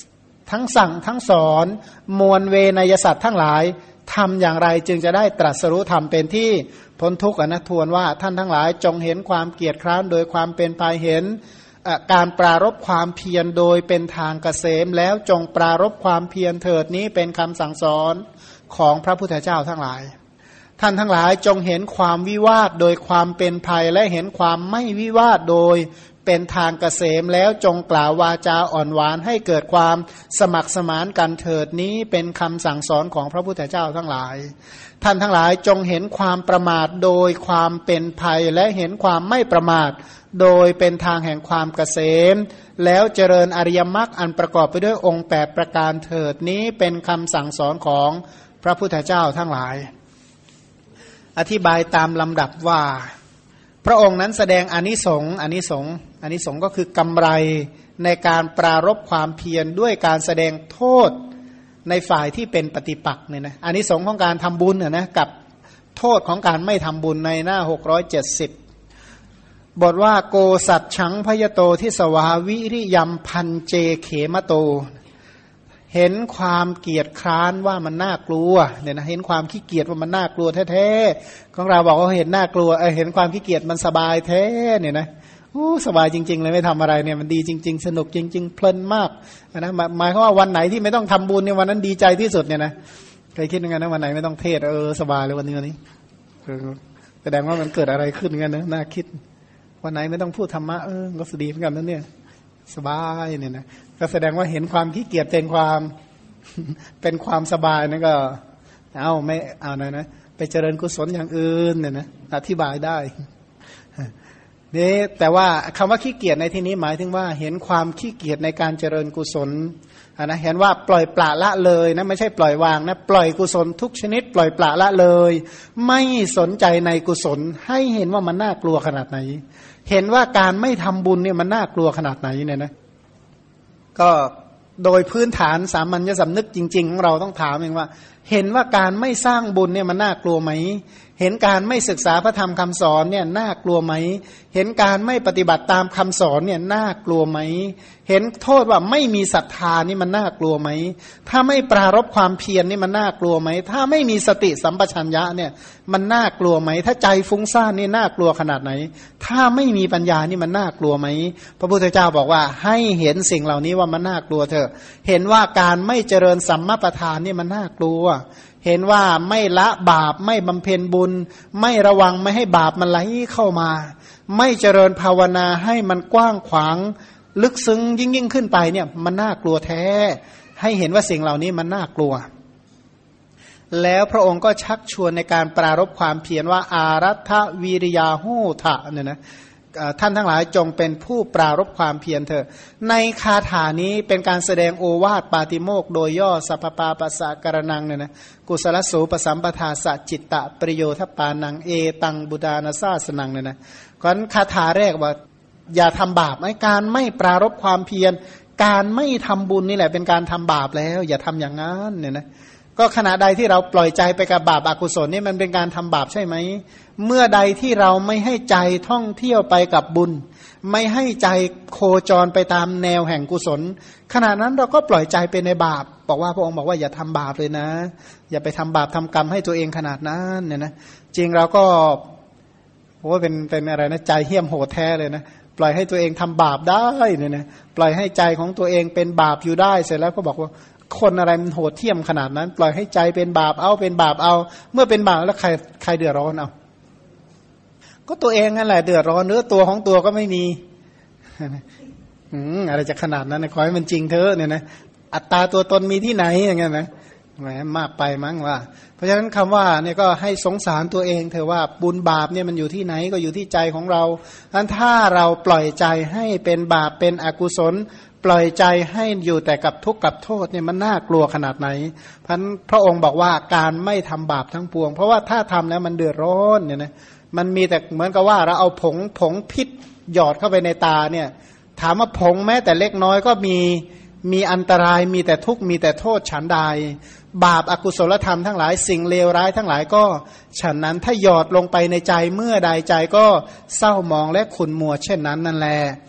ทั้งสั่งทั้งสอนมวลเวนยสัตว์ทั้งหลายทำอย่างไรจึงจะได้ตรัสรู้ธรรมเป็นที่พ้นทุกข์อนะทวนว่าท่านทั้งหลายจงเห็นความเกียจคร้านโดยความเป็นไปเห็นการปรารภความเพียรโดยเป็นทางเกษมแล้วจงปรารภความเพียรเถิดนี้เป็นคำสั่งสอนของพระพุทธเจ้าทั้งหลายท่านทั้งหลายจงเห็นความวิวาทโดยความเป็นภัยและเห็นความไม่วิวาทโดยเป็นทางเกษมแล้วจงกล่าววาจาอ่อนหวานให้เกิดความสมัครสมานกันเถิดนี้เป็นคำสั่งสอนของพระพุทธเจ้าทั้งหลายท่านทั้งหลายจงเห็นความประมาทโดยความเป็นภัยและเห็นความไม่ประมาทโดยเป็นทางแห่งความเกษมแล้วเจริญอริยมรรคอันประกอบไปด้วยองค์แปดประการเถิดนี้เป็นคำสั่งสอนของพระพุทธเจ้าทั้งหลายอธิบายตามลำดับว่าพระองค์นั้นแสดงอานิสงส์อานิสงส์อานิสงส์ก็คือกำไรในการปรารภความเพียรด้วยการแสดงโทษในฝ่ายที่เป็นปฏิปักษ์เนี่ยนะอานิสงส์ของการทำบุญเนี่ยนะกับโทษของการไม่ทำบุญในหน้าหกร้อยเจ็ดสิบบทว่าโกสัจฉังพยโตทิสวาวิริยัมพันเจเขมโตเห็นความเกียจคร้านว่ามันน่ากลัวเนี่ยนะเห็นความขี้เกียจว่ามันน่ากลัวแท้ๆของเราบอกว่าเห็นน่ากลัวเออเห็นความขี้เกียจมันสบายแท้เนี่ยนะโอ้สบายจริงๆเลยไม่ทำอะไรเนี่ยมันดีจริงๆสนุกจริงๆเพลินมากนะหมายความว่าวันไหนที่ไม่ต้องทำบุญเนี่ยวันนั้นดีใจที่สุดเนี่ยนะเคยคิดยังไงนะวันไหนไม่ต้องเทศเออสบายเลยวันนี้วันนี้แสดงว่ามันเกิดอะไรขึ้นกันนะน่าคิดวันไหนไม่ต้องพูดธรรมะเออก็สดีเหมือนกันนั่นเนี่ยสบายเนี่ยนะก็แสดงว่าเห็นความขี้เกียจเป็นความเป็นความสบายนั่นก็เอาไม่เอาหน่อยนะไปเจริญกุศลอย่างอื่นเนี่ยนะอธิบายได้นี่แต่ว่าคำว่าขี้เกียจในที่นี้หมายถึงว่าเห็นความขี้เกียจในการเจริญกุศลนะเห็นว่าปล่อยปละละเลยนะไม่ใช่ปล่อยวางนะปล่อยกุศลทุกชนิดปล่อยปละละเลยไม่สนใจในกุศลให้เห็นว่ามันน่ากลัวขนาดไหนเห็นว่าการไม่ทำบุญเนี่ยมันน่ากลัวขนาดไหนเนี่ยนะก็โดยพื้นฐานสามัญสำนึกจริงๆของเราต้องถามเองว่าเห็นว่าการไม่สร้างบุญเนี่ยมันน่ากลัวไหมเห็นการไม่ศึกษาพระธรรมคำสอนเนี่ยน่ากลัวไหมเห็นการไม่ปฏิบัติตามคำสอนเนี่ยน่ากลัวไหมเห็นโทษว่าไม่มีศรัทธานี่มันน่ากลัวไหมถ้าไม่ปรารภความเพียรนี่มันน่ากลัวไหมถ้าไม่มีสติสัมปชัญญะเนี่ยมันน่ากลัวไหมถ้าใจฟุ้งซ่านนี่น่ากลัวขนาดไหนถ้าไม่มีปัญญานี่มันน่ากลัวไหมพระพุทธเจ้าบอกว่าให้เห็นสิ่งเหล่านี้ว่ามันน่ากลัวเถอะเห็นว่าการไม่เจริญสัมมาประธานนี่มันน่ากลัวเห็นว่าไม่ละบาปไม่บำเพ็ญบุญไม่ระวังไม่ให้บาปมันไหลเข้ามาไม่เจริญภาวนาให้มันกว้างขวางลึกซึ้งยิ่งยิ่งขึ้นไปเนี่ยมันน่ากลัวแท้ให้เห็นว่าสิ่งเหล่านี้มันน่ากลัวแล้วพระองค์ก็ชักชวนในการปรารภความเพียรว่าอารัฐวิริยาหูทะเนี่ยนะท่านทั้งหลายจงเป็นผู้ปรารภความเพียรเถอะในคาถานี้เป็นการแสดงโอวาทปาติโมกข์โดยย่อสัพพปาปัสสะกรณังเนี่ยนะกุศลสูปสัมปทาสะจิตตะปริโยทปานังเอตังบุดานาซาสนังเนี่ยนะก่อนคาถาแรกว่าอย่าทำบาปไอ้การไม่ปรารภความเพียรการไม่ทำบุญนี่แหละเป็นการทำบาปแล้วอย่าทำอย่างนั้นเนี่ยนะก็ขณะใดที่เราปล่อยใจไปกับบาปอกุศลนี่มันเป็นการทำบาปใช่ไหมเมื่อใดที่เราไม่ให้ใจท่องเที่ยวไปกับบุญไม่ให้ใจโคจรไปตามแนวแห่งกุศลขณะนั้นเราก็ปล่อยใจไปในบาปบอกว่าพระองค์บอกว่าอย่าทำบาปเลยนะอย่าไปทำบาปทำกรรมให้ตัวเองขนาดนั้นเนี่ยนะจริงเราก็โอ้เป็นเป็นอะไรนะใจเหี้ยมโหดแท้เลยนะปล่อยให้ตัวเองทำบาปได้เนี่ยนะปล่อยให้ใจของตัวเองเป็นบาปอยู่ได้เสร็จแล้วก็บอกว่าคนอะไรมันโหดเหี้ยมขนาดนั้นปล่อยให้ใจเป็นบาปเอาเป็นบาปเอาเมื่อเป็นบาปแล้วใครใครเดือดร้อนเอาก็ตัวเองนั่นแหละเดือดร้อนเนื้อตัวของตัวก็ไม่มีอืมอะไรจะขนาดนั้นนะขอให้มันจริงเถอะเนี่ยนะอัตตาตัวตนมีที่ไหนอย่างเงี้ยนะแหมมากไปมั้งว่าเพราะฉะนั้นคำว่าเนี่ยก็ให้สงสารตัวเองเถอะว่าบุญบาปเนี่ยมันอยู่ที่ไหนก็อยู่ที่ใจของเราอันถ้าเราปล่อยใจให้เป็นบาปเป็นอกุศลปล่อยใจให้อยู่แต่กับทุกข์กับโทษเนี่ยมันน่ากลัวขนาดไหนเพราะพระองค์บอกว่าการไม่ทำบาปทั้งปวงเพราะว่าถ้าทำแล้วมันเดือดร้อนเนี่ยนะมันมีแต่เหมือนกับว่าเราเอาผงผงพิษหยอดเข้าไปในตาเนี่ยถามว่าผงแม้แต่เล็กน้อยก็มีมีอันตรายมีแต่ทุกข์มีแต่โทษฉันใดบาปอกุศลธรรมทั้งหลายสิ่งเลวร้ายทั้งหลายก็ฉันนั้นถ้าหยอดลงไปในใจเมื่อใดใจก็เศร้าหมองและขุ่นมัวเช่นนั้นนั่นแหละ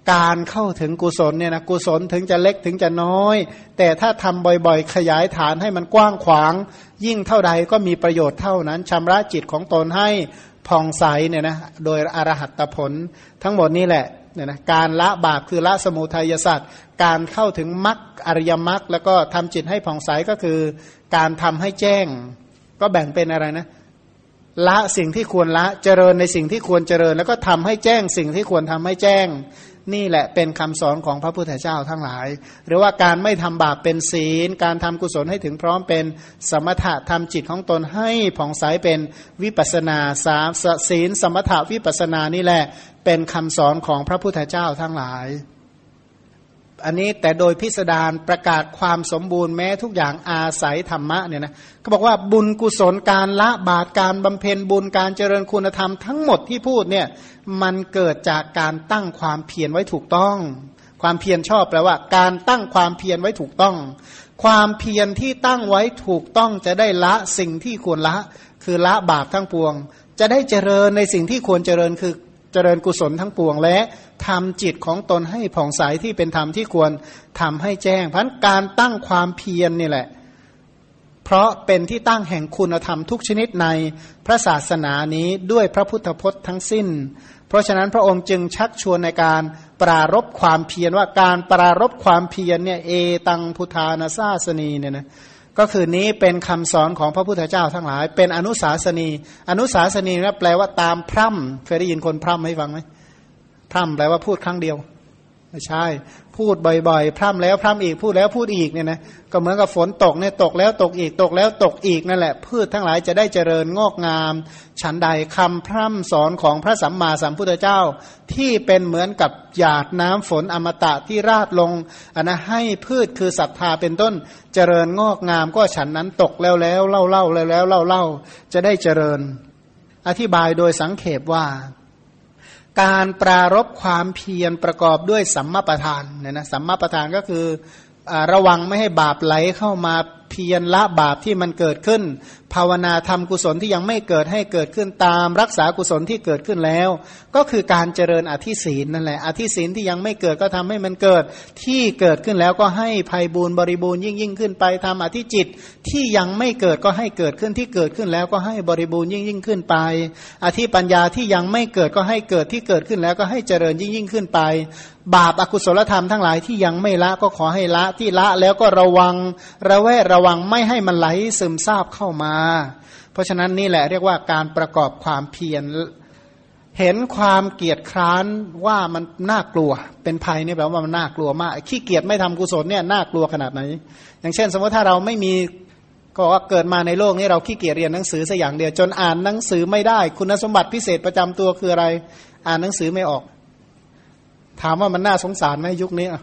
การเข้าถึงกุศลเนี่ยนะกุศลถึงจะเล็กถึงจะน้อยแต่ถ้าทำบ่อยๆขยายฐานให้มันกว้างขวางยิ่งเท่าใดก็มีประโยชน์เท่านั้นชำระจิตของตนให้ผ่องใสเนี่ยนะโดยอรหัตผลทั้งหมดนี่แหละเนี่ยนะการละบาปคือละสมุทัยสัตว์การเข้าถึงมรรคอริยมรรคแล้วก็ทำจิตให้ผ่องใสก็คือการทำให้แจ้งก็แบ่งเป็นอะไรนะละสิ่งที่ควรละเจริญในสิ่งที่ควรเจริญแล้วก็ทำให้แจ้งสิ่งที่ควรทำให้แจ้งนี่แหละเป็นคำสอนของพระพุทธเจ้าทั้งหลายหรือว่าการไม่ทำบาปเป็นศีลการทำกุศลให้ถึงพร้อมเป็นสมถะทำจิตของตนให้ผ่องใสเป็นวิปัสสนาสามศีลสมถะวิปัสสนานี่แหละเป็นคำสอนของพระพุทธเจ้าทั้งหลายอันนี้แต่โดยพิสดารประกาศความสมบูรณ์แม้ทุกอย่างอาศัยธรรมะเนี่ยนะเขาบอกว่าบุญกุศลการละบาปการบำเพ็ญบุญการเจริญคุณธรรมทั้งหมดที่พูดเนี่ยมันเกิดจากการตั้งความเพียรไว้ถูกต้องความเพียรชอบแปลว่าการตั้งความเพียรไว้ถูกต้องความเพียรที่ตั้งไว้ถูกต้องจะได้ละสิ่งที่ควรละคือละบาปทั้งปวงจะได้เจริญในสิ่งที่ควรเจริญคือเจริญกุศลทั้งปวงและทำจิตของตนให้ผ่องใสที่เป็นธรรมที่ควรทำให้แจ้งเพราะการตั้งความเพียรนี่แหละเพราะเป็นที่ตั้งแห่งคุณธรรมทุกชนิดในพระศาสนานี้ด้วยพระพุทธพจน์ทั้งสิ้นเพราะฉะนั้นพระองค์จึงชักชวนในการปรารภความเพียรว่าการปรารภความเพียรเนี่ยเอตังพุทธานาซาสนีเนี่ยนะก็คือนี้เป็นคำสอนของพระพุทธเจ้าทั้งหลายเป็นอนุสาสนีอนุสาสนีนะแปลว่าตามพร่ำเคยได้ยินคนพร่ำให้ฟังไหมพร่ำแปลว่าพูดครั้งเดียวไม่ใช่พูดบ่อยๆพร่ำแล้วพร่ำอีกพูดแล้วพูดอีกเนี่ยนะก็เหมือนกับฝนตกเนี่ยตกแล้วตกอีกตกแล้วตกอีกนั่นแหละพืชทั้งหลายจะได้เจริญงอกงามฉันใดคำพร่ำสอนของพระสัมมาสัมพุทธเจ้าที่เป็นเหมือนกับหยาดน้ำฝนอมตะที่ราดลงอันนะให้พืชคือศรัทธาเป็นต้นเจริญงอกงามก็ฉันนั้นตกแล้วแล้วเล่าเล่าแล้วแล้วเล่าเล่าจะได้เจริญอธิบายโดยสังเขปว่าการปรารภความเพียรประกอบด้วยสัมมาประธานเนี่ยนะสัมมาประธานก็คือระวังไม่ให้บาปไหลเข้ามาเพียรละบาปที่มันเกิดขึ้นภาวนาทำกุศลที่ยังไม่เกิดให้เกิดขึ้นตามรักษากุศลที่เกิดขึ้นแล้วก็คือการเจริญอธิศีลนั่นแหละอธิศีลที่ยังไม่เกิดก็ทำให้มันเกิดที่เกิดขึ้นแล้วก็ให้ไพบูลย์บริบูรณ์ยิ่งยิ่งขึ้นไปทำอธิจิตที่ยังไม่เกิดก็ให้เกิดขึ้นที่เกิดขึ้นแล้วก็ให้บริบูรณ์ยิ่งยิ่งขึ้นไปอธิปัญญาที่ยังไม่เกิดก็ให้เกิดที่เกิดขึ้นแล้วก็ให้เจริญยิ่งยิ่งขึ้นไปบาปอกุศลธรรมทั้งหลายที่ยังไม่ละก็ขอให้ละที่ละแล้วก็ระวังระแวดระวังไม่ให้มันไหลซึมซาบเข้ามาเพราะฉะนั้นนี่แหละเรียกว่าการประกอบความเพียรเห็นความเกียจคร้านว่ามันน่ากลัวเป็นภัยนี่แปลว่ามันน่ากลัวมากขี้เกียจไม่ทำกุศลเนี่ยน่ากลัวขนาดไหนอย่างเช่นสมมติถ้าเราไม่มีก็ว่าเกิดมาในโลกนี้เราขี้เกียจเรียนหนังสือสักอย่างเดียวจนอ่านหนังสือไม่ได้คุณสมบัติพิเศษประจำตัวคืออะไรอ่านหนังสือไม่ออกถามว่ามันน่าสงสารไหมยุคนี้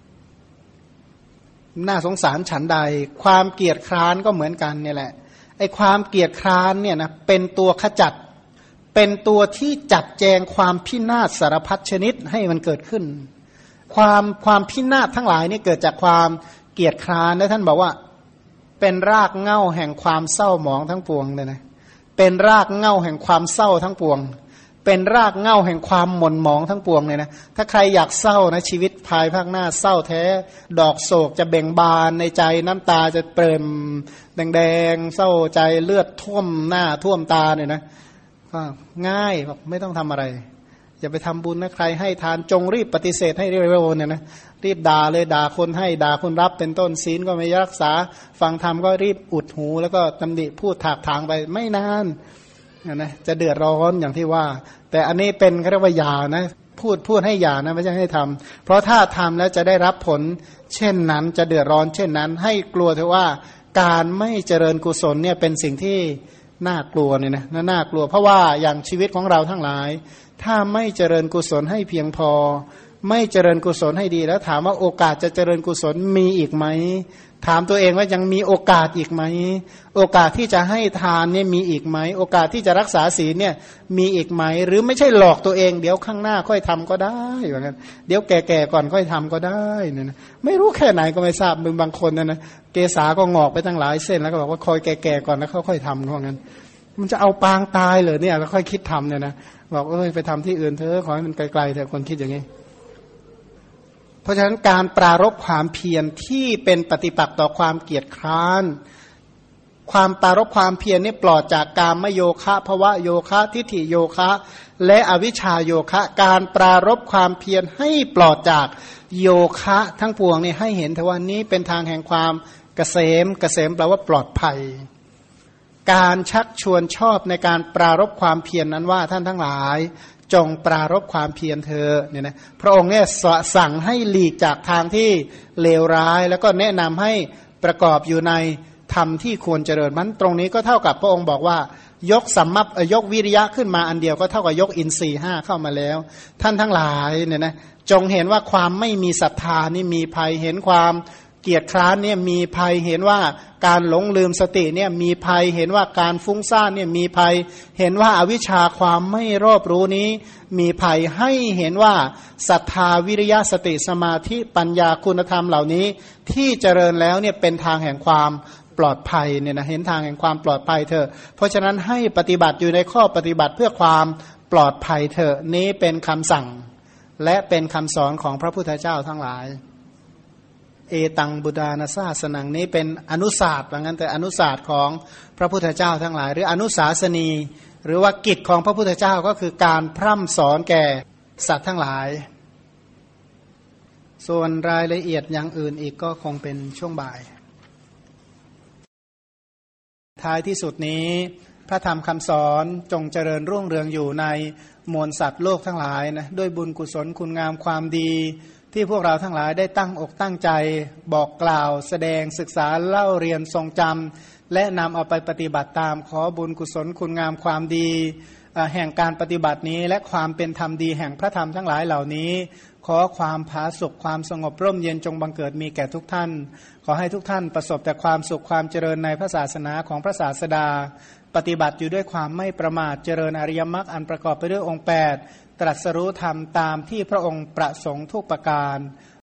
น่าสงสารฉันใดความเกียจคร้านก็เหมือนกันเนี่ยแหละไอ้ความเกียจคร้านเนี่ยนะเป็นตัวขจัดเป็นตัวที่จัดแจงความพินาศสารพัดชนิดให้มันเกิดขึ้นความความพินาศทั้งหลายนี่เกิดจากความเกียจคร้านและท่านบอกว่าเป็นรากเหง้าแห่งความเศร้าหมองทั้งปวงเลยนะเป็นรากเหง้าแห่งความเศร้าทั้งปวงเป็นรากเหง้าแห่งความหม่นหมองทั้งปวงเลยนะถ้าใครอยากเศร้านะชีวิตภายภาคหน้าเศร้าแท้ดอกโศกจะเบ่งบานในใจน้ำตาจะเปริ่มแดงๆเศร้าใจเลือดท่วมหน้าท่วมตาเนี่ยนะก็ง่ายบอกไม่ต้องทำอะไรอย่าไปทำบุญนะใครให้ทานจงรีบปฏิเสธให้เร็วๆเนี่ยนะรีบด่าเลยด่าคนให้ด่าคนรับเป็นต้นศีลก็ไม่รักษาฟังธรรมก็รีบอุดหูแล้วก็ตำหนิพูดถากถางไปไม่นานนะจะเดือดร้อนอย่างที่ว่าแต่อันนี้เป็นเขาเรียกว่าหย่านะพูดพูดให้หย่านะไม่ใช่ให้ทำเพราะถ้าทำแล้วจะได้รับผลเช่นนั้นจะเดือดร้อนเช่นนั้นให้กลัวเถอะว่าการไม่เจริญกุศลเนี่ยเป็นสิ่งที่น่ากลัวเนี่ยนะน่ากลัวเพราะว่าอย่างชีวิตของเราทั้งหลายถ้าไม่เจริญกุศลให้เพียงพอไม่เจริญกุศลให้ดีแล้วถามว่าโอกาสจะเจริญกุศลมีอีกไหมถามตัวเองว่ายังมีโอกาสอีกไหมโอกาสที่จะให้ทานเนี่ยมีอีกไหมโอกาสที่จะรักษาศีลเนี่ยมีอีกไหมหรือไม่ใช่หลอกตัวเองเดี๋ยวข้างหน้าค่อยทำก็ได้เหมือนกันเดี๋ยวแก่ๆก่อนค่อยทำก็ได้เนี่ยนะไม่รู้แค่ไหนก็ไม่ทราบมึงบางคนนะนะเกษาก็งอกไปตั้งหลายเส้นแล้วก็บอกว่าคอยแก่ๆก่อนแล้วค่อยๆทำเพราะงั้นมันจะเอาปางตายเลยเนี่ยแล้วค่อยคิดทำเนี่ยนะบอกเอ้ยไปทำที่อื่นเถอะขอให้มันไกลๆเถอะคนคิดอย่างนี้เพราะฉะนั้นการปรารภความเพียรที่เป็นปฏิปักษ์ต่อความเกียจคร้านความปรารภความเพียรนี่ปลอดจากกามโยคะภวะโยคะทิฏฐิโยคะและอวิชชาโยคะการปรารภความเพียรให้ปลอดจากโยคะทั้งปวงนี่ให้เห็นเถอะว่านี้เป็นทางแห่งความเกษมเกษมแปลว่าปลอดภัยการชักชวนชอบในการปรารภความเพียร น, นั้นว่าท่านทั้งหลายจงปรารภความเพียรเธอเนี่ยนะพระองค์เนี่ยสั่งให้หลีกจากทางที่เลวร้ายแล้วก็แนะนำให้ประกอบอยู่ในธรรมที่ควรเจริญมันตรงนี้ก็เท่ากับพระองค์บอกว่ายกสัมมัปยกวิริยะขึ้นมาอันเดียวก็เท่ากับยกอินทรีย์ห้าเข้ามาแล้วท่านทั้งหลายเนี่ยนะจงเห็นว่าความไม่มีศรัทธานี่มีภัยเห็นความเกียจคร้านเนี่ยมีภัยเห็นว่าการหลงลืมสติเนี่ยมีภัยเห็นว่าการฟุ้งซ่านเนี่ยมีภัยเห็นว่าอวิชชาความไม่รอบรู้นี้มีภัยให้เห็นว่าศรัทธาวิริยะสติสมาธิปัญญาคุณธรรมเหล่านี้ที่เจริญแล้วเนี่ยเป็นทางแห่งความปลอดภัยเนี่ยนะเห็นทางแห่งความปลอดภัยเถอะเพราะฉะนั้นให้ปฏิบัติอยู่ในข้อปฏิบัติเพื่อความปลอดภัยเถอะนี้เป็นคำสั่งและเป็นคำสอนของพระพุทธเจ้าทั้งหลายเอตังบุดานาซาสนังนี้เป็นอนุศาสตร์ว่างั้นแต่อนุศาสตร์ของพระพุทธเจ้าทั้งหลายหรืออนุสาสนีหรือว่ากิจของพระพุทธเจ้าก็คือการพร่ำสอนแก่สัตว์ทั้งหลายส่วนรายละเอียดอย่างอื่นอีกก็คงเป็นช่วงบ่ายท้ายที่สุดนี้พระธรรมคำสอนจงเจริญรุ่งเรืองอยู่ในมวลสัตว์โลกทั้งหลายนะด้วยบุญกุศลคุณงามความดีที่พวกเราทั้งหลายได้ตั้งอกตั้งใจบอกกล่าวแสดงศึกษาเล่าเรียนทรงจำและนำเอาไปปฏิบัติตามขอบุญกุศลคุณงามความดีแห่งการปฏิบัตินี้และความเป็นธรรมดีแห่งพระธรรมทั้งหลายเหล่านี้ขอความผาสุกความสงบร่มเย็นจงบังเกิดมีแก่ทุกท่านขอให้ทุกท่านประสบแต่ความสุขความเจริญในพระศาสนาของพระศาสดาปฏิบัติอยู่ด้วยความไม่ประมาทเจริญอริยมรรคอันประกอบไปด้วยองค์แปดตรัสรู้ธรรมตามที่พระองค์ประสงค์ทุกประการ